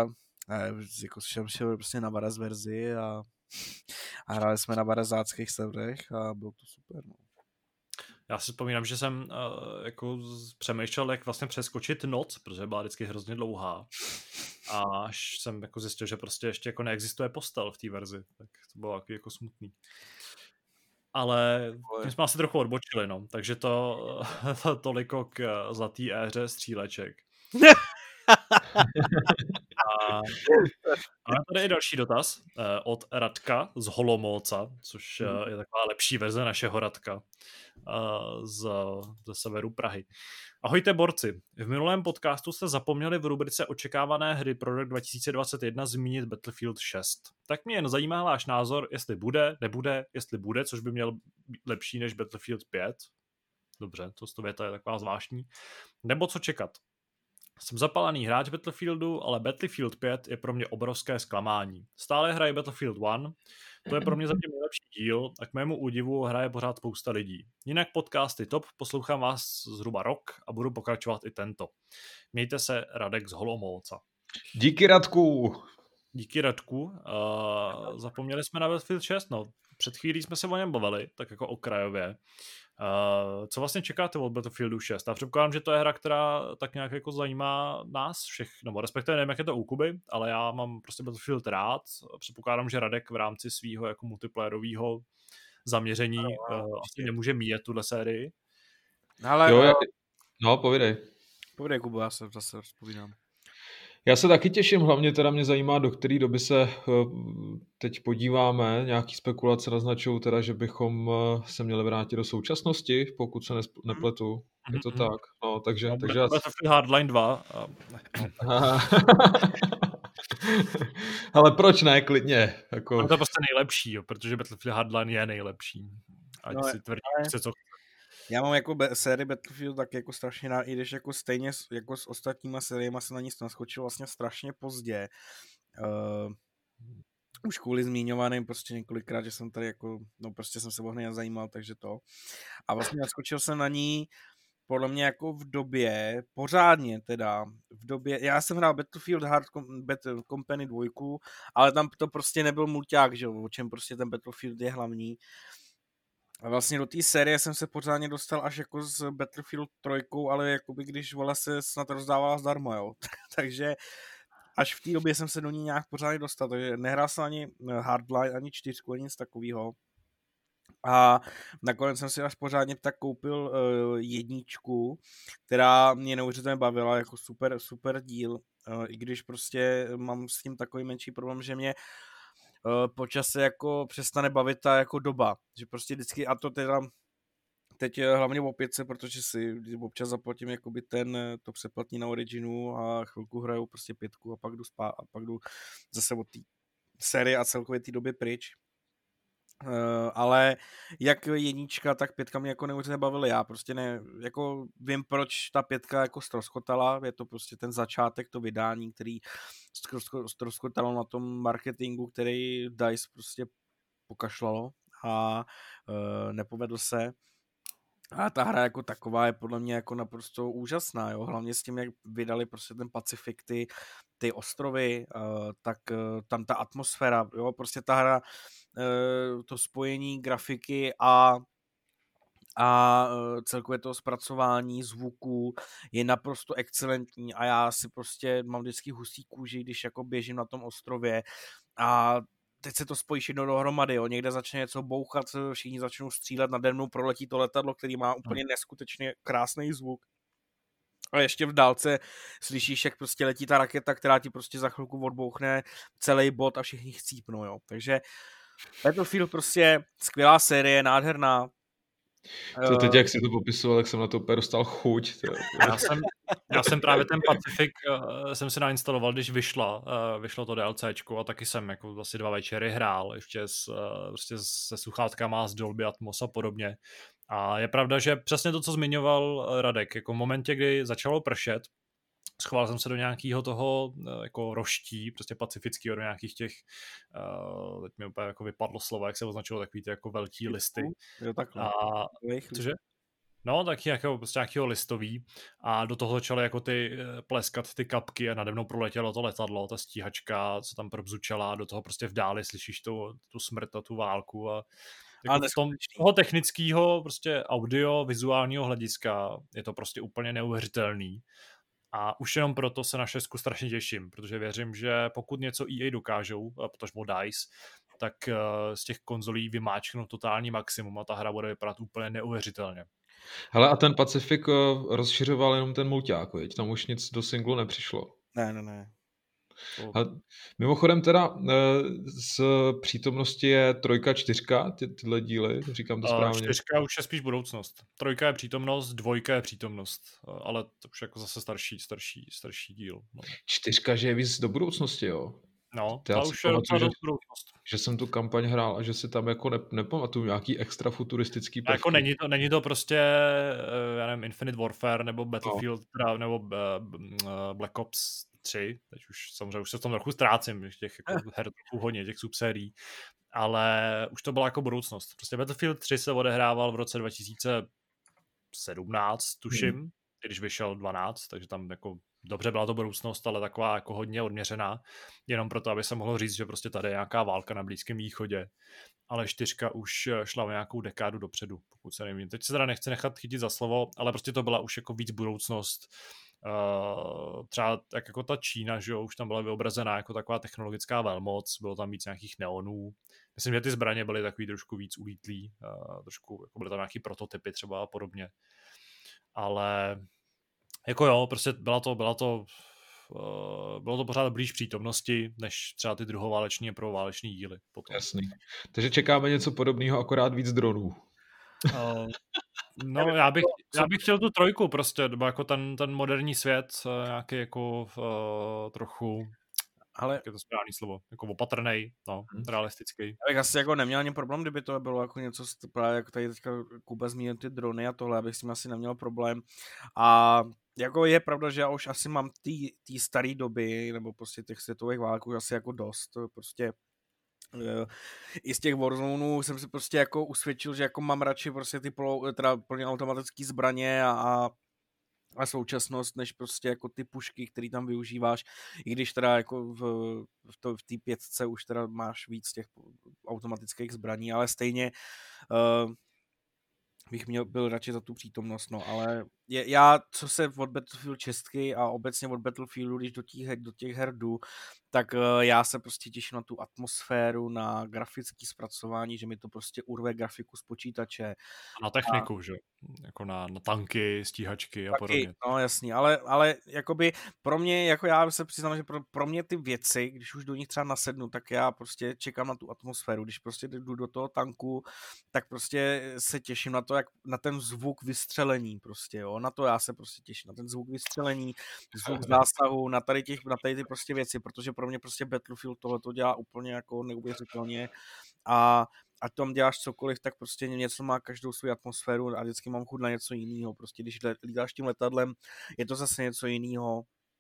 A jako jsem šel prostě na Varaz verzi a, a hráli jsme na varazáckých serverech a bylo to super. No. Já si vzpomínám, že jsem uh, jako přemýšlel, jak vlastně přeskočit noc, protože byla vždycky hrozně dlouhá. A až jsem jako zjistil, že prostě ještě jako neexistuje postel v té verzi, tak to bylo jako, jako smutný. Ale tím jsme asi trochu odbočili, no. Takže to, to toliko k zlatý éře stříleček. A máme tady i další dotaz uh, od Radka z Holomolca, což uh, je taková lepší verze našeho Radka uh, z, ze severu Prahy. Ahojte borci, v minulém podcastu jste zapomněli v rubrice očekávané hry pro rok dva tisíce dvacet jedna zmínit Battlefield šest. Tak mě jen zajímá váš názor, jestli bude, nebude, jestli bude, což by měl být lepší než Battlefield pět. Dobře, to, to věta je taková zvláštní. Nebo co čekat. Jsem zapalený hráč Battlefieldu, ale Battlefield pět je pro mě obrovské zklamání. Stále hraje Battlefield jedna, to je pro mě zatím nejlepší díl a k mému údivu hraje pořád spousta lidí. Jinak podcasty top, poslouchám vás zhruba rok a budu pokračovat i tento. Mějte se, Radek z Holomolca. Díky, Radku. Díky, Radku. Uh, zapomněli jsme na Battlefield šest, no. Před chvílí jsme se o něm bavili, tak jako okrajově. Uh, co vlastně čekáte od Battlefieldu šest? Já předpokládám, že to je hra, která tak nějak jako zajímá nás všech, nebo respektive nevím, jak je to u Kuby, ale já mám prostě Battlefield rád. Předpokládám, že Radek v rámci svého jako multiplayerového zaměření no, uh, asi nemůže míjet tuhle sérii. Ale, jo, já... No, povídej. Povídej, Kubo, já se zase vzpomínám. Já se taky těším, hlavně teda mě zajímá, do které doby se teď podíváme. Nějaký spekulace naznačují teda, že bychom se měli vrátit do současnosti, pokud se nepletu. Je to tak. No, takže... No, takže Battlefield Hardline dva. A... Ale proč ne, klidně. Jako... To je prostě nejlepší, jo, protože Battlefield Hardline je nejlepší. Ať no, si tvrdí, ale... se co Já mám jako be- sérii Battlefield tak jako strašně rád, i když jako stejně s, jako s ostatníma sériema se na ní naskočil vlastně strašně pozdě. Uh, už kvůli zmiňovaným prostě několikrát, že jsem tady jako, no prostě jsem se o hry nezajímal, takže to. A vlastně naskočil jsem na ní podle mě jako v době, pořádně teda, v době, já jsem hrál Battlefield Hard Battle Company dva, ale tam to prostě nebyl mulťák, že jo, o čem prostě ten Battlefield je hlavní. A vlastně do té série jsem se pořádně dostal až jako z Battlefield tři, ale jakoby když vola se snad rozdávala zdarma, jo. Takže až v té době jsem se do ní nějak pořádně dostal, takže nehrál jsem ani Hardline, ani čtyřku, ani nic takového. A nakonec jsem si až pořádně tak koupil uh, jedničku, která mě neuvěřitelně bavila, jako super, super díl, uh, i když prostě mám s tím takový menší problém, že mě uh, po čase jako přestane bavit ta jako doba, že prostě vždycky, a to teda teď hlavně v opětce, protože si občas zaplatím jakoby ten, to přeplatní na Originu a chvilku hraju prostě pětku a pak jdu spát a pak jdu zase od té série a celkově té doby pryč. Uh, ale jak jednička, tak pětka mě jako neuvěřitelně bavily. Já prostě ne, jako vím, proč ta pětka jako ztroskotala, je to prostě ten začátek, to vydání, který ztroskotalo na tom marketingu, který DICE prostě pokašlalo a uh, nepovedl se. A ta hra jako taková je podle mě jako naprosto úžasná, jo, hlavně s tím, jak vydali prostě ten Pacifik, ty, ty ostrovy, uh, tak uh, tam ta atmosféra, jo, prostě ta hra, uh, to spojení grafiky a a uh, celkově toho zpracování zvuku je naprosto excelentní a já si prostě mám vždycky husí kůži, když jako běžím na tom ostrově a teď se to spojí všechno dohromady, jo. Někde začne něco bouchat, všichni začnou střílet, nade mnou proletí to letadlo, který má úplně neskutečně krásný zvuk. A ještě v dálce slyšíš, jak prostě letí ta raketa, která ti prostě za chvilku odbouchne celý bod a všichni chcípnou, jo. Takže Battlefield prostě skvělá série, nádherná. To teď, jak jsi to popisoval, tak jsem na to úplně dostal chuť. Já jsem, já jsem právě ten Pacific uh, jsem si nainstaloval, když vyšla, uh, vyšlo to DLCčko a taky jsem jako asi dva večery hrál, ještě s, uh, prostě se sluchátkama, s Dolby Atmos a podobně. A je pravda, že přesně to, co zmiňoval Radek, jako v momentě, kdy začalo pršet, schoval jsem se do nějakého toho jako roští, prostě pacifického, do nějakých těch, uh, teď mi úplně jako vypadlo slovo, jak se označilo takový ty jako velký listy. Jo, takhle. A, cože? No, taky jako prostě nějakého listový a do toho začaly jako ty pleskat ty kapky a nade mnou proletělo to letadlo, ta stíhačka, co tam probzučela a do toho prostě v dáli slyšíš tu, tu smrt a tu válku a jako v tom toho technického prostě audio, vizuálního hlediska je to prostě úplně neuvěřitelný. A už jenom proto se na šestku strašně těším, protože věřím, že pokud něco E A dokážou, potažmo DICE, tak z těch konzolí vymáčknou totální maximum a ta hra bude vypadat úplně neuvěřitelně. Hele, a ten Pacific rozšiřoval jenom ten mulťák, viď? Tam už nic do singlu nepřišlo. Ne, ne, ne. A mimochodem teda z přítomnosti je trojka, čtyřka, ty, tyhle díly, říkám to správně. Čtyřka už je spíš budoucnost. Trojka je přítomnost, dvojka je přítomnost, ale to už jako zase starší, starší, starší díl. No. Čtyřka, že je víc do budoucnosti, jo? No, to už je docela do budoucnost. Že jsem tu kampaň hrál a že si tam jako ne, nepamatuju nějaký extra futuristický prvky. Jako není to, není to prostě, já nevím, Infinite Warfare nebo Battlefield no. nebo Black Ops tři, teď už samozřejmě už se v tom trochu ztrácím, těch jako her trochu hodně, těch subsérií, ale už to byla jako budoucnost. Prostě Battlefield tři se odehrával v roce dva tisíce sedmnáct, tuším, hmm. když vyšel dvanáct, takže tam jako dobře byla to budoucnost, ale taková jako hodně odměřená, jenom proto, aby se mohlo říct, že prostě tady je nějaká válka na Blízkém východě, ale čtyřka už šla o nějakou dekádu dopředu, pokud se nevím. Teď se teda nechci nechat chytit za slovo, ale prostě to byla už jako víc budoucnost. Uh, třeba tak jako ta Čína, že jo, už tam byla vyobrazená jako taková technologická velmoc, bylo tam víc nějakých neonů. Myslím, že ty zbraně byly takový trošku víc ulítlý, uh, trošku, jako byly tam nějaký prototypy třeba a podobně. Ale jako jo, prostě byla to, byla to, uh, bylo to pořád blíž přítomnosti, než třeba ty druhováleční a prvováleční díly. Potom. Jasný. Takže čekáme něco podobného, akorát víc dronů. Uh, no, já bych, já bych chtěl tu trojku prostě, nebo jako ten, ten moderní svět, nějaký jako uh, trochu, ale jak je to správný slovo, jako opatrnej, no, hmm. realistický. Já bych asi jako neměl ani problém, kdyby to bylo jako něco, právě jako tady teďka Kuba zmínil ty drony a tohle, abych s tím asi neměl problém. A jako je pravda, že já už asi mám té staré doby, nebo prostě těch světových válk už asi jako dost, prostě i z těch Warzoneů jsem si prostě jako usvědčil, že jako mám radši prostě ty polo, teda plně automatické zbraně a, a současnost, než prostě jako ty pušky, které tam využíváš, i když teda jako v, v, to, v té pětce už teda máš víc těch automatických zbraní, ale stejně uh, bych měl, byl radši za tu přítomnost, no, ale je, já, co se od Battlefield šest a obecně od Battlefieldu, když do těch, do těch her jdu, tak uh, já se prostě těším na tu atmosféru, na grafické zpracování, že mi to prostě urve grafiku z počítače. Na techniku, a... že? Jako na, na tanky, stíhačky a taky, podobně. No jasný, ale, ale jakoby pro mě, jako já se přiznám, že pro, pro mě ty věci, když už do nich třeba nasednu, tak já prostě čekám na tu atmosféru. Když prostě jdu do toho tanku, tak prostě se těším na to, jak na ten zvuk vystřelení prostě, jo. Na to já se prostě těším, na ten zvuk vystřelení, zvuk zásahu, na tady, těch, na tady ty prostě věci, protože pro mě prostě Battlefield tohle to dělá úplně jako neuvěřitelně a ať tam děláš cokoliv, tak prostě něco má každou svou atmosféru a vždycky mám chuť na něco jiného. Prostě když lítáš tím letadlem, je to zase něco jiného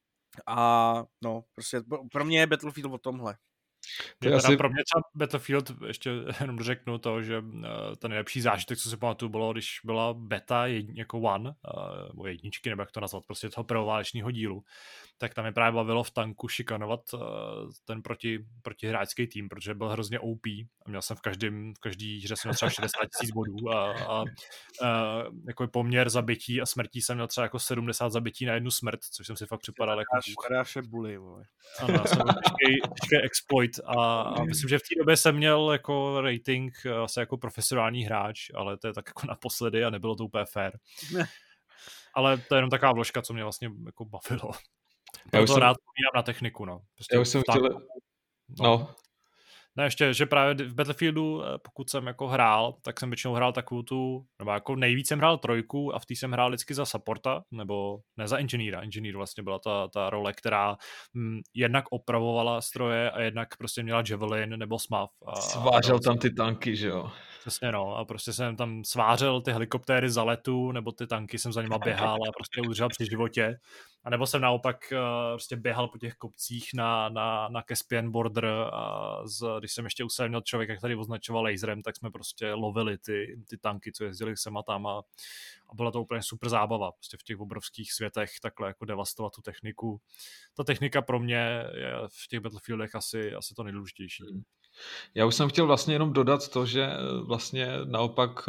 a no, prostě pro mě je Battlefield o tomhle. Je teda asi... Pro mě třeba Battlefield, ještě jenom řeknu to, že ten nejlepší zážitek, co si pamatuju, bylo, když byla beta jedn, jako one, nebo jedničky, nebo jak to nazvat, prostě toho prvoválečního dílu, tak tam je právě bavilo v tanku šikanovat ten proti, protihráčský tým, protože byl hrozně O P a měl jsem v každém, v každý hře jsem měl třeba šedesát tisíc bodů a, a, a jako poměr zabití a smrtí jsem měl třeba jako sedmdesát zabití na jednu smrt, což jsem si fakt připadal jako bůh. Bully, ano, já jsem těžký exploit a, a myslím, že v té době jsem měl jako rating asi jako profesionální hráč, ale to je tak jako naposledy a nebylo to úplně fair. Ne. Ale to je jenom taková vložka, co mě vlastně jako bavilo. Já to jsem... rád pomínám na techniku, no. Prostě já už jsem chtěl... No. no. Ne, ještě, že právě v Battlefieldu, pokud jsem jako hrál, tak jsem většinou hrál takovou tu, nebo jako nejvíc jsem hrál trojku a v té jsem hrál vždycky za supporta, nebo ne za inženýra. Inženýr vlastně byla ta, ta role, která m, jednak opravovala stroje a jednak prostě měla Javelin nebo Smav. Svážel tam ty tanky, že jo? Přesně no, a prostě jsem tam svářel ty helikoptéry za letu, nebo ty tanky jsem za nima běhal a prostě udržel při životě. A nebo jsem naopak uh, prostě běhal po těch kopcích na, na, na Caspian Border a z, když jsem ještě u sebe měl člověka, který označoval laserem, tak jsme prostě lovili ty, ty tanky, co jezdili sem a tam a, a byla to úplně super zábava. Prostě v těch obrovských světech takhle jako devastovat tu techniku. Ta technika pro mě je v těch Battlefieldech asi, asi to nejdůležitější. Já už jsem chtěl vlastně jenom dodat to, že vlastně naopak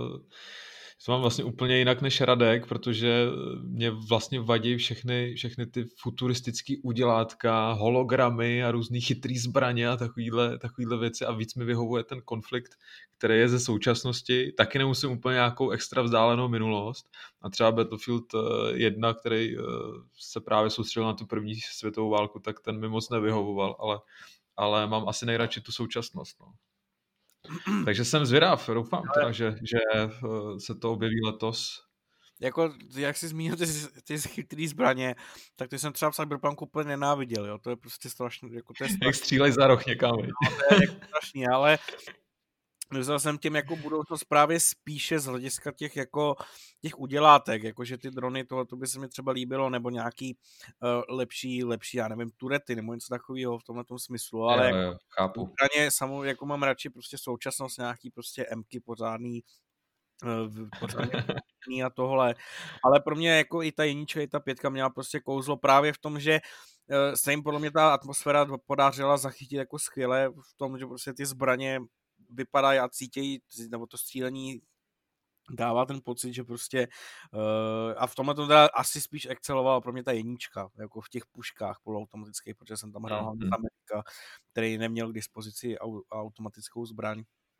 to mám vlastně úplně jinak než Radek, protože mě vlastně vadí všechny, všechny ty futuristické udělátka, hologramy a různý chytrý zbraně a takovýhle, takovýhle věci a víc mi vyhovuje ten konflikt, který je ze současnosti. Taky nemusím úplně nějakou extra vzdálenou minulost a třeba Battlefield jedna, který se právě soustředil na tu první světovou válku, tak ten mi moc nevyhovoval, ale ale mám asi nejradši tu současnost. No. Takže jsem zvědav, doufám teda, že, že se to objeví letos. Jako, jak jsi zmínil ty, ty chytrý zbraně, tak ty jsem třeba v Cyberpunku úplně nenáviděl, jo, to je prostě strašný. Jako to je strašný. Jak střílej za roh někam. No, to je jako strašný, ale myslel jsem tím jako budoucnost právě spíše z hlediska těch jako těch udělátek, jakože ty drony, tohle to by se mi třeba líbilo, nebo nějaký uh, lepší, lepší, já nevím, turety, nebo něco takového v tomhle smyslu, ale jo, jo, chápu. Zbraně, samou, jako mám radši prostě současnost, nějaký prostě emky pořádný, uh, pořádný a tohle, ale pro mě jako i ta jednička, i ta pětka měla prostě kouzlo právě v tom, že uh, se jim podle mě ta atmosféra podařila zachytit jako skvěle v tom, že prostě ty zbraně vypadají a cítějí, nebo to střílení dává ten pocit, že prostě uh, a v tomhle to teda asi spíš excelovala pro mě ta jednička, jako v těch puškách poloautomatických, protože jsem tam hrál mm, mm. Amerika, který neměl k dispozici au, automatickou zbraň.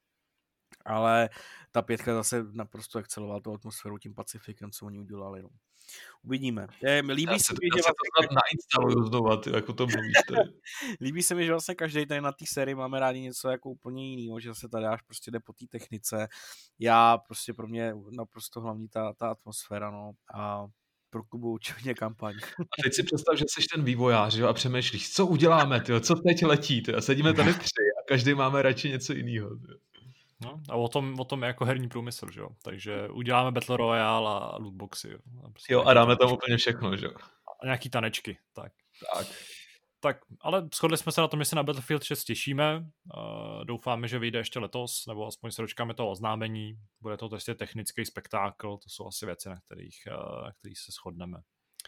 Ale ta pětka zase naprosto excelovala tu atmosféru tím Pacifikem, co oni udělali. No. Uvidíme. Je, líbí já se mi, že vlastně to nainstaluju znova, ty, jako to mluvíš tady. Líbí se mi, že vlastně každý tady na té sérii máme rádi něco jako úplně jiného, že se tady až prostě jde po té technice. Já prostě pro mě naprosto hlavní ta, ta atmosféra, no, a pro Kubu určitě kampaň. A teď si představ, že jsi ten vývojář, jo, a přemýšlíš, co uděláme, tyjo, co teď letí, tyjo, a sedíme tady tři a každý máme radši něco jiného. No, a o tom, o tom je jako herní průmysl, že jo? Takže uděláme Battle Royale a lootboxy. Jo, a, prostě jo, a dáme tam úplně všechno, že jo? A nějaký tanečky, tak. Tak. Tak, ale shodli jsme se na tom, že se na Battlefield šest těšíme. Uh, doufáme, že vyjde ještě letos, nebo aspoň se dočkáme toho oznámení. Bude to prostě technický spektákl, to jsou asi věci, na kterých, uh, na kterých se shodneme.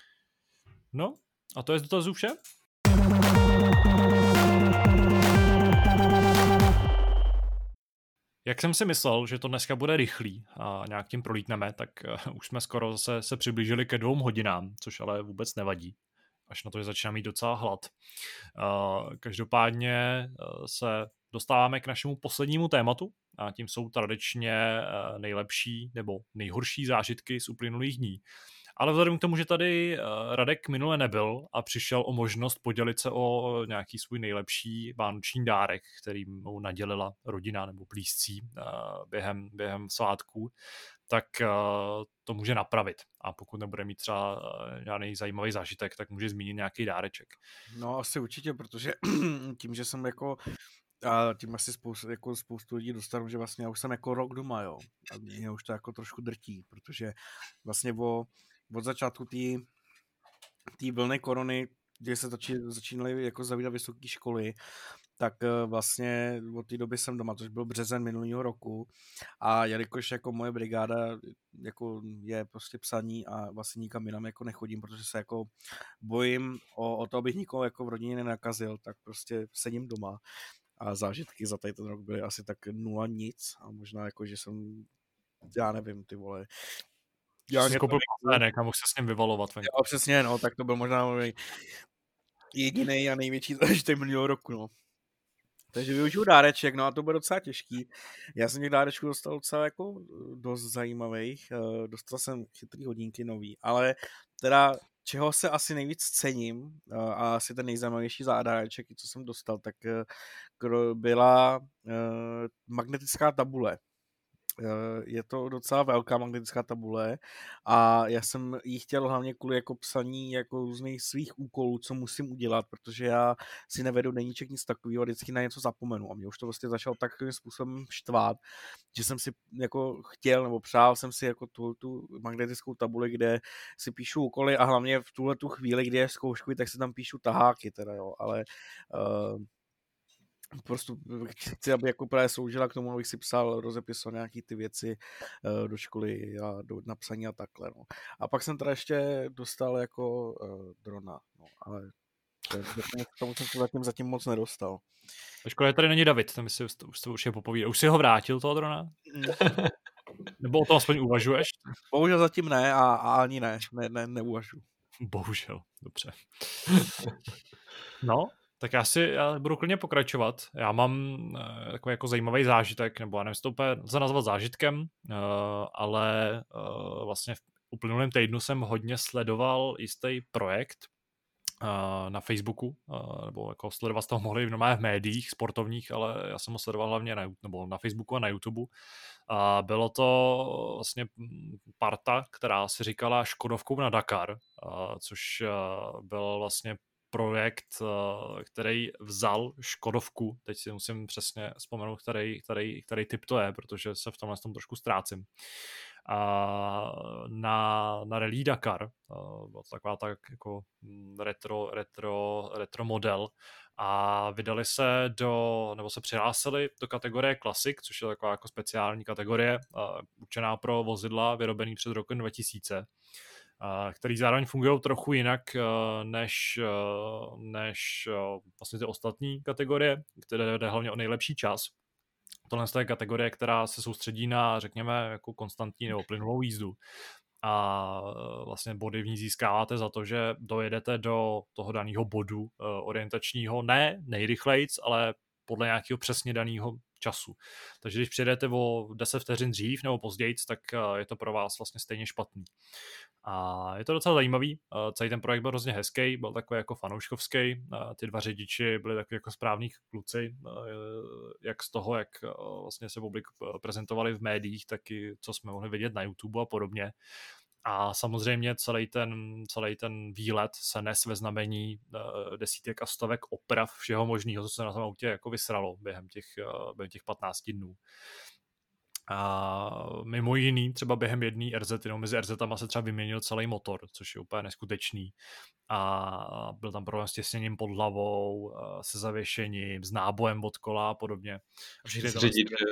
No, a to je z dotazů vše? Jak jsem si myslel, že to dneska bude rychlý a nějak tím prolítneme, tak uh, už jsme skoro zase se přiblížili ke dvou hodinám, což ale vůbec nevadí. Až na to, že začíná mít docela hlad. Uh, každopádně uh, se dostáváme k našemu poslednímu tématu a tím jsou tradičně uh, nejlepší nebo nejhorší zážitky z uplynulých dní. Ale vzhledem k tomu, že tady uh, Radek minule nebyl a přišel o možnost podělit se o nějaký svůj nejlepší vánoční dárek, který mu nadělila rodina nebo blízcí uh, během, během svátků, tak uh, to může napravit. A pokud nebude mít třeba uh, žádný zajímavý zážitek, tak může zmínit nějaký dáreček. No asi určitě, protože tím, že jsem jako a tím asi spoustu, jako spoustu lidí dostanu, že vlastně já už jsem jako rok doma, jo. A mě už to jako trošku drtí, protože vlastně o, od začátku té vlny korony, kdy se začí, začínaly jako zavírat vysoké školy, tak vlastně od té doby jsem doma, což byl březen minulého roku a jelikož jako moje brigáda jako je prostě psaní a vlastně nikam jinam jako nechodím, protože se jako bojím o, o to, abych nikoho jako v rodině nenakazil, tak prostě sedím doma a zážitky za tady ten rok byly asi tak nula nic a možná jako, že jsem, já nevím, ty vole, já jsi koupil panének a mohl se s ním vyvalovat. Jo, přesně, no, tak to byl možná můj jediný a největší zážitek minulého roku, no. Takže využiju dáreček, no a to bude docela těžký. Já jsem těch dárečků dostal docela jako dost zajímavých, dostal jsem chytrý hodinky nový, ale teda čeho se asi nejvíc cením a asi ten nejzajímavější dáreček, co jsem dostal, tak byla magnetická tabule. Je to docela velká magnetická tabule a já jsem ji chtěl hlavně kvůli jako psaní jako různých svých úkolů, co musím udělat, protože já si nevedu deníček nic takového, vždycky na něco zapomenu a mě už to vlastně začalo takovým způsobem štvát, že jsem si jako chtěl nebo přál jsem si jako tu, tu magnetickou tabuli, kde si píšu úkoly a hlavně v tuhle tu chvíli, kdy je zkouškový, tak si tam píšu taháky teda, jo, ale uh, prostě chci, aby jako právě sloužila k tomu, abych si psal, rozepisoval nějaký ty věci uh, do školy a do napsaní a takhle, no. A pak jsem teda ještě dostal jako uh, drona, no, ale to, k tomu jsem se zatím, zatím moc nedostal. Škoda, tady není David, tam si už, už, už je popovídá. Už si ho vrátil, toho drona? Nebo o tom aspoň uvažuješ? Bohužel zatím ne a, a ani ne, ne, ne, neuvažuji. Bohužel, dobře. No, tak já si já budu klidně pokračovat. Já mám uh, takový jako zajímavý zážitek, nebo já nevím, to úplně lze nazvat zážitkem, uh, ale uh, vlastně v uplynulém týdnu jsem hodně sledoval jistý projekt uh, na Facebooku, uh, nebo jako sledovat z toho mohli normálně v médiích sportovních, ale já jsem ho sledoval hlavně na, nebo na Facebooku a na YouTube. A bylo to vlastně parta, která si říkala Škodovkou na Dakar, uh, což uh, byl vlastně projekt, který vzal Škodovku, teď si musím přesně vzpomenout, který, který, který typ to je, protože se v tomhle tom trošku ztrácím. A na, na Rally Dakar, byla to taková tak jako retro, retro, retro model a vydali se do, nebo se přihlásili do kategorie Classic, což je taková jako speciální kategorie, určená pro vozidla vyrobený před rokem dva tisíce. Který zároveň fungují trochu jinak než, než vlastně ty ostatní kategorie, které jde hlavně o nejlepší čas. Tohle je kategorie, která se soustředí na, řekněme, jako konstantní nebo plynulou jízdu. A vlastně body v ní získáváte za to, že dojedete do toho daného bodu orientačního, ne nejrychlejc, ale podle nějakého přesně daného času. Takže když přijedete o deset vteřin dřív nebo později, tak je to pro vás vlastně stejně špatný. A je to docela zajímavý, celý ten projekt byl hrozně hezký, byl takový jako fanouškovský, ty dva řidiči byli takový jako správní kluci, jak z toho, jak vlastně se publik prezentovali v médiích, tak i co jsme mohli vidět na YouTube a podobně. A samozřejmě celý ten, celý ten výlet se nes ve znamení desítek a stovek oprav všeho možného, co se na tom autě jako vysralo během těch, během těch patnácti dnů. A mimo jiný, třeba během jedné er zet, jenom mezi er zetama se třeba vyměnil celý motor, což je úplně neskutečný. A byl tam problém s těsněním pod hlavou, se zavěšením, s nábojem od kola a podobně. A všechny tyhle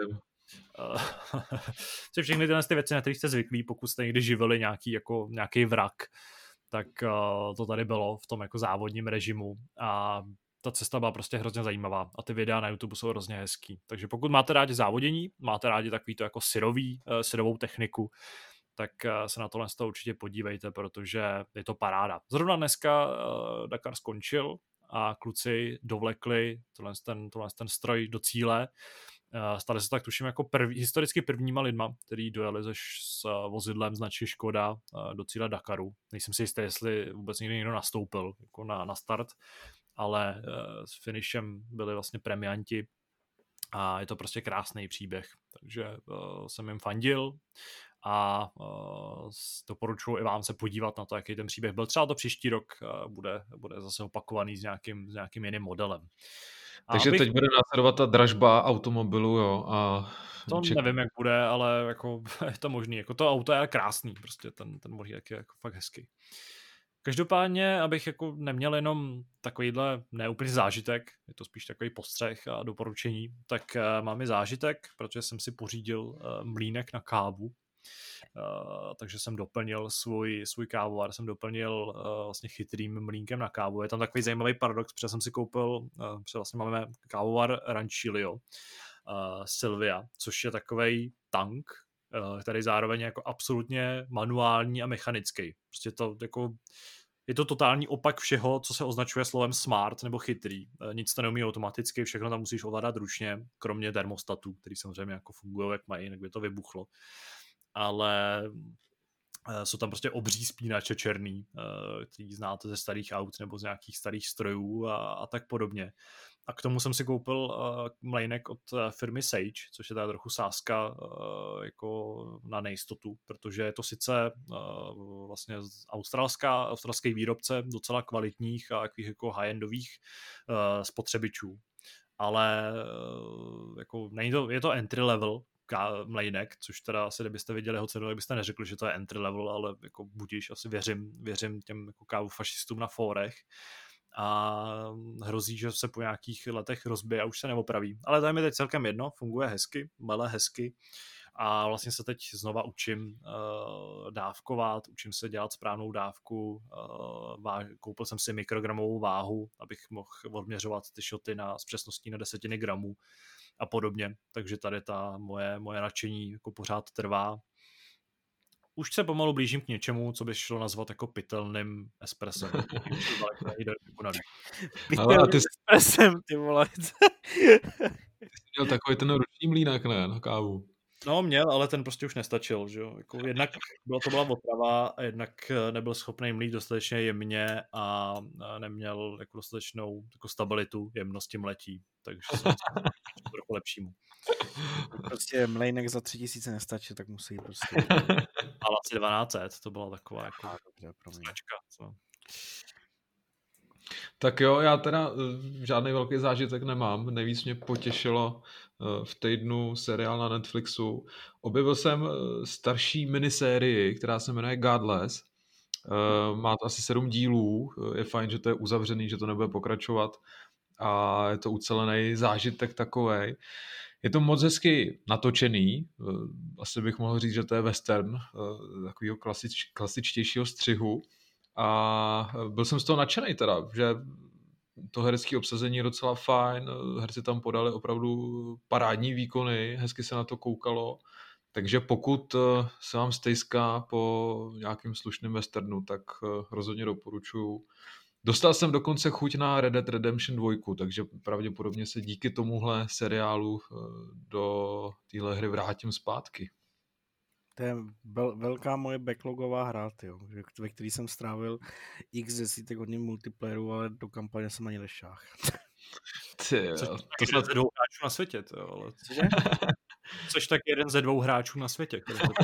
uh, všechny tyhle věci, na které jste zvyklí, pokud jste někdy živili nějaký, jako, nějaký vrak, tak uh, to tady bylo v tom jako závodním režimu. A ta cesta byla prostě hrozně zajímavá a ty videa na YouTube jsou hrozně hezký. Takže pokud máte rádi závodění, máte rádi takový to jako syrový, uh, syrovou techniku, tak uh, se na tohle určitě podívejte, protože je to paráda. Zrovna dneska uh, Dakar skončil a kluci dovlekli tohle ten, tohle ten stroj do cíle. Uh, stali se tak tuším jako první, historicky prvníma lidma, který dojeli se s uh, vozidlem značky Škoda uh, do cíle Dakaru. Nejsem si jistý, jestli vůbec někdy někdo nastoupil jako na, na start, ale uh, s finishem byli vlastně premianti a je to prostě krásný příběh, takže uh, jsem jim fandil a uh, doporučuji i vám se podívat na to, jaký ten příběh byl. Třeba to příští rok uh, bude, bude zase opakovaný s nějakým, s nějakým jiným modelem. Takže abych... teď bude následovat ta dražba automobilu, jo. A to ček... nevím, jak bude, ale jako je to možný. Jako to auto je krásný, prostě ten, ten model je jako fakt hezký. Každopádně, abych jako neměl jenom takovýhle neúplný zážitek, je to spíš takový postřeh a doporučení, tak uh, mám i zážitek, protože jsem si pořídil uh, mlýnek na kávu. Uh, takže jsem doplnil svůj, svůj kávovar, jsem doplnil uh, vlastně chytrým mlýnkem na kávu. Je tam takový zajímavý paradox, protože jsem si koupil, uh, protože vlastně máme kávovar Ranchilio uh, Silvia, což je takovej tank, uh, který zároveň je jako absolutně manuální a mechanický. Prostě to jako je to totální opak všeho, co se označuje slovem smart nebo chytrý. Uh, nic to neumí automaticky, všechno tam musíš ovládat ručně, kromě termostatů, který samozřejmě jako fungují, jak mají, jinak by to vybuchlo. Ale Jsou tam prostě obří spínače černý, který znáte ze starých aut nebo z nějakých starých strojů a, a tak podobně. A k tomu jsem si koupil uh, mlejnek od uh, firmy Sage, což je teda trochu sázka uh, jako na nejistotu, protože je to sice uh, vlastně australská, australský výrobce docela kvalitních a takových jako high-endových uh, spotřebičů. Ale uh, jako není to, je to entry level mlejnek, což teda asi kdybyste viděli jeho cenu, tak byste neřekli, že to je entry level, ale jako budíš, asi věřím, věřím těm jako kávu fašistům na fórech a hrozí, že se po nějakých letech rozbije a už se neopraví. Ale to je mi teď celkem jedno, funguje hezky, mele hezky a vlastně se teď znova učím uh, dávkovat, učím se dělat správnou dávku, uh, váž, koupil jsem si mikrogramovou váhu, abych mohl odměřovat ty šoty na, s přesností na desetiny gramů a podobně, takže tady ta moje, moje nadšení jako pořád trvá. Už se pomalu blížím k něčemu, co by šlo nazvat jako pitelným espressem. Pitelným ty... espressem, ty vole. Ty jsi měl takový ten ruční mlýnak, ne, na kávu. No měl, ale ten prostě už nestačil, že jo. Jako jednak byla to byla otrava a jednak nebyl schopný mlít dostatečně jemně a neměl jako dostatečnou jako stabilitu jemnosti mletí, takže jsem trochu lepšímu. Prostě mlejnek za tři tisíce nestačí, tak musí prostě. Ale asi dvanáct set, to byla taková jako a, dobře, pro mě. značka. Co? Tak jo, já teda žádný velký zážitek nemám. Nejvíc mě potěšilo v týdnu seriál na Netflixu. Objevil jsem starší minisérii, která se jmenuje Godless. Má to asi sedm dílů. Je fajn, že to je uzavřený, že to nebude pokračovat. A je to ucelený zážitek takovej. Je to moc hezky natočený. Asi bych mohl říct, že to je western takového klasič, klasičtějšího střihu. A byl jsem z toho nadšenej teda, že to herecké obsazení je docela fajn, herci tam podali opravdu parádní výkony, hezky se na to koukalo, takže pokud se vám stejská po nějakým slušným westernu, tak rozhodně doporučuju. Dostal jsem dokonce chuť na Red Dead Redemption dva, takže pravděpodobně se díky tomuhle seriálu do téhle hry vrátím zpátky. To je vel, velká moje backlogová hra, tyjo, ve který jsem strávil x desítek hodin multiplayeru, ale do kampaně jsem ani nešáhl. Ty, Což to snad ze dvou hráčů na světě. To, ale... Cože? Což tak jeden ze dvou hráčů na světě.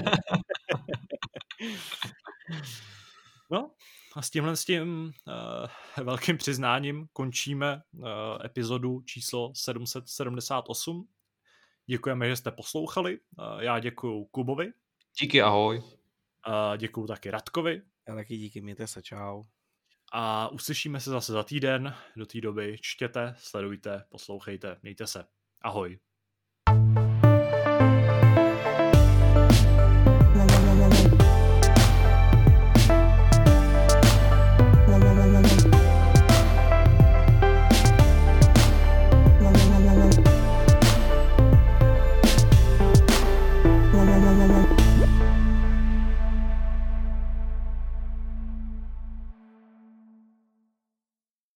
No a s tímhle s tím uh, velkým přiznáním končíme uh, epizodu číslo sedm set sedmdesát osm. Děkujeme, že jste poslouchali. Uh, já děkuju Kubovi. Díky, ahoj. Uh, děkuju taky Radkovi. Já taky díky, mějte se, čau. A uslyšíme se zase za týden. Do té doby čtěte, sledujte, poslouchejte, mějte se. Ahoj.